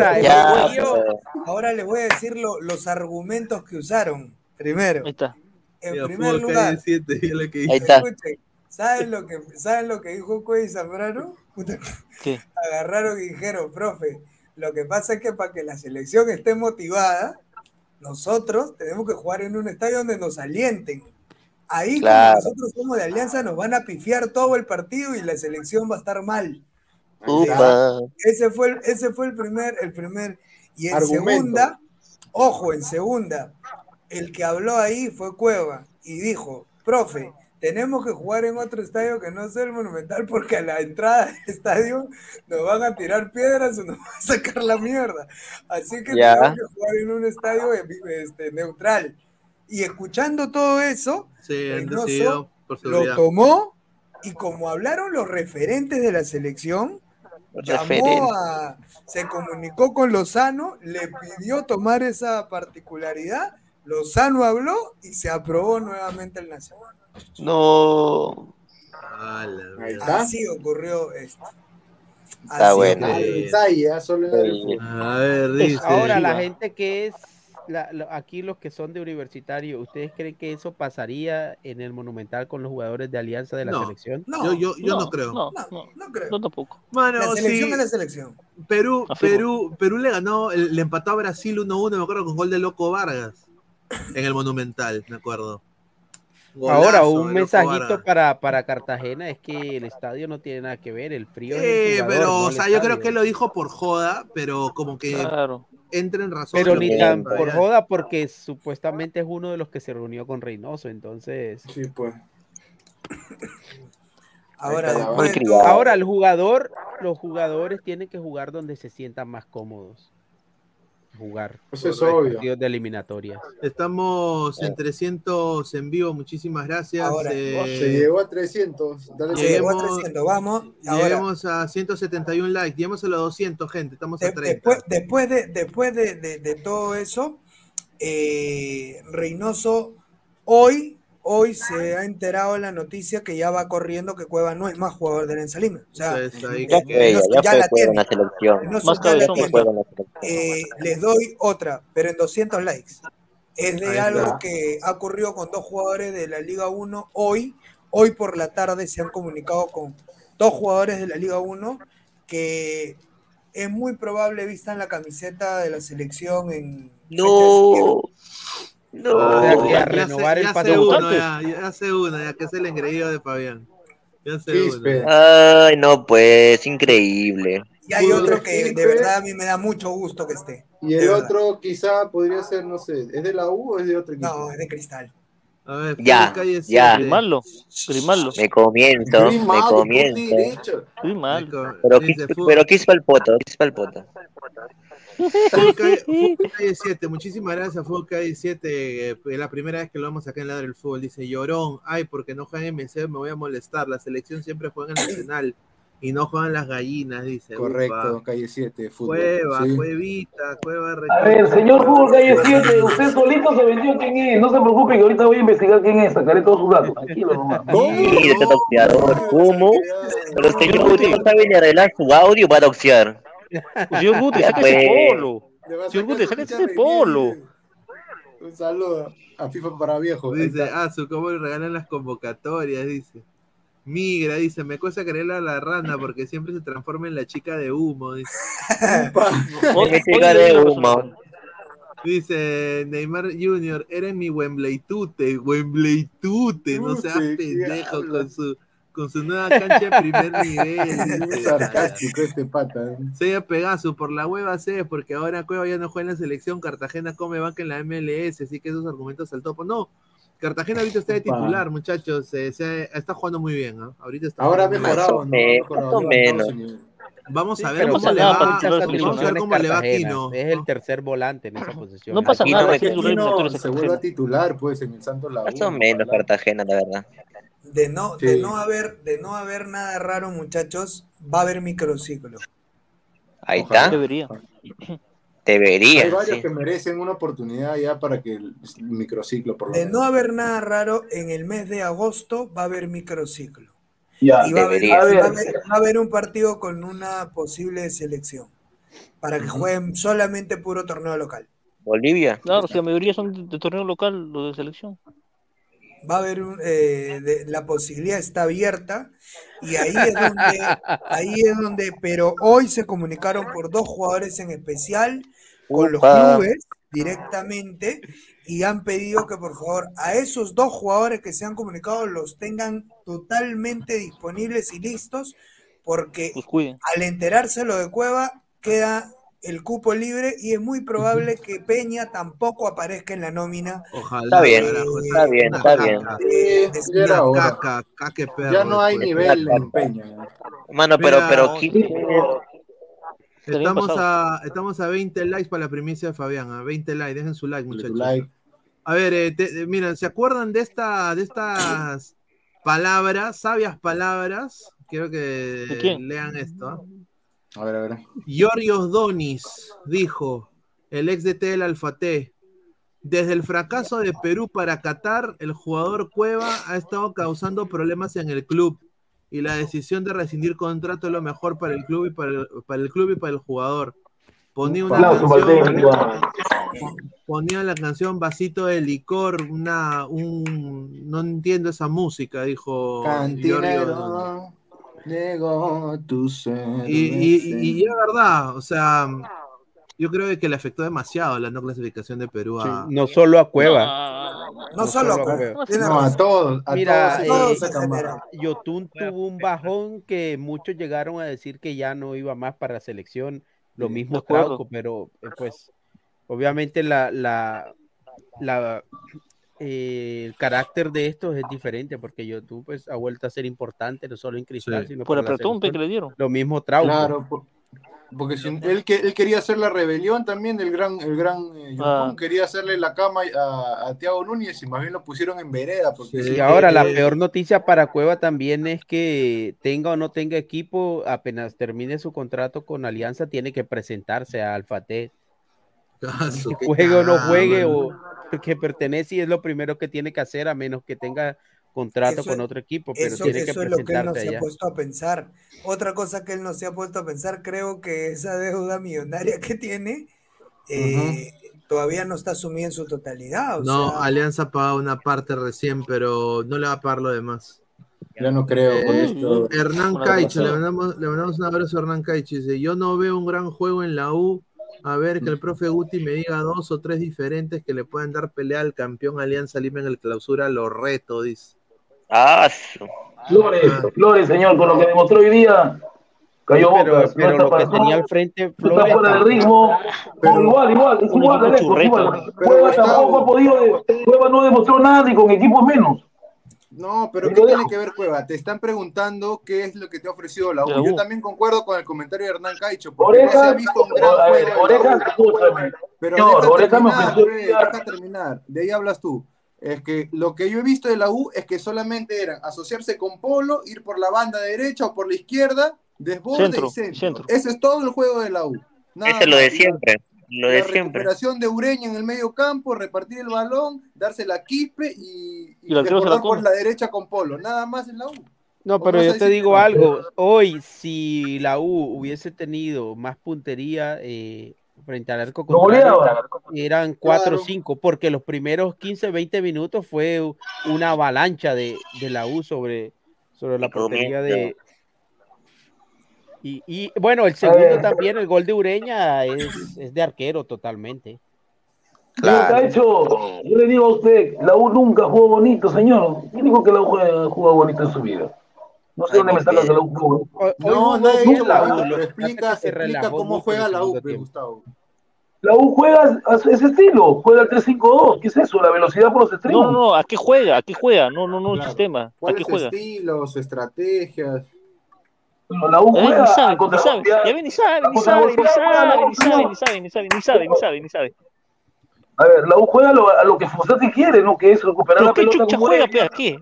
Ahora les voy a decir los argumentos que usaron. Primero, En primer lugar, Ahí está. escuchen, ¿saben lo que dijo Cuey Zambrano? Puta, ¿Qué? agarraron y dijeron, profe, lo que pasa es que para que la selección esté motivada, nosotros tenemos que jugar en un estadio donde nos alienten. Ahí, Claro. como nosotros somos de Alianza, nos van a pifiar todo el partido y la selección va a estar mal. Upa. Ese fue el primer. Y en Argumento. segunda, ojo, en segunda, el que habló ahí fue Cueva y dijo, profe, tenemos que jugar en otro estadio que no sea el Monumental porque a la entrada del estadio nos van a tirar piedras o nos van a sacar la mierda. Así que Ya. tenemos que jugar en un estadio neutral. Y escuchando todo eso, Sí, han Reynoso decidido por lo seguridad. tomó y como hablaron los referentes de la selección, se comunicó con Lozano, le pidió tomar esa particularidad, Lozano habló y se aprobó nuevamente el Nacional. No. Ahí está. Así ocurrió esto. Está Así bueno. Al detalle, solo en el fútbol. A ver, dice. Ahora, la gente que es, aquí los que son de Universitario, ¿ustedes creen que eso pasaría en el Monumental con los jugadores de Alianza de la No. selección? Yo no creo. No creo. No tampoco. Mano, La selección sí, es la selección. Perú le ganó, le empató a Brasil 1-1, me acuerdo, con gol de Loco Vargas en el Monumental, me acuerdo. Ahora, Golazo un de Loco mensajito Vargas. para Cartagena es que el estadio no tiene nada que ver, el frío es el jugador, Pero, no o el sea, yo creo estadio. que él lo dijo por joda, pero como que Claro. entra en razón. Pero lo ni que tan dijo por allá. joda, porque supuestamente es uno de los que se reunió con Reynoso, entonces. Sí, pues. Ahora, Muy criado. Ahora los jugadores tienen que jugar donde se sientan más cómodos. Jugar. Eso es Correcto. obvio. Partidos de eliminatorias. Estamos en 300 en vivo, muchísimas gracias. Ahora, Se llegó a 300. Dale, se llegó a 300, vamos. Ahora, Lleguemos a 171 likes, lleguemos a los 200, gente, estamos a 30. después de todo eso, Reynoso hoy se ha enterado la noticia que ya va corriendo que Cueva no es más jugador de Alianza Lima. O sea, Entonces, ahí Ya fue ella, ya fue la Cueva en tiene. la selección. Reynoso Más ya la cabezón, tiene. Cueva en la selección. Les doy otra, pero en 200 likes. Es de Ahí algo está. que ha ocurrido con dos jugadores de la Liga 1 hoy. Por la tarde se han comunicado con dos jugadores de la Liga 1 que es muy probable vistan la camiseta de la selección en fecha de cierre. No. O sea, que a Ya renovar el sé pase uno, votantes. ya sé uno, ya que es el engreído de Fabián. Ya sé Quispe. uno. Ay, no, pues, increíble. Y hay Fútbol otro de que de Quispe. verdad a mí me da mucho gusto que esté. Y de el verdad. otro quizá podría ser, no sé, ¿es de la U o es de otro equipo? No, es de Cristal. A ver, Ya, Fútbol Calle ya. 7. Grimaldo. Me comienzo, me Grimaldo, por comienzo. derecho. Grimaldo. Dice, Pero quispa el poto, quispa el poto. Fútbol Calle 7, muchísimas gracias, Fútbol Calle 7. Es la primera vez que lo vamos acá en Ladra del Fútbol. Dice Llorón, ay, porque no juegan en MC, me voy a molestar. La selección siempre juega en Nacional y no juegan las gallinas, dice. Correcto, Upa. calle 7, fútbol. Cueva, sí. Cuevita, Cueva. A ver, señor Fútbol Calle 7, usted solito se vendió quién es. No se preocupe que ahorita voy a investigar quién es, sacaré todos sus datos. Tranquilo nomás. Sí, de doxeador, ¿cómo? Pero el señor Guti no sabe ni arreglar su audio para doxear. Señor Guti, Ya, sáquese el pues. polo. Le va a Señor sacar Guti, su sáquese guitarra el y polo. viene. Un saludo a FIFA para viejo. Ahí Dice, está. cómo le regalan las convocatorias, dice. Migra, dice, me cuesta creerle a la rana porque siempre se transforma en la chica de humo, dice. Me chica de humo. Dice Neymar Jr., eres mi Wembley Tute, no seas pendejo con su nueva cancha de primer nivel. Es sarcástico este pata. Sella Pegaso, por la hueva sé, porque ahora Cueva ya no juega en la selección, Cartagena come banca en la MLS, así que esos argumentos al topo. No, Cartagena ahorita está de titular, muchachos, está jugando muy bien, ¿no? Ahorita está Ahora ha jugando muy mejorado, bien. ¿no? Ha mejorado su nivel. Vamos a Sí, ver pero cómo le nada, va, para titular de vamos a ver selección cómo es le va Cartagena. Aquino. Es el tercer volante en esa posición. No pasa Aquino, nada, que que titular Aquino de se vuelva titular, pues, en el Santos Laguna. Más o menos Cartagena, la verdad. De no haber nada raro, muchachos, va a haber microciclo. Ahí está. Debería. Debería. Hay varios Sí. que merecen una oportunidad ya para que el microciclo, por lo De menos. no haber nada raro, en el mes de agosto va a haber microciclo. Ya, Y va a haber, debería. A ver, va a haber un partido con una posible selección para que jueguen solamente puro torneo local. Bolivia. Claro, si la mayoría son de torneo local, los de selección. va a haber la posibilidad está abierta y ahí es donde, pero hoy se comunicaron por 2 jugadores en especial con los clubes directamente y han pedido que por favor a esos 2 jugadores que se han comunicado los tengan totalmente disponibles y listos porque al enterarse lo de Cueva queda el cupo libre y es muy probable que Peña tampoco aparezca en la nómina. Ojalá. Está bien. Ya no hay nivel en Peña. Mano, pero estamos a 20 likes para la primicia de Fabián. A 20 likes, dejen su like, muchachos. A ver, miren, ¿se acuerdan de estas palabras, sabias palabras? Quiero que lean esto. A ver. Giorgios Donis dijo, el ex DT del Alfate, desde el fracaso de Perú para Qatar, el jugador Cueva ha estado causando problemas en el club y la decisión de rescindir contrato es lo mejor para el club y para el jugador. Ponía la canción Vasito de Licor, no entiendo esa música, dijo Giorgio. Llegó tu ser. Y es verdad, o sea, yo creo que le afectó demasiado la no clasificación de Perú a... No solo a Cueva. No solo a Cueva. No, a todos. Mira, Yotun tuvo un bajón que muchos llegaron a decir que ya no iba más para la selección. Lo mismo Trauco, pero pues obviamente el carácter de estos es diferente porque YouTube pues ha vuelto a ser importante no solo en Cristal sino por el apretón que le dieron. Lo mismo Trauco. Claro, porque si él quería hacer la rebelión también, el gran YouTube quería hacerle la cama a Thiago Núñez y más bien lo pusieron en vereda. Y ahora la peor noticia para Cueva también es que tenga o no tenga equipo, apenas termine su contrato con Alianza tiene que presentarse a Alfate. Juegue o no juegue o que pertenece y es lo primero que tiene que hacer a menos que tenga contrato con otro equipo, pero tiene que presentarse. Eso es lo que él no se ha puesto a pensar. Otra cosa que él no se ha puesto a pensar, creo que esa deuda millonaria que tiene todavía no está asumida en su totalidad. Alianza paga una parte recién, pero no le va a pagar lo demás. Ya no creo con esto. Hernán Caicho, le mandamos un abrazo a Hernán Caicho, dice, yo no veo un gran juego en la U. A ver, que el profe Guti me diga 2 o 3 diferentes que le puedan dar pelea al campeón Alianza Lima en el clausura, lo reto, dice. Flores, señor, con lo que demostró hoy día, cayó Boca. Pero lo que tenía al frente, Flores. Está fuera de ritmo, pero igual, Cueva tampoco ha podido, Cueva no demostró nada ni con equipos menos. No, pero ¿qué tiene que ver Cueva? Te están preguntando qué es lo que te ha ofrecido la U. Yo también concuerdo con el comentario de Hernán Caicho, porque no se ha visto un gran juego. Pero deja terminar, de ahí hablas tú. Es que lo que yo he visto de la U es que solamente era asociarse con Polo, ir por la banda derecha o por la izquierda, desborde y centro. Ese es todo el juego de la U. Ese es lo de siempre. La recuperación de Ureña en el medio campo, repartir el balón, darse la Quispe y desbordar por la derecha con Polo. Nada más en la U. No, pero yo te digo algo. Hoy, si la U hubiese tenido más puntería frente al arco contrario, eran 4 o 5, porque los primeros 15, 20 minutos fue una avalancha de la U sobre la portería de... Y bueno, el segundo también, el gol de Ureña es de arquero totalmente. Claro. Yo le digo a usted, la U nunca jugó bonito, señor. ¿Quién dijo que la U jugó bonito en su vida? No sé dónde me saca que la U jugó. No ha dicho bonito, pero explica cómo juega la U, Gustavo. La U juega a ese estilo, juega al 3-5-2. ¿Qué es eso? La velocidad por los extremos. No, ¿a qué juega? No el sistema. ¿A qué juega? Estilos, estrategias. La U juega ni sabe. A ver, la U juega a lo que Fossati quiere, ¿no? Que es recuperar la pelota. ¿Qué chucha juega, pe? ¿A qué?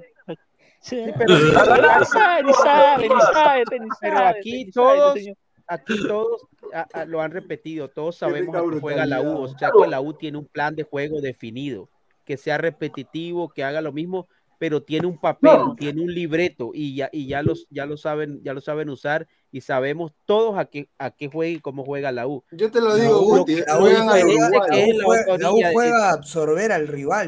Pero aquí todos lo han repetido, todos sabemos a qué juega la U, o sea que la U tiene un plan de juego definido, que sea repetitivo, que haga lo mismo, pero tiene un papel, tiene un libreto y ya lo saben usar y sabemos todos a qué juega y cómo juega la U. Yo te lo digo, Guti, la U juega a absorber al rival.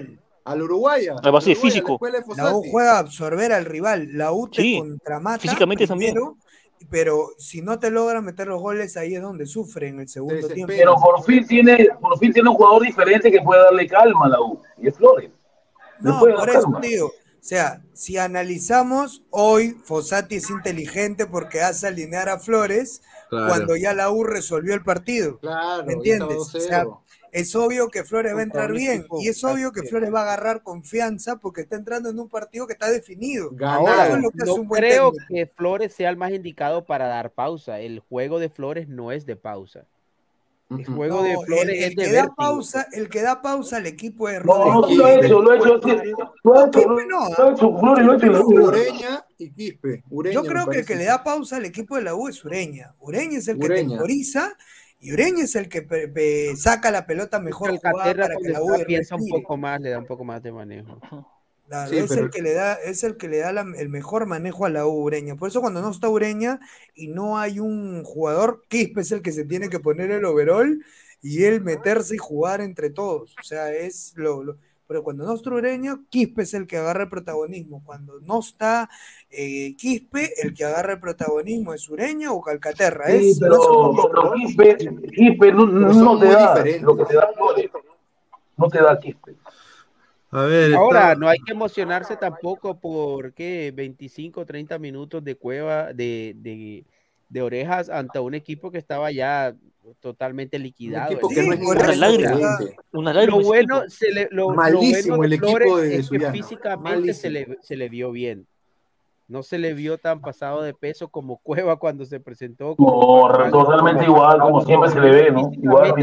Al uruguaya. Algo así, físico. La U juega a absorber al rival. La U te contramata físicamente primero, pero si no te logra meter los goles, ahí es donde sufre en el segundo tiempo. Pero por fin tiene un jugador diferente que puede darle calma a la U, y es Flores. No, por eso, tío. O sea, si analizamos, hoy Fossati es inteligente porque hace alinear a Flores cuando ya la U resolvió el partido. Claro, ¿me entiendes? O sea, es obvio que Flores va a entrar bien y es obvio que Flores va a agarrar confianza porque está entrando en un partido que está definido. Ahora, no creo que Flores sea el más indicado para dar pausa. El juego de Flores no es de pausa. El juego de Flores es de vértigo. El que da pausa al equipo es Rodríguez. Lo ha hecho. Flores lo ha hecho. Ureña y Quispe. Yo creo que el que le da pausa al equipo de la U es Ureña. Ureña es el que temporiza. Y Ureña es el que saca la pelota mejor jugada para que la U piensa un poco más, le da un poco más de manejo. Claro, sí, es el que le da el mejor manejo a la U, Ureña. Por eso cuando no está Ureña y no hay un jugador, Quispe es el que se tiene que poner el overall y él meterse y jugar entre todos. O sea, es pero cuando no está Ureña, Quispe es el que agarra el protagonismo. Cuando no está Quispe, el que agarra el protagonismo es Ureña o Calcaterra. Sí, pero Quispe no te da lo que te da Flores. No te da Quispe. A ver, ahora, no hay que emocionarse tampoco por 25 o 30 minutos de Cueva de Orejas ante un equipo que estaba ya totalmente liquidado. Una lágrima. Lo bueno malísimo el equipo es que físicamente se le vio bien. No se le vio tan pasado de peso como Cueva cuando se presentó. Totalmente igual, como siempre se le ve, ¿no? Igual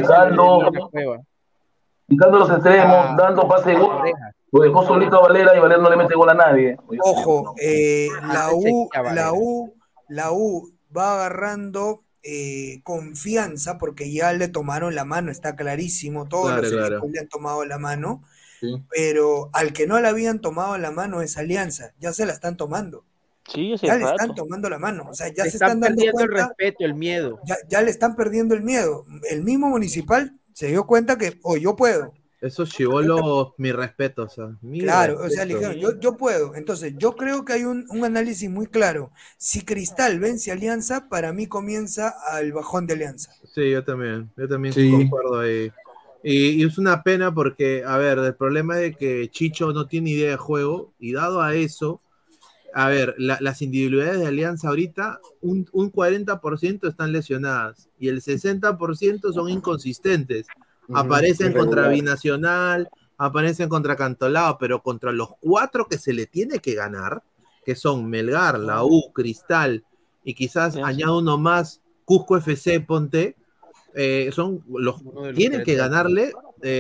picando los extremos, dando pase de gol. Lo dejó solito a Valera y Valera no le mete gol a nadie. Ojo, la U va agarrando confianza porque ya le tomaron la mano, está clarísimo, todos los equipos le han tomado la mano, pero al que no le habían tomado la mano es Alianza, ya se la están tomando. Sí, ya le están tomando la mano, o sea, ya se están dando perdiendo cuenta, el respeto, el miedo. Ya le están perdiendo el miedo. El mismo Municipal se dio cuenta que, yo puedo. Esos chibolos, mi respeto, o sea. Claro, o sea, le dijeron, yo puedo. Entonces, yo creo que hay un análisis muy claro. Si Cristal vence a Alianza, para mí comienza el bajón de Alianza. Sí, yo también concuerdo ahí. Y es una pena porque, a ver, el problema es de que Chicho no tiene idea de juego, y dado a eso, a ver, las individualidades de Alianza ahorita, un 40% están lesionadas, y el 60% son inconsistentes. Aparecen contra Binacional, aparecen contra Cantolao, pero contra los 4 que se le tiene que ganar, que son Melgar, la U, Cristal, y quizás añado uno más, Cusco FC, ponte, son los tienen que ganarle,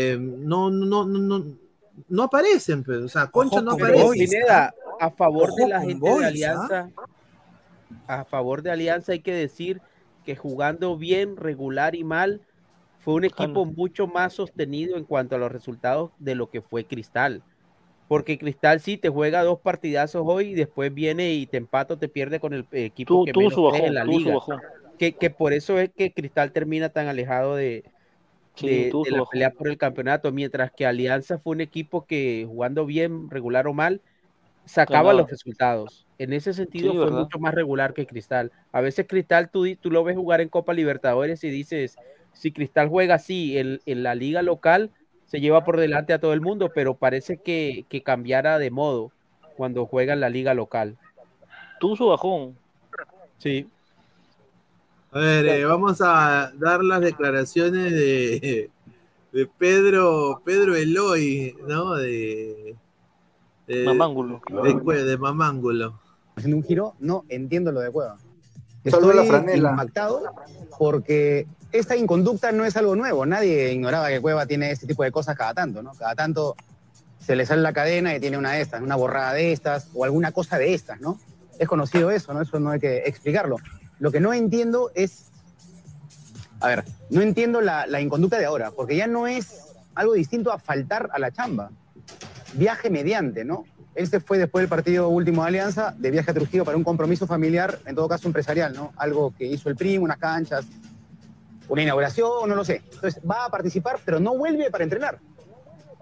no aparecen, pero, o sea, Concha no aparece. Pineda, a favor de la gente de Alianza, a favor de Alianza hay que decir que jugando bien, regular y mal, fue un equipo mucho más sostenido en cuanto a los resultados de lo que fue Cristal. Porque Cristal sí te juega 2 partidazos hoy y después viene y te empata o te pierde con el equipo que menos es en la liga. Que por eso es que Cristal termina tan alejado de la pelea por el campeonato, mientras que Alianza fue un equipo que jugando bien, regular o mal, sacaba los resultados. En ese sentido fue mucho más regular que Cristal. A veces Cristal tú lo ves jugar en Copa Libertadores y dices, si Cristal juega así en la liga local, se lleva por delante a todo el mundo, pero parece que cambiara de modo cuando juega en la liga local. Tuzo bajón. Sí. A ver, vamos a dar las declaraciones de Pedro Eloy, ¿no? De Mamángulo. De Mamángulo. Haciendo un giro, no entiendo lo de Cueva. Salvo la Estoy franela. impactado porque esta inconducta no es algo nuevo. Nadie ignoraba que Cueva tiene este tipo de cosas cada tanto, ¿no? Cada tanto se le sale la cadena y tiene una de estas, una borrada de estas o alguna cosa de estas, ¿no? Es conocido eso, ¿no? Eso no hay que explicarlo. Lo que no entiendo es... A ver, no entiendo la inconducta de ahora, porque ya no es algo distinto a faltar a la chamba. Viaje mediante, ¿no? Él se fue después del partido último de Alianza, de viaje a Trujillo para un compromiso familiar, en todo caso empresarial, ¿no? Algo que hizo el primo, unas canchas, una inauguración, no lo sé. Entonces va a participar, pero no vuelve para entrenar.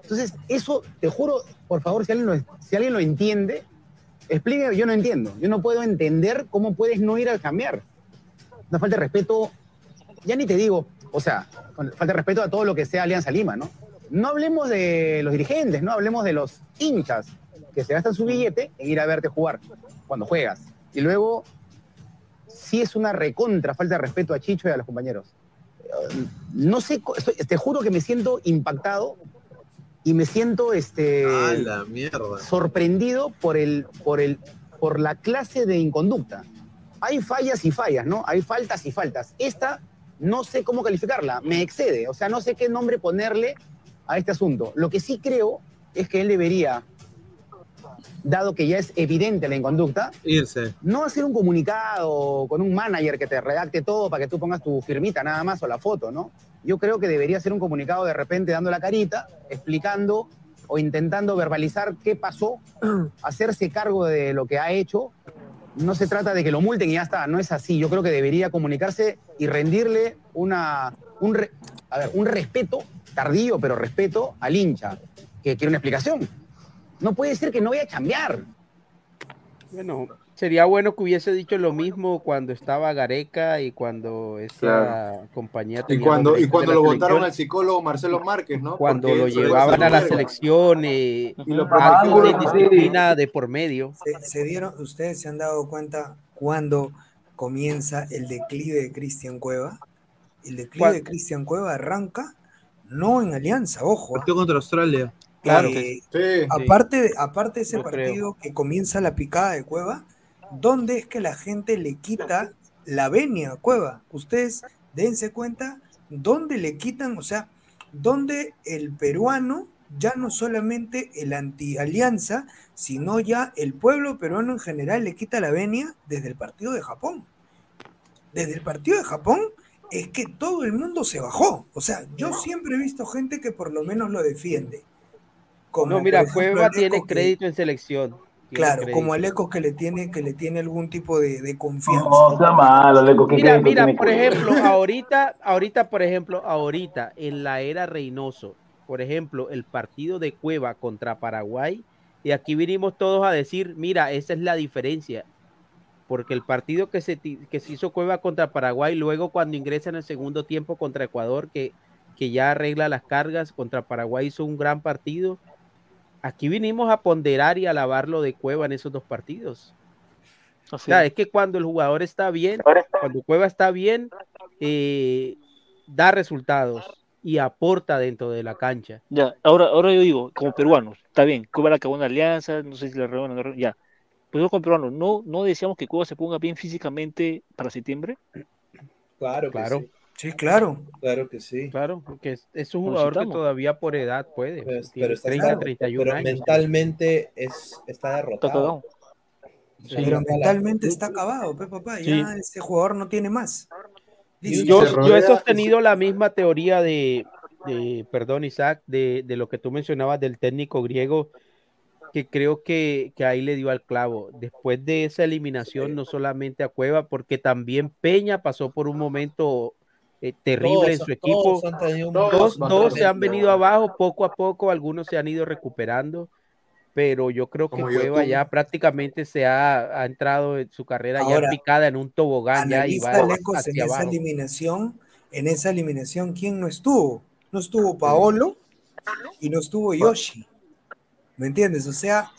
Entonces, eso, te juro, por favor, si alguien lo entiende, explique, yo no entiendo. Yo no puedo entender cómo puedes no ir al cambiar. Una falta de respeto, ya ni te digo, o sea, falta de respeto a todo lo que sea Alianza Lima, ¿no? No hablemos de los dirigentes, no hablemos de los hinchas que se gastan su billete en ir a verte jugar cuando juegas. Y luego, sí es una recontra falta de respeto a Chicho y a los compañeros. No sé, te juro que me siento impactado y me siento la mierda. sorprendido por la clase de inconducta. Hay fallas y fallas, ¿no? Hay faltas y faltas. Esta no sé cómo calificarla, me excede, o sea, no sé qué nombre ponerle a este asunto. Lo que sí creo es que él debería, dado que ya es evidente la inconducta, irse. No hacer un comunicado con un manager que te redacte todo para que tú pongas tu firmita nada más o la foto, ¿no? Yo creo que debería hacer un comunicado de repente dando la carita, explicando o intentando verbalizar qué pasó, hacerse cargo de lo que ha hecho. No se trata de que lo multen y ya está, no es así. Yo creo que debería comunicarse y rendirle un respeto, tardío, pero respeto al hincha, que quiere una explicación. No puede ser que no vaya a cambiar. Bueno, sería bueno que hubiese dicho lo mismo cuando estaba Gareca y cuando esa compañía tenía y cuando lo votaron al psicólogo Marcelo Márquez, ¿no? Cuando lo llevaban a la selección y lo de disciplina de por medio. ¿Ustedes se han dado cuenta cuando comienza el declive de Cristian Cueva? El declive de Cristian Cueva arranca no en Alianza, ojo. Partido contra Australia. Claro. Aparte de ese partido que comienza la picada de Cueva, ¿dónde es que la gente le quita la venia a Cueva? Ustedes dense cuenta dónde le quitan, o sea, dónde el peruano, ya no solamente el anti-alianza, sino ya el pueblo peruano en general le quita la venia desde el partido de Japón. Desde el partido de Japón es que todo el mundo se bajó. O sea, yo siempre he visto gente que por lo menos lo defiende. Como, no, mira, por ejemplo, Cueva Aleco, tiene crédito en selección. Claro, como Aleco que le tiene algún tipo de confianza. No, está mal, Aleco. Mira, por ejemplo, ahorita, en la era Reynoso, por ejemplo, el partido de Cueva contra Paraguay, y aquí vinimos todos a decir, mira, esa es la diferencia. Porque el partido que se hizo Cueva contra Paraguay, luego cuando ingresa en el segundo tiempo contra Ecuador, que ya arregla las cargas, contra Paraguay hizo un gran partido. Aquí vinimos a ponderar y a alabar lo de Cueva en esos dos partidos. O sea, es que cuando el jugador está bien, cuando Cueva está bien, da resultados y aporta dentro de la cancha. Ya, ahora yo digo, como peruanos, está bien, Cueva la acabó en Alianza, no sé si la reúnen, ya. Pues yo como peruanos, ¿no deseamos que Cueva se ponga bien físicamente para septiembre? Claro. Sí, claro. Claro que sí. Claro, porque es un jugador que todavía por edad puede. Pero está 31 años. Mentalmente está derrotado. Sí, pero mentalmente está acabado, papá. Ya ese jugador no tiene más. Yo he sostenido la misma teoría perdón, Isaac, de lo que tú mencionabas del técnico griego, que creo que ahí le dio al clavo. Después de esa eliminación, no solamente a Cueva, porque también Peña pasó por un momento terrible en su equipo. Todos se han venido abajo poco a poco, algunos se han ido recuperando, pero yo creo que Cueva ya prácticamente se ha entrado en su carrera ya picada en un tobogán ya y va hacia abajo. En esa eliminación, ¿quién no estuvo? No estuvo Paolo y no estuvo Yoshi. ¿Me entiendes? O sea,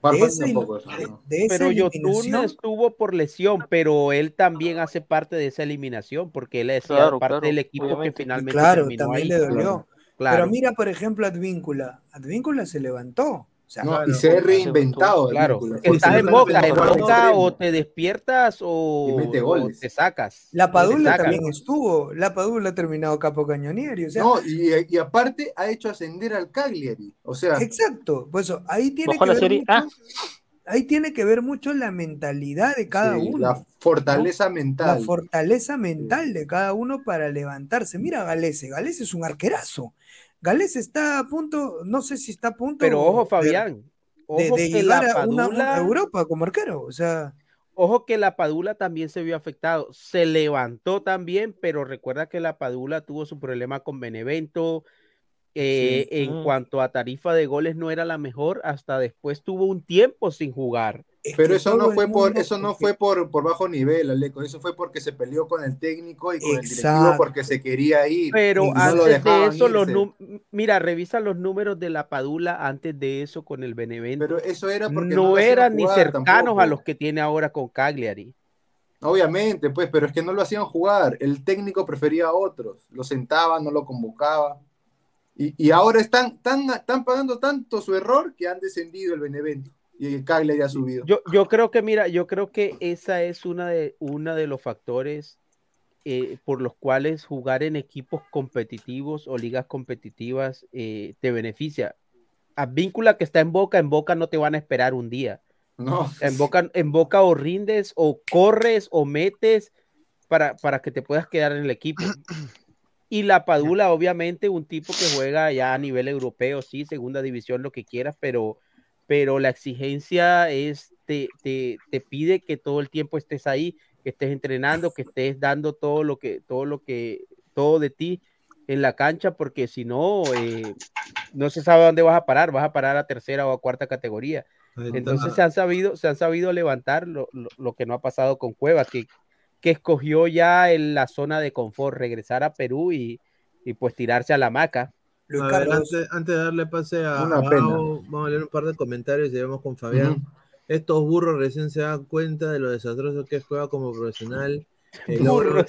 pero Yotun estuvo por lesión, pero él también hace parte de esa eliminación porque él es parte del equipo que finalmente terminó también ahí. Le dolió. Claro. Pero mira, por ejemplo, Advíncula se levantó. O sea, y se ha reinventado. Claro, estás en Boca o te despiertas o te sacas. La Padula también estuvo. La Padula ha terminado capo cañonieri. O sea, no, y aparte ha hecho ascender al Cagliari. O sea, exacto. Pues ahí tiene que ver mucho la mentalidad de cada uno. La fortaleza mental. La fortaleza mental de cada uno para levantarse. Mira, Galese es un arquerazo. Gales está a punto, no sé si está a punto. Pero ojo, Fabián, de llegar a una Europa como arquero. O sea, ojo que la Padula también se vio afectado. Se levantó también, pero recuerda que la Padula tuvo su problema con Benevento. En cuanto a tarifa de goles no era la mejor, hasta después tuvo un tiempo sin jugar. Pero eso no fue por bajo nivel, Aleco. Eso fue porque se peleó con el técnico y con el directivo porque se quería ir. Pero y no lo antes de dejaban eso, irse. mira, revisa los números de la Padula antes de eso con el Benevento. Pero eso era porque no lo hacían eran ni jugar cercanos tampoco. a los que tiene ahora con Cagliari. Obviamente, pues, pero es que no lo hacían jugar. El técnico prefería a otros. Lo sentaba, no lo convocaba. Y ahora están pagando tanto su error que han descendido el Benevento. Y el Cagliari ha subido. Yo creo que esa es una de los factores por los cuales jugar en equipos competitivos o ligas competitivas te beneficia. Advíncula que está en Boca no te van a esperar un día. No. En Boca o rindes o corres o metes para que te puedas quedar en el equipo. Y la Padula, obviamente, un tipo que juega ya a nivel europeo, sí, segunda división, lo que quieras, pero la exigencia es, te pide que todo el tiempo estés ahí, que estés entrenando, que estés dando todo de ti en la cancha, porque si no, no se sabe dónde vas a parar a tercera o a cuarta categoría. Entonces se han sabido levantar lo que no ha pasado con Cueva, que escogió ya en la zona de confort, regresar a Perú y pues tirarse a la hamaca. A ver, antes de darle pase a Gabo, vamos a leer un par de comentarios y vamos con Fabián. Estos burros recién se dan cuenta de lo desastroso que juega como profesional. El logro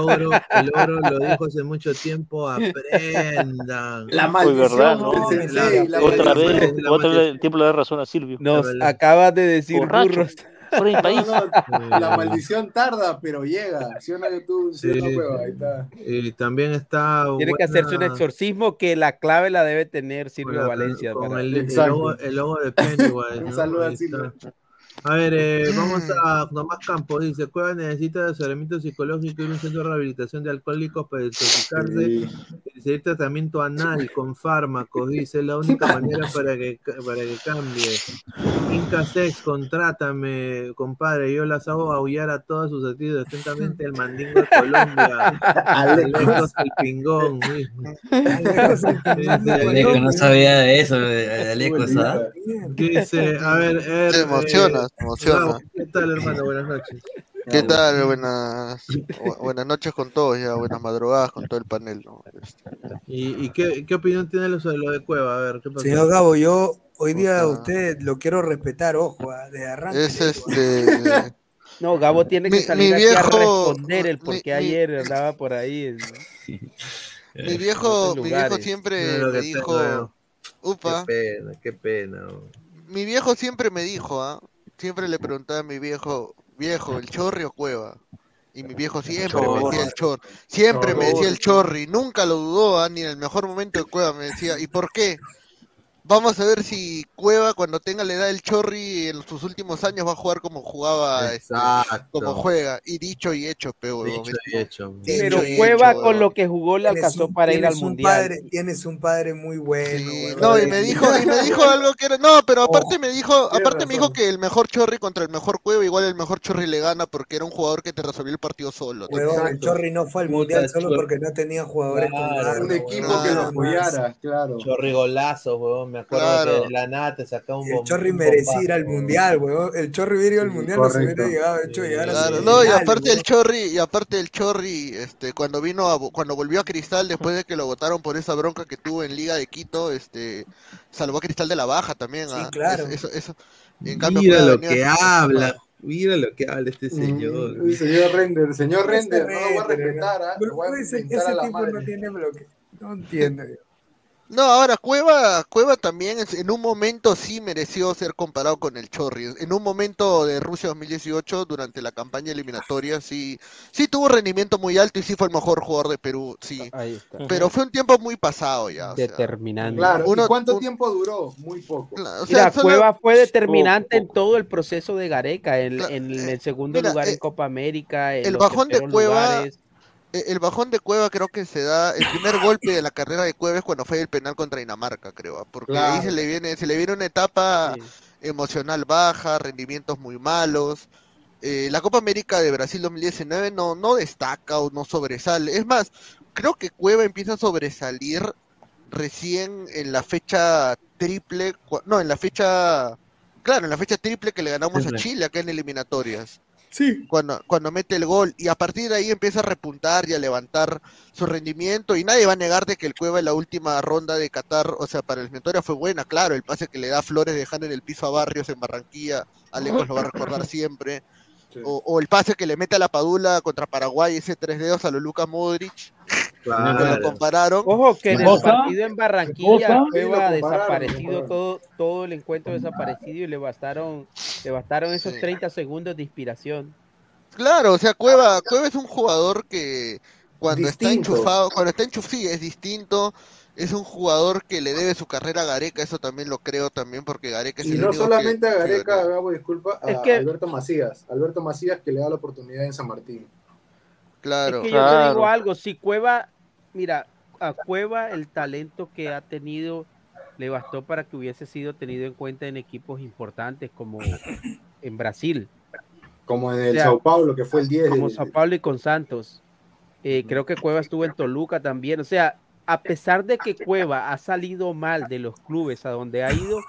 lo dijo hace mucho tiempo, aprendan. La maldición, verdad, ¿no? Otra vez el tiempo le da razón a Silvio. Nos acabas de decir borracho. Burros. Fuera del país. La maldición tarda, pero llega. ¿Sí o no, YouTube? ¿Sí o no, Cueva? Ahí está. Y también está. Tiene que hacerse un exorcismo que la clave la debe tener Silvio Valencia. Con el logo de Pennywise. Un saludo a Silvio. A ver, vamos a Tomás Campos. Dice: Cueva necesita asesoramiento psicológico y un centro de rehabilitación de alcohólicos para desintoxicarse. Y necesita tratamiento anal con fármacos. Dice: es la única manera para que cambie. Inca Sex, contrátame, compadre. Yo las hago aullar a todos sus sentidos. Atentamente el mandingo de Colombia. Alecos el pingón. Aleco, no sabía de eso, Alecos, ¿ah? Dice: a ver, te emociona. ¿Qué tal, hermano? Buenas noches. ¿Qué tal? Buenas noches con todos, ya buenas madrugadas con todo el panel, ¿no? ¿Y qué opinión tiene sobre lo de Cueva? A ver, ¿qué pasa? Señor Gabo, yo hoy día a usted lo quiero respetar, ojo, de arranque. No, Gabo tiene que salir aquí a responder el por qué ayer andaba por ahí. Mi viejo siempre me dijo, upa. Qué pena. Mi viejo siempre me dijo, siempre le preguntaba a mi viejo, ¿el Chorri o Cueva? Y mi viejo siempre me decía el Chorri, me decía el Chorri, nunca lo dudó, ni en el mejor momento de Cueva me decía, ¿y por qué? Vamos a ver si Cueva, cuando tenga la edad del Chorri, en sus últimos años va a jugar como jugaba, como juega. Y dicho y hecho, pero Pero Cueva con lo que jugó le alcanzó para ir al Mundial. Tienes un padre muy bueno. Sí, no, y me dijo algo que era, no, pero aparte me dijo que el mejor Chorri contra el mejor Cueva, igual el mejor Chorri le gana porque era un jugador que te resolvió el partido solo. El Chorri no fue al Mundial solo porque no tenía jugadores un equipo que lo apoyara, claro. Chorri golazo, huevón. Me acuerdo que de la nada te sacaba un bombo. El Chorri merecía ir al Mundial, weón. El Chorri hubiera ido al Mundial, no se hubiera hecho llegar a su no, y aparte el Chorri, cuando volvió a Cristal después de que lo votaron por esa bronca que tuvo en Liga de Quito, salvó a Cristal de la baja también. Sí, claro. Eso. En cambio, Mira lo que habla. Mira lo que habla este señor. Señor Render, no lo voy a respetar. Ese tipo no tiene bloque. No entiendo. No, ahora Cueva también en un momento sí mereció ser comparado con el Chorri. En un momento de Rusia 2018, durante la campaña eliminatoria, sí tuvo rendimiento muy alto y sí fue el mejor jugador de Perú, sí. Ahí está. Pero fue un tiempo muy pasado ya. Determinante. Claro, ¿y cuánto tiempo duró? Muy poco. Mira, Cueva fue determinante en todo el proceso de Gareca, en el segundo lugar en Copa América, en el los bajón de Cueva. Lugares. El bajón de Cueva creo que se da, el primer golpe de la carrera de Cueva es cuando fue el penal contra Dinamarca, creo, porque ahí se le viene una etapa emocional baja, rendimientos muy malos. La Copa América de Brasil 2019 no destaca o no sobresale. Es más, creo que Cueva empieza a sobresalir recién en la fecha triple, en la fecha triple que le ganamos a Chile acá en eliminatorias. Sí. Cuando mete el gol y a partir de ahí empieza a repuntar y a levantar su rendimiento y nadie va a negar de que el Cueva en la última ronda de Qatar, o sea, para el eliminatoria fue buena, claro, el pase que le da Flores dejando en el piso a Barrios en Barranquilla, Alecos lo va a recordar siempre, o el pase que le mete a la Padula contra Paraguay, ese 3 dedos a lo Luka Modric, que lo compararon. Ojo, que en el partido en Barranquilla Cueva desaparecido, todo el encuentro desaparecido y le bastaron esos 30 segundos de inspiración. Claro, o sea, Cueva es un jugador que cuando está enchufado, sí, es distinto. Es un jugador que le debe su carrera a Gareca, eso también lo creo también, porque Gareca es y el no único solamente que... a Gareca, Gabo, disculpa, a Alberto Macías que le da la oportunidad en San Martín. Claro. Es que yo te digo algo, si Cueva, mira, a Cueva el talento que ha tenido le bastó para que hubiese sido tenido en cuenta en equipos importantes como en Brasil. Como en el Sao Paulo, que fue el 10. Como Sao Paulo y con Santos. Creo que Cueva estuvo en Toluca también. O sea, a pesar de que Cueva ha salido mal de los clubes a donde ha ido,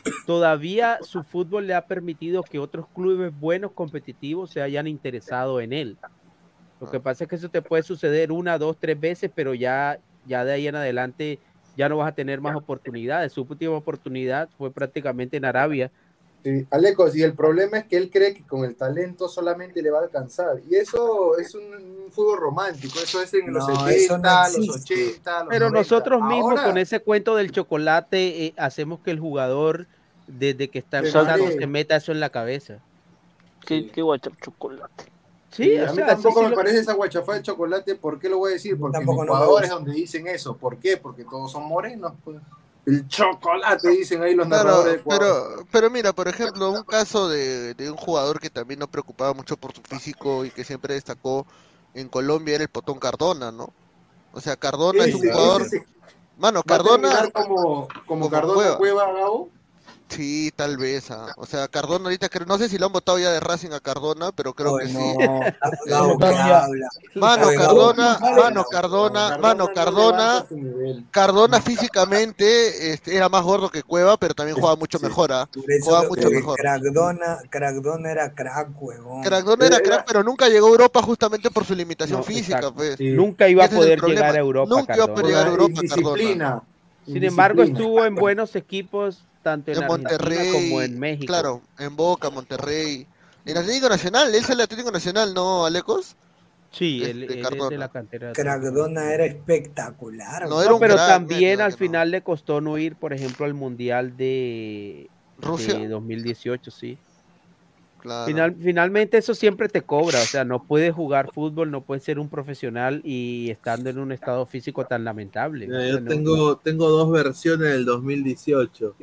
todavía su fútbol le ha permitido que otros clubes buenos, competitivos, se hayan interesado en él. Lo que pasa es que eso te puede suceder 1, 2, 3 veces, pero ya de ahí en adelante ya no vas a tener más oportunidades. Su última oportunidad fue prácticamente en Arabia. Sí, Alecos, y el problema es que él cree que con el talento solamente le va a alcanzar. Y eso es un fútbol romántico, eso es en los 70, los 80, los Pero 90. Nosotros mismos Ahora, con ese cuento del chocolate hacemos que el jugador, desde que está empezando, se meta eso en la cabeza. ¿Qué guachar chocolate? Sí, a mí tampoco me parece esa guachafá de chocolate. ¿Por qué lo voy a decir? Porque en Ecuador es donde dicen eso. ¿Por qué? Porque todos son morenos, pues. El chocolate, dicen ahí los narradores de Ecuador. Pero mira, por ejemplo, un caso de un jugador que también no preocupaba mucho por su físico y que siempre destacó en Colombia era el Potón Cardona, ¿no? O sea, Cardona es un jugador... Mano, Cardona... como Cardona Cueva, Gabo. Sí, tal vez. O sea, Cardona ahorita, no sé si lo han votado ya de Racing a Cardona, pero creo que sí. Cardona físicamente era más gordo que Cueva, pero también jugaba mucho mejor. Jugaba mucho mejor. Crackdona era crack, huevón. Crackdona era crack, pero nunca llegó a Europa justamente por su limitación física. Pues. Sí. Nunca iba a poder llegar a Europa. Nunca iba a poder llegar a Europa, Cardona. Sin embargo, estuvo en buenos equipos, tanto en Monterrey como en México. Claro, en Boca, Monterrey. En Atlético Nacional, él es el Atlético Nacional, ¿no, Alecos? Sí, él es de la cantera. Crackdona era espectacular. Pero también al final le costó no ir, por ejemplo, al Mundial de Rusia, de 2018, sí. Claro. Finalmente eso siempre te cobra, o sea, no puedes jugar fútbol, no puedes ser un profesional y estando en un estado físico tan lamentable. Yo tengo dos versiones del 2018.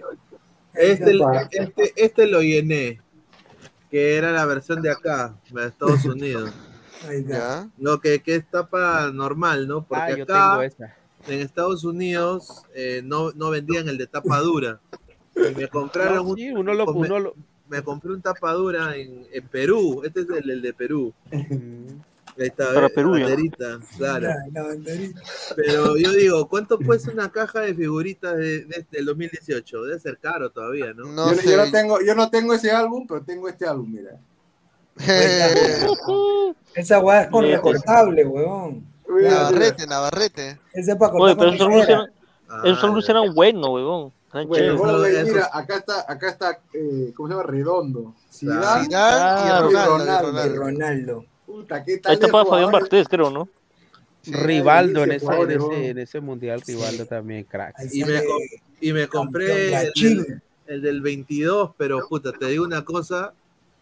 Este lo llené, que era la versión de acá, de Estados Unidos. Lo que es tapa normal, ¿no? Porque yo acá tengo esa. En Estados Unidos no vendían el de tapa dura. Y me compraron me compré un tapa dura en Perú. Este es el de Perú. Ahí está, para Perú, banderita, claro. La banderita. Pero yo digo, ¿cuánto cuesta una caja de figuritas del 2018? Debe ser caro todavía, ¿no? Yo no tengo ese álbum, pero tengo este álbum, mira. Esa weá es con recortable, weón. Navarrete. Ese es para cortar. Esos álbumes eran buenos, weón. Mira, acá está, ¿cómo se llama? Redondo. Zidane y Ronaldo. Puta, ¿qué Ahí tal? está para Fabián Bartés, creo, ¿no? Sí, Rivaldo en ese mundial, Rivaldo también, crack. Y me compré el del 22, pero puta, te digo una cosa.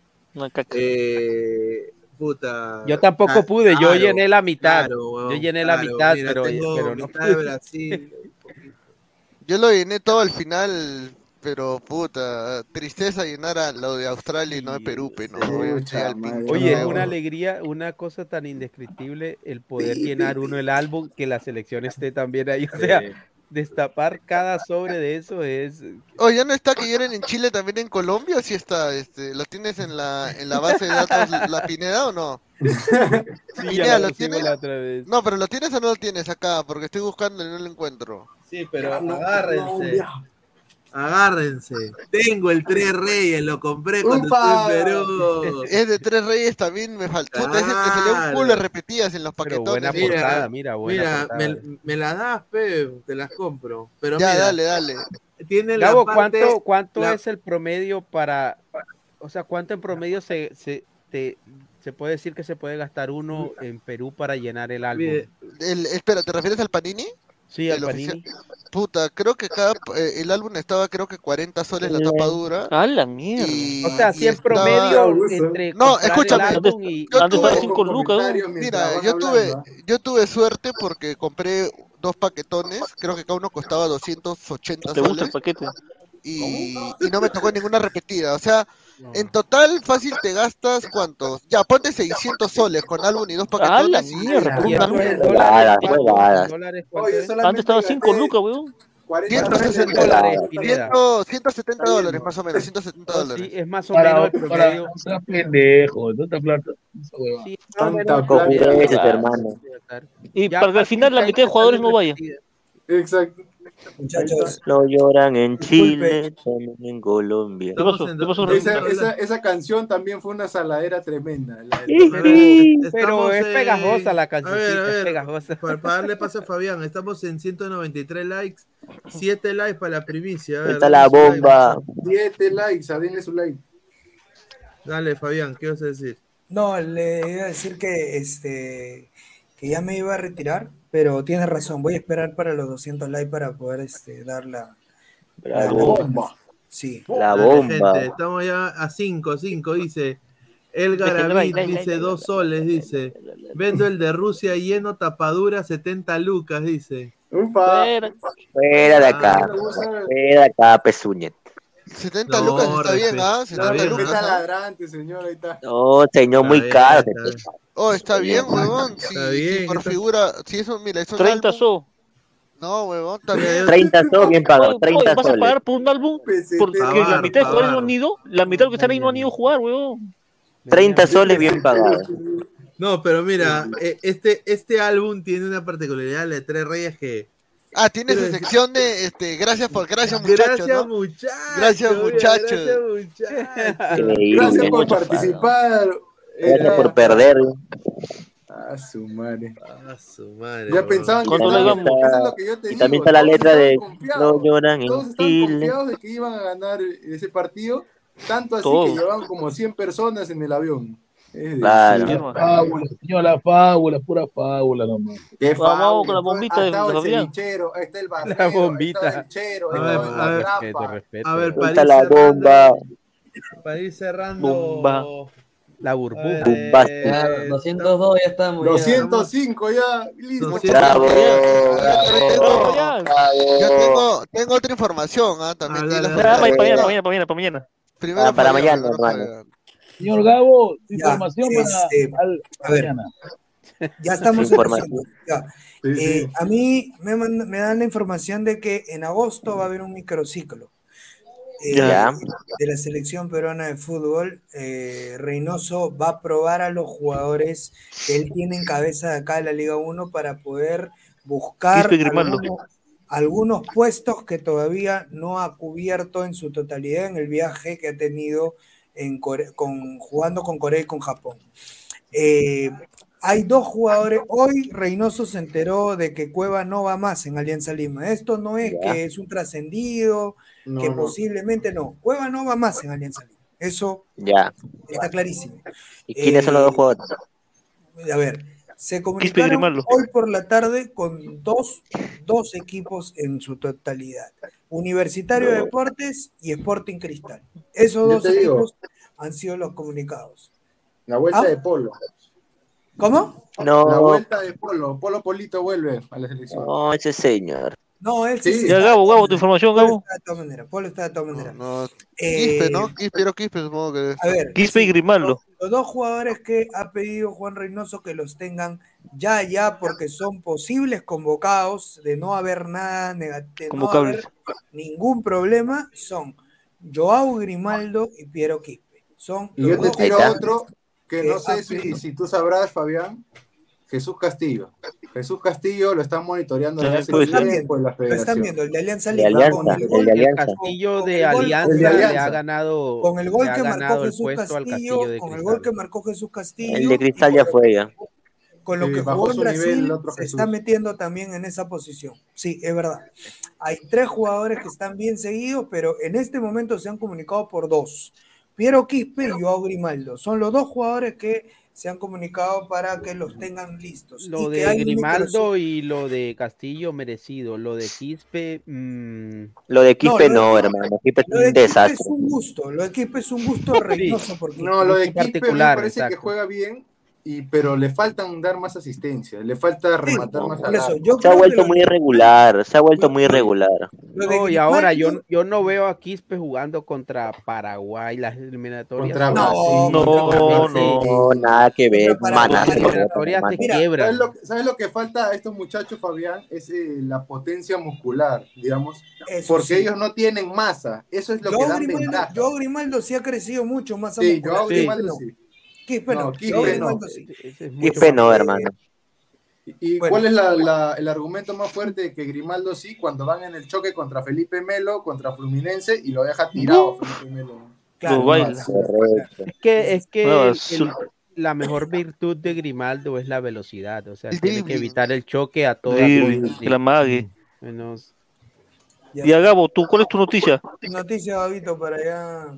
Puta. Yo tampoco pude, yo llené la mitad. Claro, yo llené la mitad, mira, pero no pude. De Brasil. Yo lo llené todo al final, pero puta, tristeza llenar a lo de Australia y no de Perú, ¿no? Oye, es una alegría, una cosa tan indescriptible el poder llenar uno el álbum, que la selección esté también ahí, o sea, destapar cada sobre de eso es... Oye, ¿ya no está que llenen en Chile también en Colombia o sí está? ¿Lo tienes en la base de datos la Pineda o no? Sí, Pineda, ¿lo tienes? No, pero ¿lo tienes o no lo tienes acá? Porque estoy buscando y no lo encuentro. Sí, pero agárrense. Agárrense. Tengo el Tres Reyes, lo compré cuando estuve en Perú. Es de Tres Reyes también me faltó. Ese me salió un culo de repetidas en los paquetones. Buena portada, mira, buena portada. Me las das, Pe, te las compro. Pero ya, mira, dale. Tiene Gabo, la parte, ¿cuánto es el promedio para, o sea, cuánto en promedio se puede decir que se puede gastar uno en Perú para llenar el álbum? Espera, ¿te refieres al Panini? Sí, al Panini. Puta, creo que el álbum estaba creo que 40 soles la tapa dura. ¡A la mierda! O sea, si en promedio entre no, escúchame. Antes estaba 5 lucas. Mira, yo tuve suerte porque compré 2 paquetones, creo que cada uno costaba 280 ¿Te gusta el soles. paquete? Y no me tocó ninguna repetida, o sea, en total fácil te gastas ¿cuántos? Ya, ponte 600 soles con álbum y 2 paquetones. ¡A la mierda! Antes estaba 5 lucas, weón. 160 dólares, 170 dólares más o menos, 170 dólares. Sí, es más o menos el promedio. No seas pendejo, tanta plata. Sí, Tanta plata, hermano. Y para que al final la mitad de jugadores no vayan. Exacto. Muchachos, lo lloran en Chile, también en Colombia. Esa canción también fue una saladera tremenda. Pero es pegajosa la canción. Es pegajosa. Para darle paso a Fabián, estamos en 193 likes, 7 likes para la primicia. Está la bomba. 7 likes, denle su like. Dale, Fabián, ¿qué vas a decir? No, le iba a decir que ya me iba a retirar, pero tienes razón, voy a esperar para los 200 likes para poder dar la bomba. Sí. La bomba. Gente, estamos ya a 5, dice. El Garavit dice 2 soles, dice. Vendo el de Rusia lleno, tapadura, 70 lucas, dice. Fuera de acá, Pezuñet. 70 lucas está bien, ¿ah? 70 lucas. Ladrante, señor, ahí está. No, señor, muy caro. Oh, está bien, huevón. Está bien. Si por figura, si eso, mira, eso 30 so. No, huevón, también. 30 so, bien pagado, 30 ¿Vas a pagar por un álbum? Porque la mitad de jugadores no han ido, la mitad de los que están ahí no han ido a jugar, huevón. 30 soles bien pagados. No, pero mira, este álbum tiene una particularidad de Tres Reyes que... tiene su sección de gracias muchachos. Gracias, ¿no? muchachos. Gracias muchachos. Gracias por participar. Gracias por perder. Su madre. Ya pensaban que eso es lo que yo te y digo. también está la letra de No lloran todos en están Chile. confiados de que iban a ganar ese partido, tanto así Todos. que llevaban como 100 personas en el avión. Claro. La fábula, pura fábula nomás. ¿Qué Vamos con la bombita de el Fabián. cevichero, ahí está el barbero, La bombita. ahí está el chero, ahí A ver, está a ver, la Que te trapa. respeto. A ver, Ahí está la bomba. para ir cerrando... Bomba. La burbuja. Bombástica. 202 ya estamos. 205 ya, listo. 200. Bravo. Yo tengo otra información, también. Dale, Di la dale. información. Para mañana. Primero Para Fabián, mañana, primero hermano. Fabián. Señor Gabo, Ya, información a ver, mañana. ya estamos Información. empezando. Ya. A mí me dan la información de que en agosto va a haber un microciclo Ya. de la selección peruana de fútbol. Reynoso va a probar a los jugadores que él tiene en cabeza de acá de la Liga 1 para poder buscar algunos puestos que todavía no ha cubierto en su totalidad en el viaje que ha tenido jugando con Corea y con Japón. Hay 2 jugadores. Hoy Reynoso se enteró de que Cueva no va más en Alianza Lima. Esto no es que es un trascendido, que posiblemente no. Cueva no va más en Alianza Lima. Eso está clarísimo. ¿Y quiénes son los 2 jugadores? A ver, se comunicaron hoy por la tarde con dos equipos en su totalidad. Universitario de Deportes y Sporting Cristal. Esos 2 equipos han sido los comunicados. La vuelta de Polo. ¿Cómo? No. La vuelta de Polo. Polito vuelve a la selección. No, ese señor. No, él sí. Ya, Gabo, tu información, Gabo. Polo está de todas maneras. Quispe, ¿no? Quispe, supongo que. A ver. Quispe y Grimaldo. Los 2 jugadores que ha pedido Juan Reynoso que los tengan ya, porque son posibles convocados, de no haber nada negativo, no haber ningún problema, son Joao Grimaldo y Piero Quispe. Y yo te tiro otro que no sé si tú sabrás, Fabián. Jesús Castillo Jesús Castillo lo están monitoreando desde hace Lo tiempo en la están federación. viendo, el de Alianza De Lima. Alianza, Con el el gol, de Alianza. Castillo de el gol- Alianza el de Alianza. le ha ganado, con el gol le ha que marcó ganado el Jesús puesto al Castillo, Castillo de con el Cristal. gol que marcó Jesús Castillo, El de y Cristal ya fue ya. con lo Sí, que bajó jugó en su nivel Brasil, el otro se Jesús. está metiendo también en esa posición. Sí, es verdad. Hay 3 jugadores que están bien seguidos, pero en este momento se han comunicado por 2. Piero Quispe y Joao Grimaldo. Son los 2 jugadores que se han comunicado para que los tengan listos. Lo Y que de hay un Grimaldo y lo de Castillo merecido. Lo de Quispe, Lo de Quispe No, no, hermano. Quispe es Lo un de Quispe desastre. es un gusto. Lo de Quispe es un gusto Reynoso. Porque No, lo de gusto Quispe me particular, parece exacto. que juega bien, pero le faltan dar más asistencia, le falta rematar más por al eso, arco. yo Se ha creo que vuelto lo muy de- irregular, se ha vuelto muy irregular. lo de No, y ahora Grimaldo- yo no veo a Quispe jugando contra Paraguay, las eliminatorias. Contra son- Brasil, No, nada que ver, manas. eliminatorias te quiebran. ¿Sabes lo que falta a estos muchachos, Fabián? Es la potencia muscular, digamos, Eso porque sí. ellos no tienen masa, eso es lo que dan ventaja. Joao Grimaldo sí ha crecido mucho más. Sí, Joao Grimaldo sí. Quispe no. No, Quispe Joao no. Grimaldo sí. Quispe no, hermano. ¿Y Bueno. cuál es el argumento más fuerte de que Grimaldo sí, cuando van en el choque contra Felipe Melo, contra Fluminense, y lo deja tirado Felipe Melo? Claro. Es que No, la mejor virtud de Grimaldo es la velocidad, o sea, El tiene que dribbling. evitar el choque a toda Dribbling, costa. que la mague. Menos- Y a Gabo, ¿tú cuál es tu noticia? Noticia, Gabito, para allá.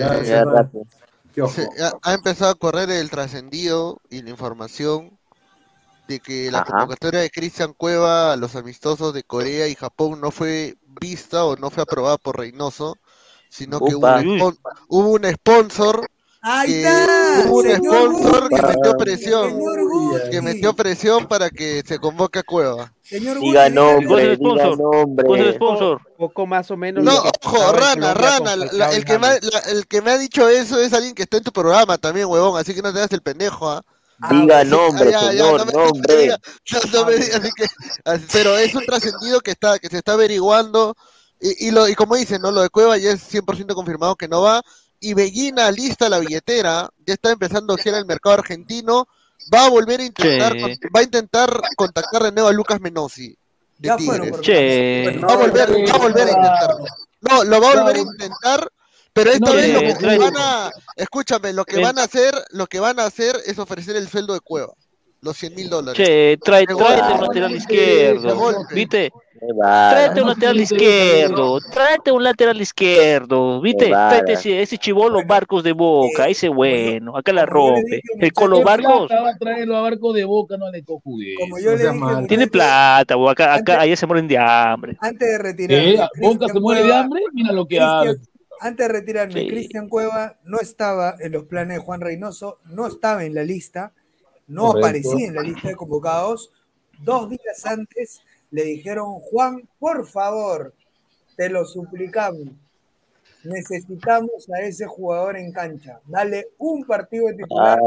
Ha empezado a correr el trascendido y la información de que la convocatoria de Cristian Cueva a los amistosos de Corea y Japón no fue vista o no fue aprobada por Reynoso, sino que hubo un sponsor Ahí que está, hubo un señor sponsor que Guti. metió presión, Señor Guti. que metió presión para que se convoque a Cueva. Señor Diga Guti, nombre, diga nombre. ¿Cuál es el sponsor? Poco más o menos. No, lo que ojo, pasaba en Rana, Colombia Rana, con Falcao y el que me ha dicho eso es alguien que está en tu programa también, huevón, así que no te hagas el pendejo, ¿ah? Diga nombre, ya, señor, no me nombre. diga, no me diga, así que, pero es un trascendido que se está averiguando y como dicen, ¿no? Lo de Cueva ya es 100% confirmado que no va, y Bellina lista la billetera, ya está empezando a girar el mercado argentino, va a volver a intentar, va a intentar contactar de nuevo a Lucas Menossi de Ya Tigres. fueron, Che. Va a volver a intentarlo. No, lo va a volver a intentar, pero esta vez lo que van a, escúchame, lo que van a hacer es ofrecer el sueldo de Cueva, los $100,000. Che, tráete un lateral izquierdo, ¿viste? Tráete un lateral izquierdo, ¿viste? Tráete ese chibolo Barcos de Boca, ese bueno, acá la rompe. El Colo Barcos Va a traerlo a Barcos de Boca, no le cojude. Como yo le dije, tiene plata, bo, acá allá se mueren de hambre. antes de retirarme. ¿Boca se muere de hambre? Mira lo que hace. Antes de retirarme, Sí. Cristian Cueva no estaba en los planes de Juan Reynoso, no estaba en la lista, no Correcto. aparecía en la lista de convocados. 2 días antes le dijeron: Juan, por favor, te lo suplicamos, necesitamos a ese jugador en cancha, dale un partido de titular,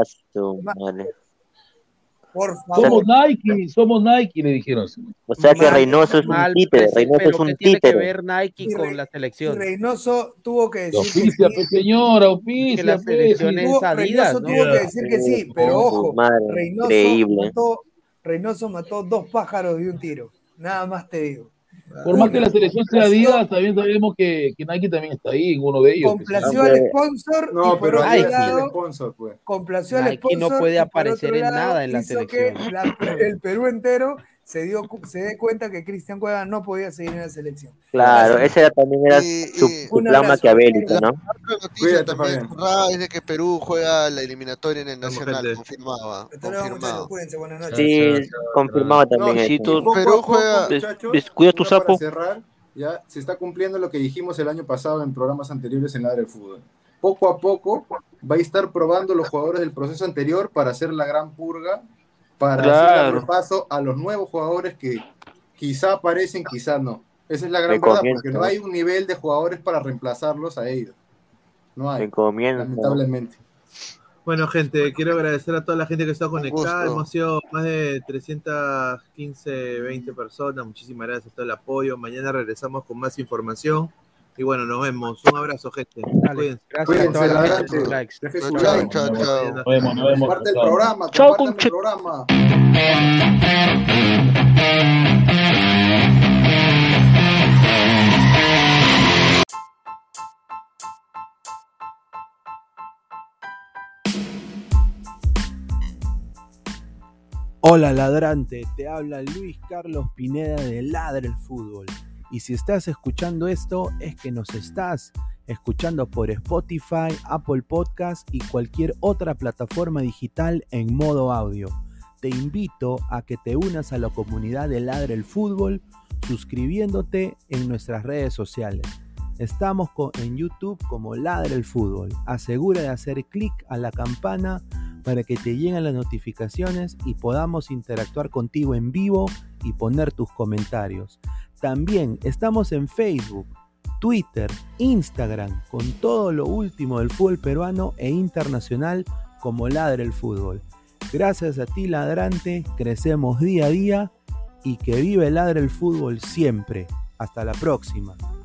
por favor. Somos Nike, le dijeron. O sea que Reynoso es un títere, Reynoso es un ¿Qué tiene que títere. ver Nike con la Y selección? Reynoso tuvo que decir Auspicia, que sí. pues, señora, Que auspicia, la pues, selección sí. es Adidas, Reynoso ¿no? tuvo que decir que sí, pero ojo, Increíble. Reynoso mató 2 pájaros de un tiro. Nada más te digo. Por más que la selección sea Adidas, también sabemos que Nike también está ahí, en uno de ellos. Complació al sponsor No, y por pero otro ahí está lado, el sponsor, pues. complació al Nike sponsor no puede y por aparecer otro en lado nada en la hizo que selección. el Perú entero se dé cuenta que Cristian Cueva no podía seguir en la selección. Claro, ese también era su un plan abrazo. maquiavélico, ¿no? Otra noticia Cuídate, también Fabián. cerrada es de que Perú juega la eliminatoria en el Vamos, Nacional, gente. confirmada. Hasta luego, muchachos, Confirmado. cuídense, buenas noches. Sí, confirmado también No, eso. Si tú- Poco Perú a poco, juega- muchachos, Cuida tu ya para sapo. cerrar, ya se está cumpliendo lo que dijimos el año pasado en programas anteriores en la del fútbol. Poco a poco va a estar probando los jugadores del proceso anterior para hacer la gran purga, para hacer Claro. el repaso a los nuevos jugadores que quizá aparecen, quizá no. Esa es la gran Me verdad, comienzo. porque no hay un nivel de jugadores para reemplazarlos a ellos. No hay, Me comienzo. lamentablemente. Bueno, gente, quiero agradecer a toda la gente que está conectada. gusto. Hemos sido más de 315, 20 personas. Muchísimas gracias por todo el apoyo. Mañana regresamos con más información. Y bueno, nos vemos. Un abrazo, gente. Cuídense. Gracias a Cuídense, toda la gente adelante. por sus likes. Deje su Chao, like. chao, chao. Nos vemos. Comparte el Chao. programa, Chao, compartan el programa. Hola ladrante, te habla Luis Carlos Pineda de Ladre el Fútbol. Y si estás escuchando esto, es que nos estás escuchando por Spotify, Apple Podcast y cualquier otra plataforma digital en modo audio. Te invito a que te unas a la comunidad de Ladre el Fútbol suscribiéndote en nuestras redes sociales. Estamos en YouTube como Ladre el Fútbol. Asegura de hacer clic a la campana para que te lleguen las notificaciones y podamos interactuar contigo en vivo y poner tus comentarios. También estamos en Facebook, Twitter, Instagram, con todo lo último del fútbol peruano e internacional como Ladre el Fútbol. Gracias a ti, ladrante, crecemos día a día y que vive Ladre el Fútbol siempre. Hasta la próxima.